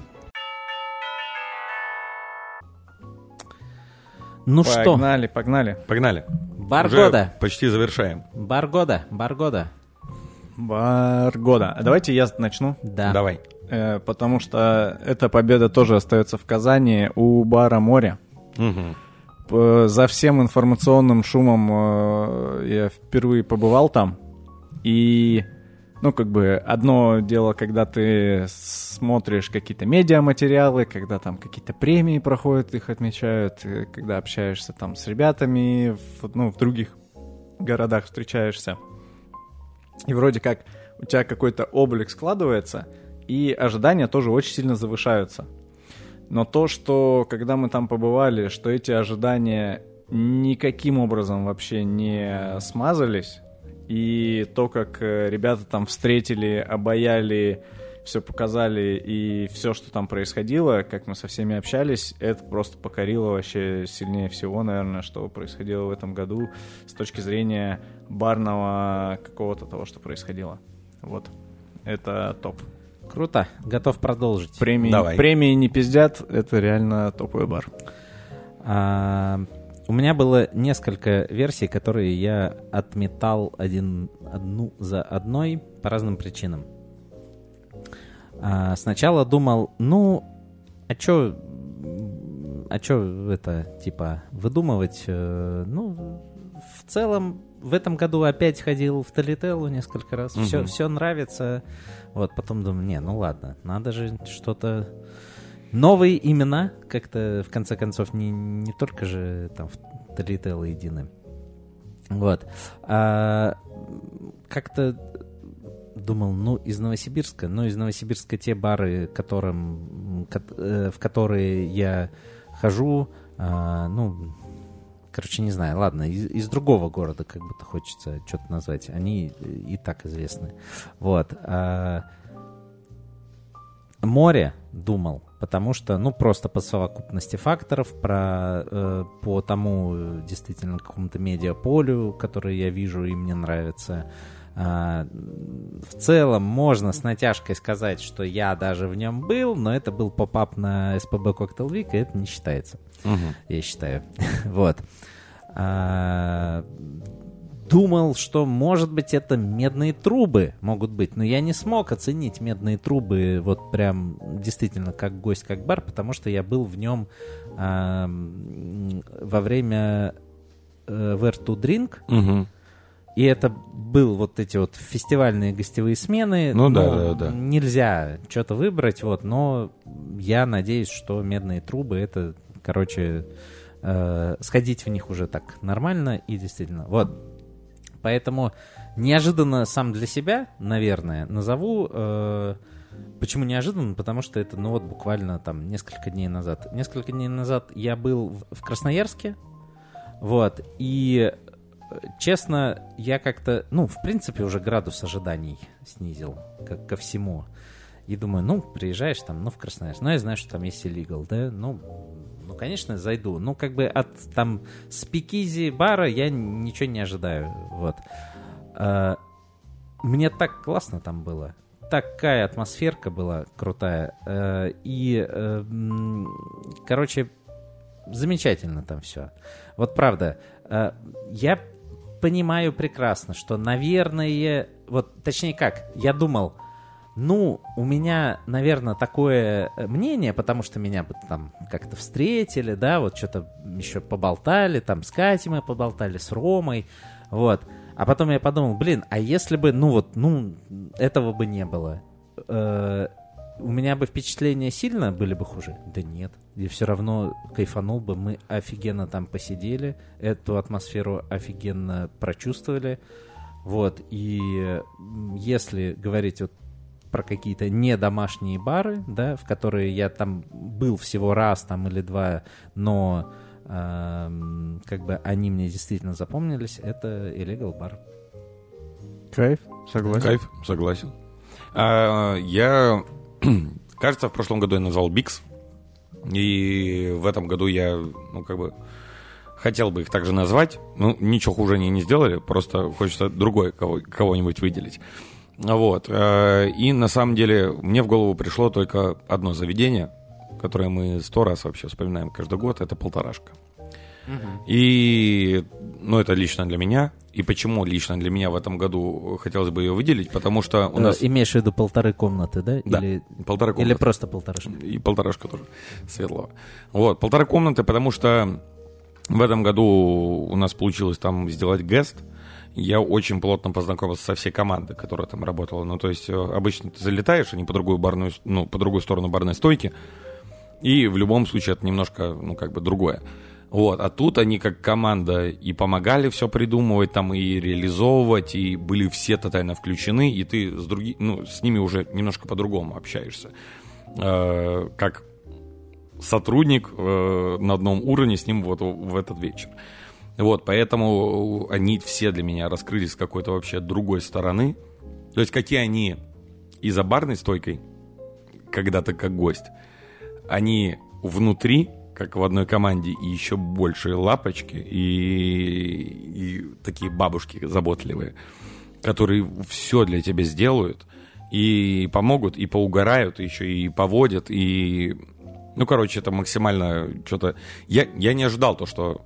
Ну что? Погнали, погнали. Погнали. Бар Уже года. почти завершаем. Бар года. Бар года. Бар года. А давайте я начну. Да. Давай. Э, потому что эта победа тоже остается в Казани у бара «Море». Мгм. П- За всем информационным шумом э, я впервые побывал там. И, ну, как бы, одно дело, когда ты смотришь какие-то медиаматериалы, когда там какие-то премии проходят, их отмечают, и когда общаешься там с ребятами, в, ну, в других городах встречаешься. И вроде как у тебя какой-то облик складывается, и ожидания тоже очень сильно завышаются. Но то, что, когда мы там побывали, что эти ожидания никаким образом вообще не смазались, и то, как э, ребята там встретили, обаяли, все показали, и все, что там происходило, как мы со всеми общались, это просто покорило вообще сильнее всего, наверное, что происходило в этом году с точки зрения барного какого-то того, что происходило. Вот. Это топ. Круто. Готов продолжить. Премии, Давай. премии не пиздят, это реально топовый бар. А, у меня было несколько версий, которые я отметал один, одну за одной по разным причинам. А, сначала думал, ну, а чё, а чё это, типа, выдумывать? Э, ну, в целом, в этом году опять ходил в Талителлу несколько раз, Мгм. все, все нравится. Вот, потом думаю, не, ну ладно, надо же что-то... Новые имена, как-то, в конце концов, не, не только же там в Талителло едины. Вот. А, как-то думал, ну, из Новосибирска, ну, из Новосибирска те бары, которым, ко- э, в которые я хожу, а, ну, короче, не знаю, ладно, из, из другого города, как будто хочется что-то назвать, они и так известны. Вот. А, море думал, потому что, ну, просто по совокупности факторов, про, э, по тому, э, действительно, какому-то медиаполю, которое я вижу и мне нравится. А, в целом, можно с натяжкой сказать, что я даже в нем был, но это был поп-ап на эс пэ бэ Cocktail Week, и это не считается, Мгм. я считаю. Вот. А, думал, что, может быть, это медные трубы могут быть, но я не смог оценить медные трубы вот прям действительно как гость, как бар, потому что я был в нем а, м, во время э, Where to Drink, Мгм. и это был вот эти вот фестивальные гостевые смены. Ну да, но да, да. Нельзя что-то выбрать, вот, но я надеюсь, что медные трубы это, короче, э, сходить в них уже так нормально и действительно. Вот. Поэтому неожиданно сам для себя, наверное, назову... э, почему неожиданно? Потому что это, ну вот, буквально там несколько дней назад. Несколько дней назад я был в, в Красноярске, вот, и, э, честно, я как-то, ну, в принципе, уже градус ожиданий снизил, как ко всему. И думаю, ну, приезжаешь там, ну, в Красноярск, ну, я знаю, что там есть illegal, да, ну... Ну, конечно, зайду. Ну, как бы от там спикизи бара я ничего не ожидаю. Вот. А, мне так классно там было. Такая атмосферка была крутая. А, и, а, м, короче, замечательно там все. Вот правда. А, я понимаю прекрасно, что, наверное... Вот, точнее как, я думал... Ну, у меня, наверное, такое мнение, потому что меня бы там как-то встретили, да, вот что-то еще поболтали, там с Катей мы поболтали, с Ромой, вот. А потом я подумал, блин, а если бы, ну вот, ну, этого бы не было, э, у меня бы впечатления сильно были бы хуже? Да нет, и все равно кайфанул бы, мы офигенно там посидели, эту атмосферу офигенно прочувствовали, вот. И если говорить вот про какие-то недомашние бары, да, в которые я там был всего раз там или два, но эм, как бы они мне действительно запомнились, это illegal бар. Кайф, согласен. Кайф, согласен. А, я, кажется, в прошлом году я назвал Бикс, и в этом году я, ну, как бы, хотел бы их также назвать. Ну, ничего хуже они не сделали, просто хочется другое кого- кого-нибудь выделить. Вот. И на самом деле мне в голову пришло только одно заведение, которое мы сто раз вообще вспоминаем каждый год, это «Полторашка». Угу. И, ну, это лично для меня. И почему лично для меня в этом году хотелось бы ее выделить? Потому что у нас... Имеешь в виду полторы комнаты, да? Да, Или... полторы комнаты. Или просто полторашка? И полторашка тоже, светлого. Вот, полторы комнаты, потому что в этом году у нас получилось там сделать гест. Я очень плотно познакомился со всей командой, которая там работала. Ну, то есть, обычно ты залетаешь, они по другую барную, ну, по другую сторону барной стойки. И в любом случае это немножко, ну, как бы другое. Вот, а тут они как команда и помогали все придумывать, там, и реализовывать, и были все тотально включены, и ты с, други... ну, с ними уже немножко по-другому общаешься. Э-э- как сотрудник э- на одном уровне с ним вот в этот вечер. Вот, поэтому они все для меня раскрылись с какой-то вообще другой стороны. То есть какие они и за барной стойкой, когда ты как гость, они внутри, как в одной команде, и еще большие лапочки, и, и такие бабушки заботливые, которые все для тебя сделают, и помогут, и поугарают, и еще и поводят, и... Ну, короче, это максимально что-то... Я, я не ожидал то, что...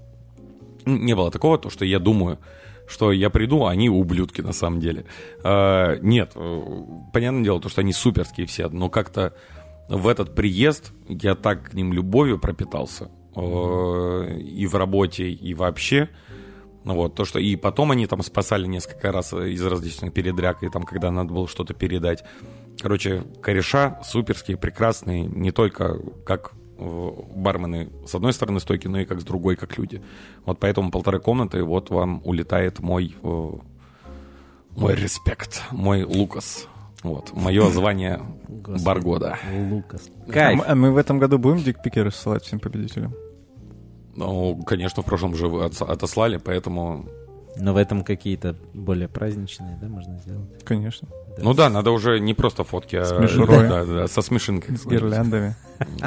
Не было такого, то, что я думаю, что я приду, а они ублюдки на самом деле. А, нет, понятное дело, то, что они суперские все, но как-то... В этот приезд я так к ним любовью пропитался э, и в работе, и вообще. Ну, вот, то, что... И потом они там спасали несколько раз из различных передряг, и там, когда надо было что-то передать. Короче, кореша суперские, прекрасные, не только как э, бармены с одной стороны стойки, но и как с другой, как люди. Вот поэтому полторы комнаты, вот вам улетает мой, э, мой респект, мой Лукас. Вот, мое звание бар года. Лукас. Кайф. А мы в этом году будем дикпики рассылать всем победителям? Ну, конечно, в прошлом же вы отослали, поэтому... Но в этом какие-то более праздничные, да, можно сделать? Конечно. Да. Ну да, надо уже не просто фотки, с а... мишурой. Да, да, со смешинкой. С гирляндами.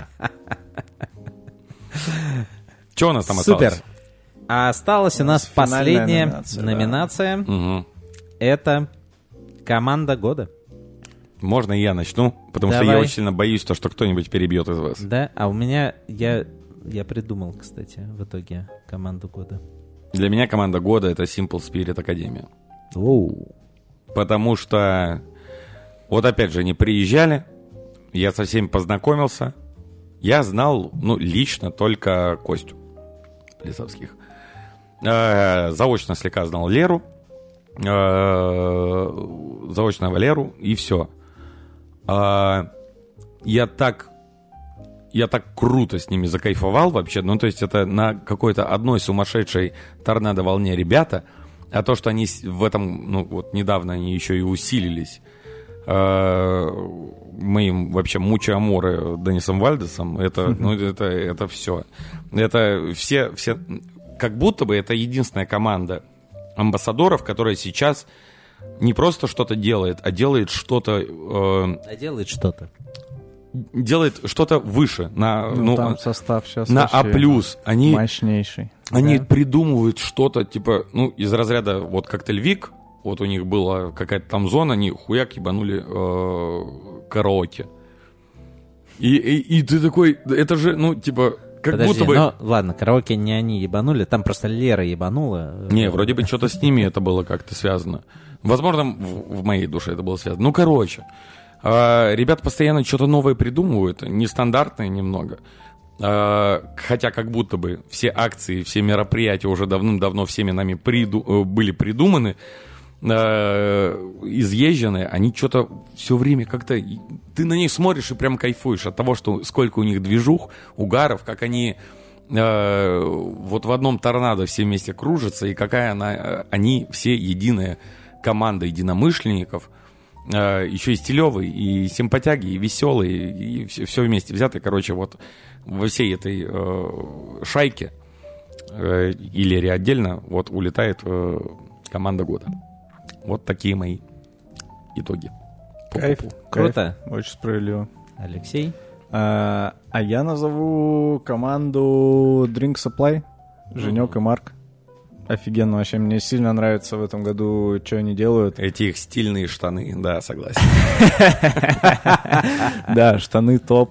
Что у нас там осталось? Супер. А осталась у нас последняя номинация. Это команда года. Можно и я начну, потому Давай. что я очень сильно боюсь, то, что кто-нибудь перебьет из вас. Да, а у меня, я, я придумал, кстати, в итоге команду года. Для меня команда года — это Simple Spirit Академия. Оу. Потому что, вот опять же, они приезжали, я со всеми познакомился, я знал, ну, лично только Костю Плесовских. Э-э, заочно слегка знал Леру, э-э, заочно Валеру, и все. А, я так я так круто с ними закайфовал вообще, ну, то есть это на какой-то одной сумасшедшей торнадо-волне ребята, а то, что они в этом, ну, вот недавно они еще и усилились а, моим вообще мучо аморе Деннисом Вальдесом, это, ну, это, это все. Это все, все, как будто бы это единственная команда амбассадоров, которая сейчас не просто что-то делает, а делает что-то... Э, а делает что-то. Делает что-то выше. На, ну, ну, там состав сейчас на А+. Они, мощнейший. Они да? придумывают что-то, типа, ну, из разряда, вот коктейль Вик, вот у них была какая-то там зона, они хуяк ебанули э, караоке. И, и, и ты такой, это же, ну, типа... Как Подожди, будто бы... ну ладно, караоке не они ебанули, там просто Лера ебанула. Не, вроде бы что-то с ними это было как-то связано. Возможно, в, в моей душе это было связано. Ну, короче, э, ребята постоянно что-то новое придумывают, нестандартное немного. Э, хотя как будто бы все акции, все мероприятия уже давным-давно всеми нами приду, были придуманы, э, изъезжены, они что-то все время как-то... Ты на них смотришь и прям кайфуешь от того, что сколько у них движух, угаров, как они э, вот в одном торнадо все вместе кружатся, и какая она... Э, они все единая команда единомышленников, э, еще и стилевые, и симпатяги, и веселые, и все, все вместе взятые. Короче, вот во всей этой э, шайке э, и Лере отдельно вот улетает э, команда года. Вот такие мои итоги. Кайф. Круто. Кайф. Очень справедливо. Алексей? А, а я назову команду Drink Supply. Женек и Марк. Офигенно вообще. Мне сильно нравится в этом году, что они делают. Эти их стильные штаны, да, согласен. Да, штаны топ.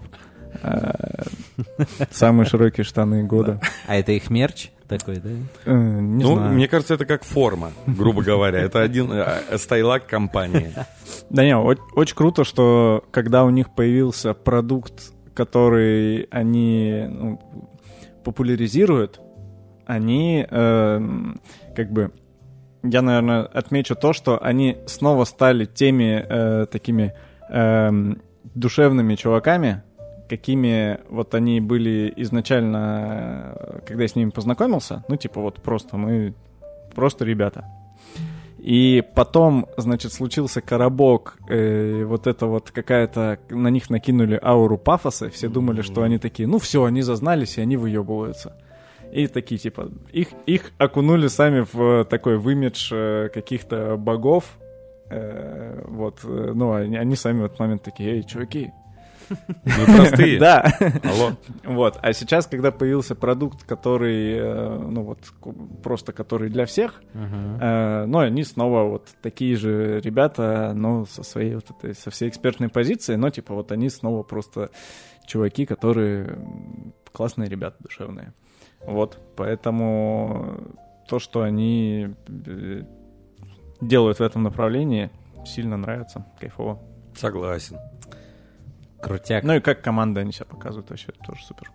Самые широкие штаны года. А это их мерч такой, да? Не Ну, знаю. мне кажется, это как форма, грубо говоря. Это один стайлак компании. Да не, о- очень круто, что когда у них появился продукт, который они ну, популяризируют, они э, как бы, я, наверное, отмечу то, что они снова стали теми э, такими э, душевными чуваками, какими вот они были изначально, когда я с ними познакомился, ну, типа вот просто мы, просто ребята. И потом, значит, случился коробок, э, вот это вот какая-то, на них накинули ауру пафоса, все думали, что они такие, ну все, они зазнались, и они выебываются. И такие, типа, их, их окунули сами в такой в имидж э, каких-то богов, э, вот, э, ну, они, они сами в этот момент такие, эй, чуваки, Вы простые. да. Алло. Вот. А сейчас, когда появился продукт, который, э, ну вот, ку- просто который для всех, э, ну, они снова вот такие же ребята, но со своей вот этой, со всей экспертной позиции, но типа вот они снова просто чуваки, которые м, классные ребята, душевные. Вот. Поэтому то, что они э, делают в этом направлении, сильно нравится, кайфово. Согласен. Крутяк. Ну и как команда они себя показывают, вообще это тоже супер.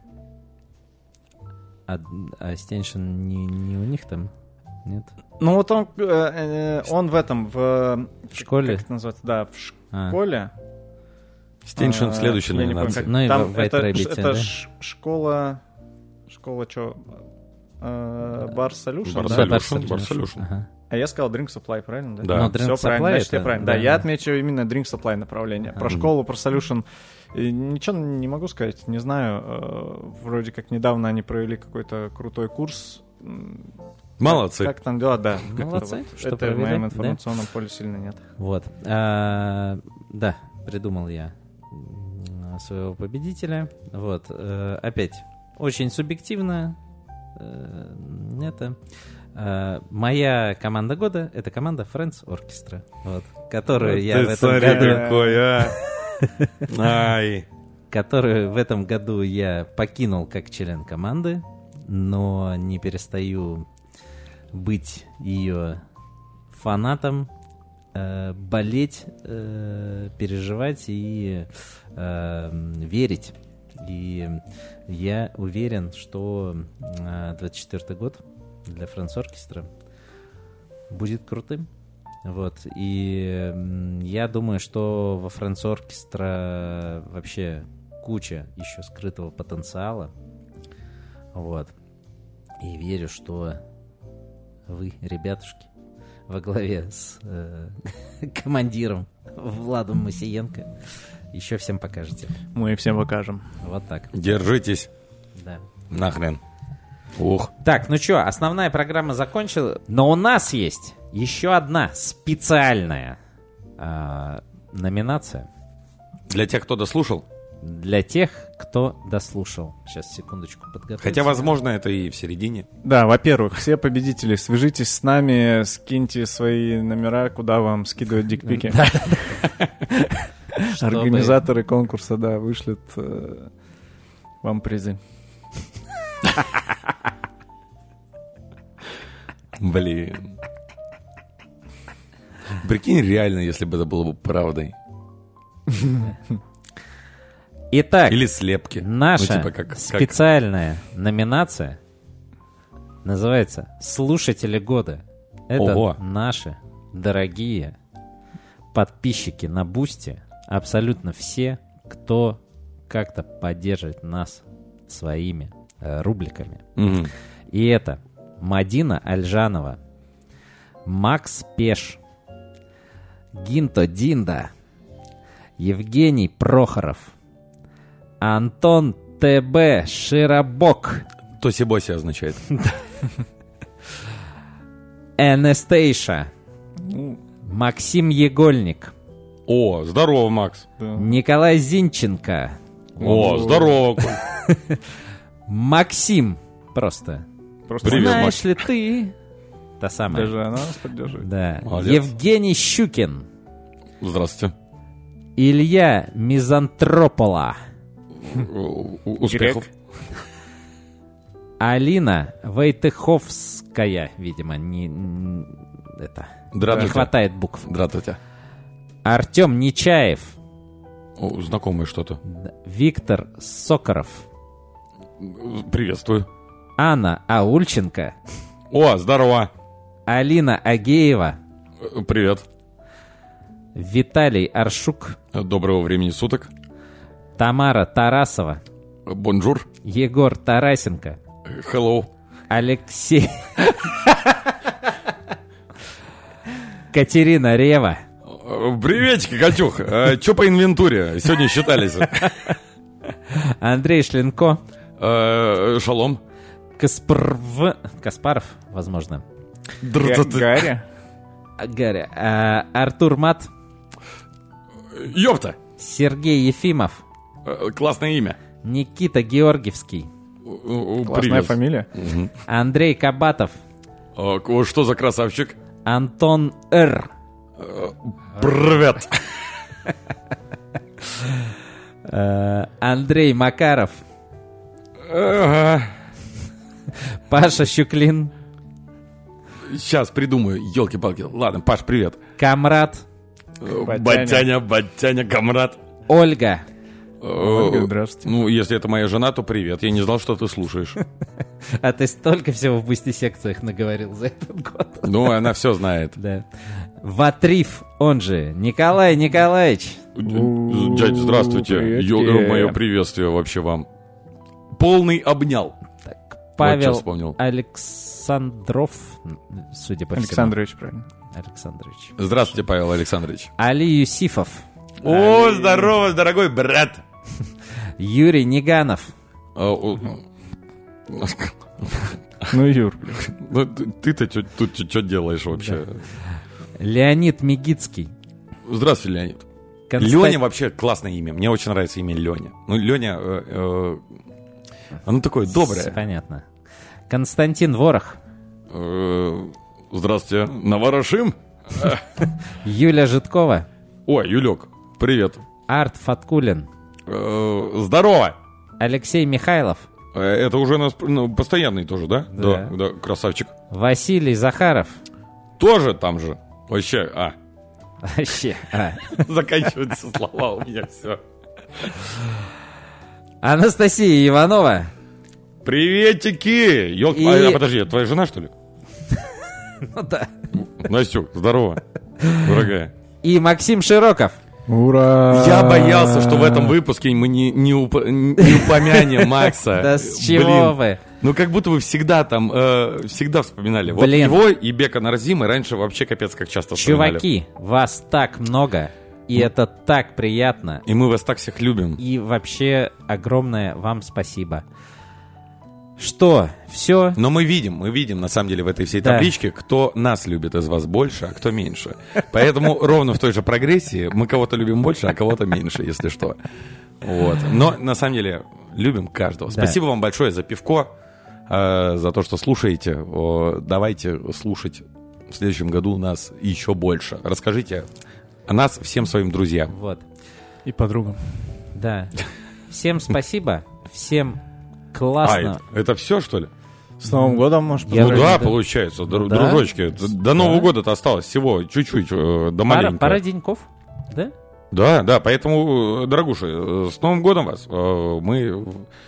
А, а Стеншин не, не у них там? Нет? Ну вот он, э, э, он в этом, в... В школе? Как это называется? Да, в А. школе. Стеншин в А, следующей я не помню, номинации. как- Ну и там в это, White Rabbit, это да? ш- школа... Школа что? Бар Solution, Bar да? Solution. Bar Solution. Ага. А я сказал Drink Supply, правильно? Да. Да. Ну, Drink Все правильно, Supply значит, я это- правильно. да, Да, я да. отмечу именно Drink Supply направление. Про Ага. школу, про Solution э, ничего не могу сказать, не знаю. Э, Вроде как недавно они провели какой-то крутой курс. М, Молодцы. Как, как там дела, да. как-то Молодцы, вот. что Это в провели, моем да? информационном поле сильно нет. Вот. А, да, придумал я м, своего победителя. Вот. э, Опять, очень субъективно. э, Это... э, Моя команда года — это команда Friends Orchestra, вот, которую я в Ты этом смотри году... какой, а. Ай. которую в этом году я покинул как член команды, но не перестаю быть ее фанатом, э, болеть, э, переживать и э, верить. И я уверен, что э, двадцать четвёртый год для Friends Orchestra будет крутым. Вот. И м, я думаю, что во Friends Orchestra вообще куча еще скрытого потенциала. Вот. И верю, что вы, ребятушки, во главе с э, командиром Владом Масиенко еще всем покажете. Мы всем покажем. Вот так. Держитесь. Да. Нахрен. Ух. Так, ну что, основная программа закончилась, но у нас есть еще одна специальная а, номинация Для тех, кто дослушал. для тех, кто дослушал. Сейчас, секундочку, подготовиться. Хотя, возможно, это и в середине. Да, во-первых, все победители, свяжитесь с нами, скиньте свои номера, куда вам скидывают дикпики. Чтобы- Организаторы конкурса, да, вышлют э, вам призы. Блин. Прикинь, реально, если бы это было бы правдой. Итак, Или слепки. наша Ну, типа как- как- специальная номинация называется «Слушатели года». Это Ого. наши дорогие подписчики на Бусти, абсолютно все, кто как-то поддерживает нас своими э, рубликами. Мгм. И это Мадина Альжанова, Макс Пеш, Гинто Динда, Евгений Прохоров, Антон ТБ Широбок, Тоси-боси означает. Энестейша, Ну, Максим Егольник, О, здорово, Макс. да. Николай Зинченко, О, здорово. Коль. Максим просто. просто Привет, Знаешь Макс. ли ты? Та самая. даже она нас поддерживает. Да. Молодец. Евгений Щукин. Здравствуйте. Илья Мизантропола. У- у- Успехов. Алина Войтыховская, видимо, не, н- это, не Здравствуйте. хватает букв. Здравствуйте. Артем Нечаев. О, знакомое что-то. Да. Виктор Сокоров. Приветствую. Анна Аульченко. О, здорово. Алина Агеева. Э, Привет. Виталий Аршук. Доброго времени суток. Тамара Тарасова. Бонжур. Егор Тарасенко. Hello. Алексей. Катерина Рева. Э, Приветики, Катюх. Че по инвентуре? Сегодня считались. Андрей Шленко. Э, Шалом. Каспарв... Каспаров, возможно. Га- Гарри. Гарри. А, Артур Мат. Ёпта. Сергей Ефимов. Э, Классное имя. Никита Георгиевский. Э, э, Классная Привет. фамилия. Мгм. Андрей Кабатов. Э, к- Что за красавчик? Антон Р. Э, Привет. Э, Андрей Макаров. Ага. Паша Щуклин. Сейчас придумаю. Ёлки-палки. Ладно, Паш, привет. Камрад. Э, Батяня. Батяня, Батяня, комрад. Ольга. Ольга, Э, здравствуйте. Ну, если это моя жена, то привет. Я не знал, что ты слушаешь. А ты столько всего в бусти-секциях наговорил за этот год. Ну, она все знает. Да. Ватриф, он же Николай Николаевич. Дядь, здравствуйте. Приветики. Ё- Мое приветствие вообще вам. Полный обнял. Павел сейчас вспомнил. Александров, судя по всему. Александрович, правильно. Александрович. Здравствуйте, Павел Александрович. Али Юсифов. О, здорово, дорогой брат. Юрий Неганов. А, о, Ну, Юр, блин. ну, ты- Ты-то чё- тут что делаешь вообще? Леонид Мигицкий. Здравствуй, Леонид. Констан- Леня вообще классное имя. Мне очень нравится имя Леня. Ну, Леня, э, э, оно такое доброе. Понятно. Константин Ворох. Э, Здравствуйте. Наварашим? Юля Житкова. Ой, Юлек, привет. Арт Фаткулин. Э, Здорово. Алексей Михайлов. Э, Это уже у нас ну, постоянный тоже, да? Да. Да, красавчик. Василий Захаров. Тоже там же. Вообще, а. Вообще. а. Заканчиваются слова у меня все. Анастасия Иванова. Приветики! Ёлки- И- А, подожди, это твоя жена, что ли? Ну да. Настюк, здорово, дорогая. И Максим Широков. Ура! Я боялся, что в этом выпуске мы не, не, уп- не упомянем Макса. Да с чего Блин. вы? Ну, как будто вы всегда там, э, всегда вспоминали. Вот Блин. его и Бека Нарзима раньше вообще капец как часто вспоминали. Чуваки, вас так много, и это так приятно. И мы вас так всех любим. И вообще огромное вам спасибо. Что, все? Но мы видим, мы видим, на самом деле, в этой всей Да. табличке, кто нас любит из вас больше, а кто меньше. Поэтому ровно в той же прогрессии мы кого-то любим больше, а кого-то меньше, если что. Вот. Но, на самом деле, любим каждого. Да. Спасибо вам большое за пивко, э, за то, что слушаете. О, давайте слушать в следующем году нас еще больше. Расскажите о нас всем своим друзьям. Вот, И подругам. да. Всем спасибо, всем А, классно. это, это все, что ли? С Новым годом, может, Я Ну вроде да, да. получается, дру- Да. дружочки. Д- До Нового года-то осталось всего чуть-чуть, э, до Пара, маленького. пара деньков, да? Да, да, поэтому, э, дорогуши, э, с Новым годом вас. Э, Мы...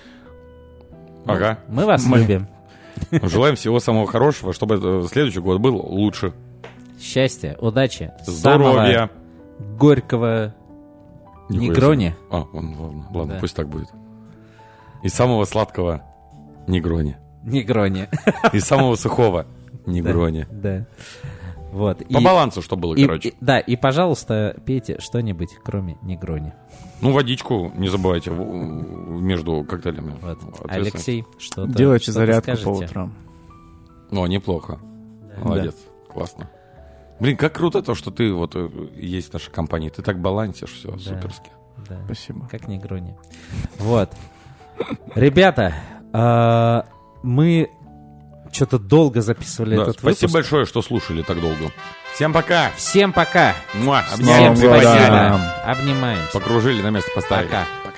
Ага. Мы вас Мы. любим. Желаем всего самого хорошего, чтобы э, следующий год был лучше. Счастья, удачи, Здоровья. самого горького Нихуя негрони. себе. А, он, ладно, ладно, Да. пусть так будет. И самого сладкого негрони. Негрони. И самого сухого негрони. Да. Вот. По И- балансу, что было, и- короче. и- да, и, пожалуйста, пейте что-нибудь, кроме негрони. Ну, водичку не забывайте в- между коктейлями. Вот. Ответственно. Алексей, что-то Делайте что-то зарядку скажете? по утрам. Ну, неплохо. Молодец. Классно. Блин, как круто то, что ты вот э, есть в нашей компании. Ты так балансишь, все, Да. суперски. Да. Спасибо. Как негрони. Вот. Ребята, а, мы что-то долго записывали Да, этот спасибо выпуск. большое, что слушали так долго. Всем пока. Всем пока. Муа, Всем обняем, спасибо. приподняли. Обнимаемся. Покружили, на место поставили. Пока.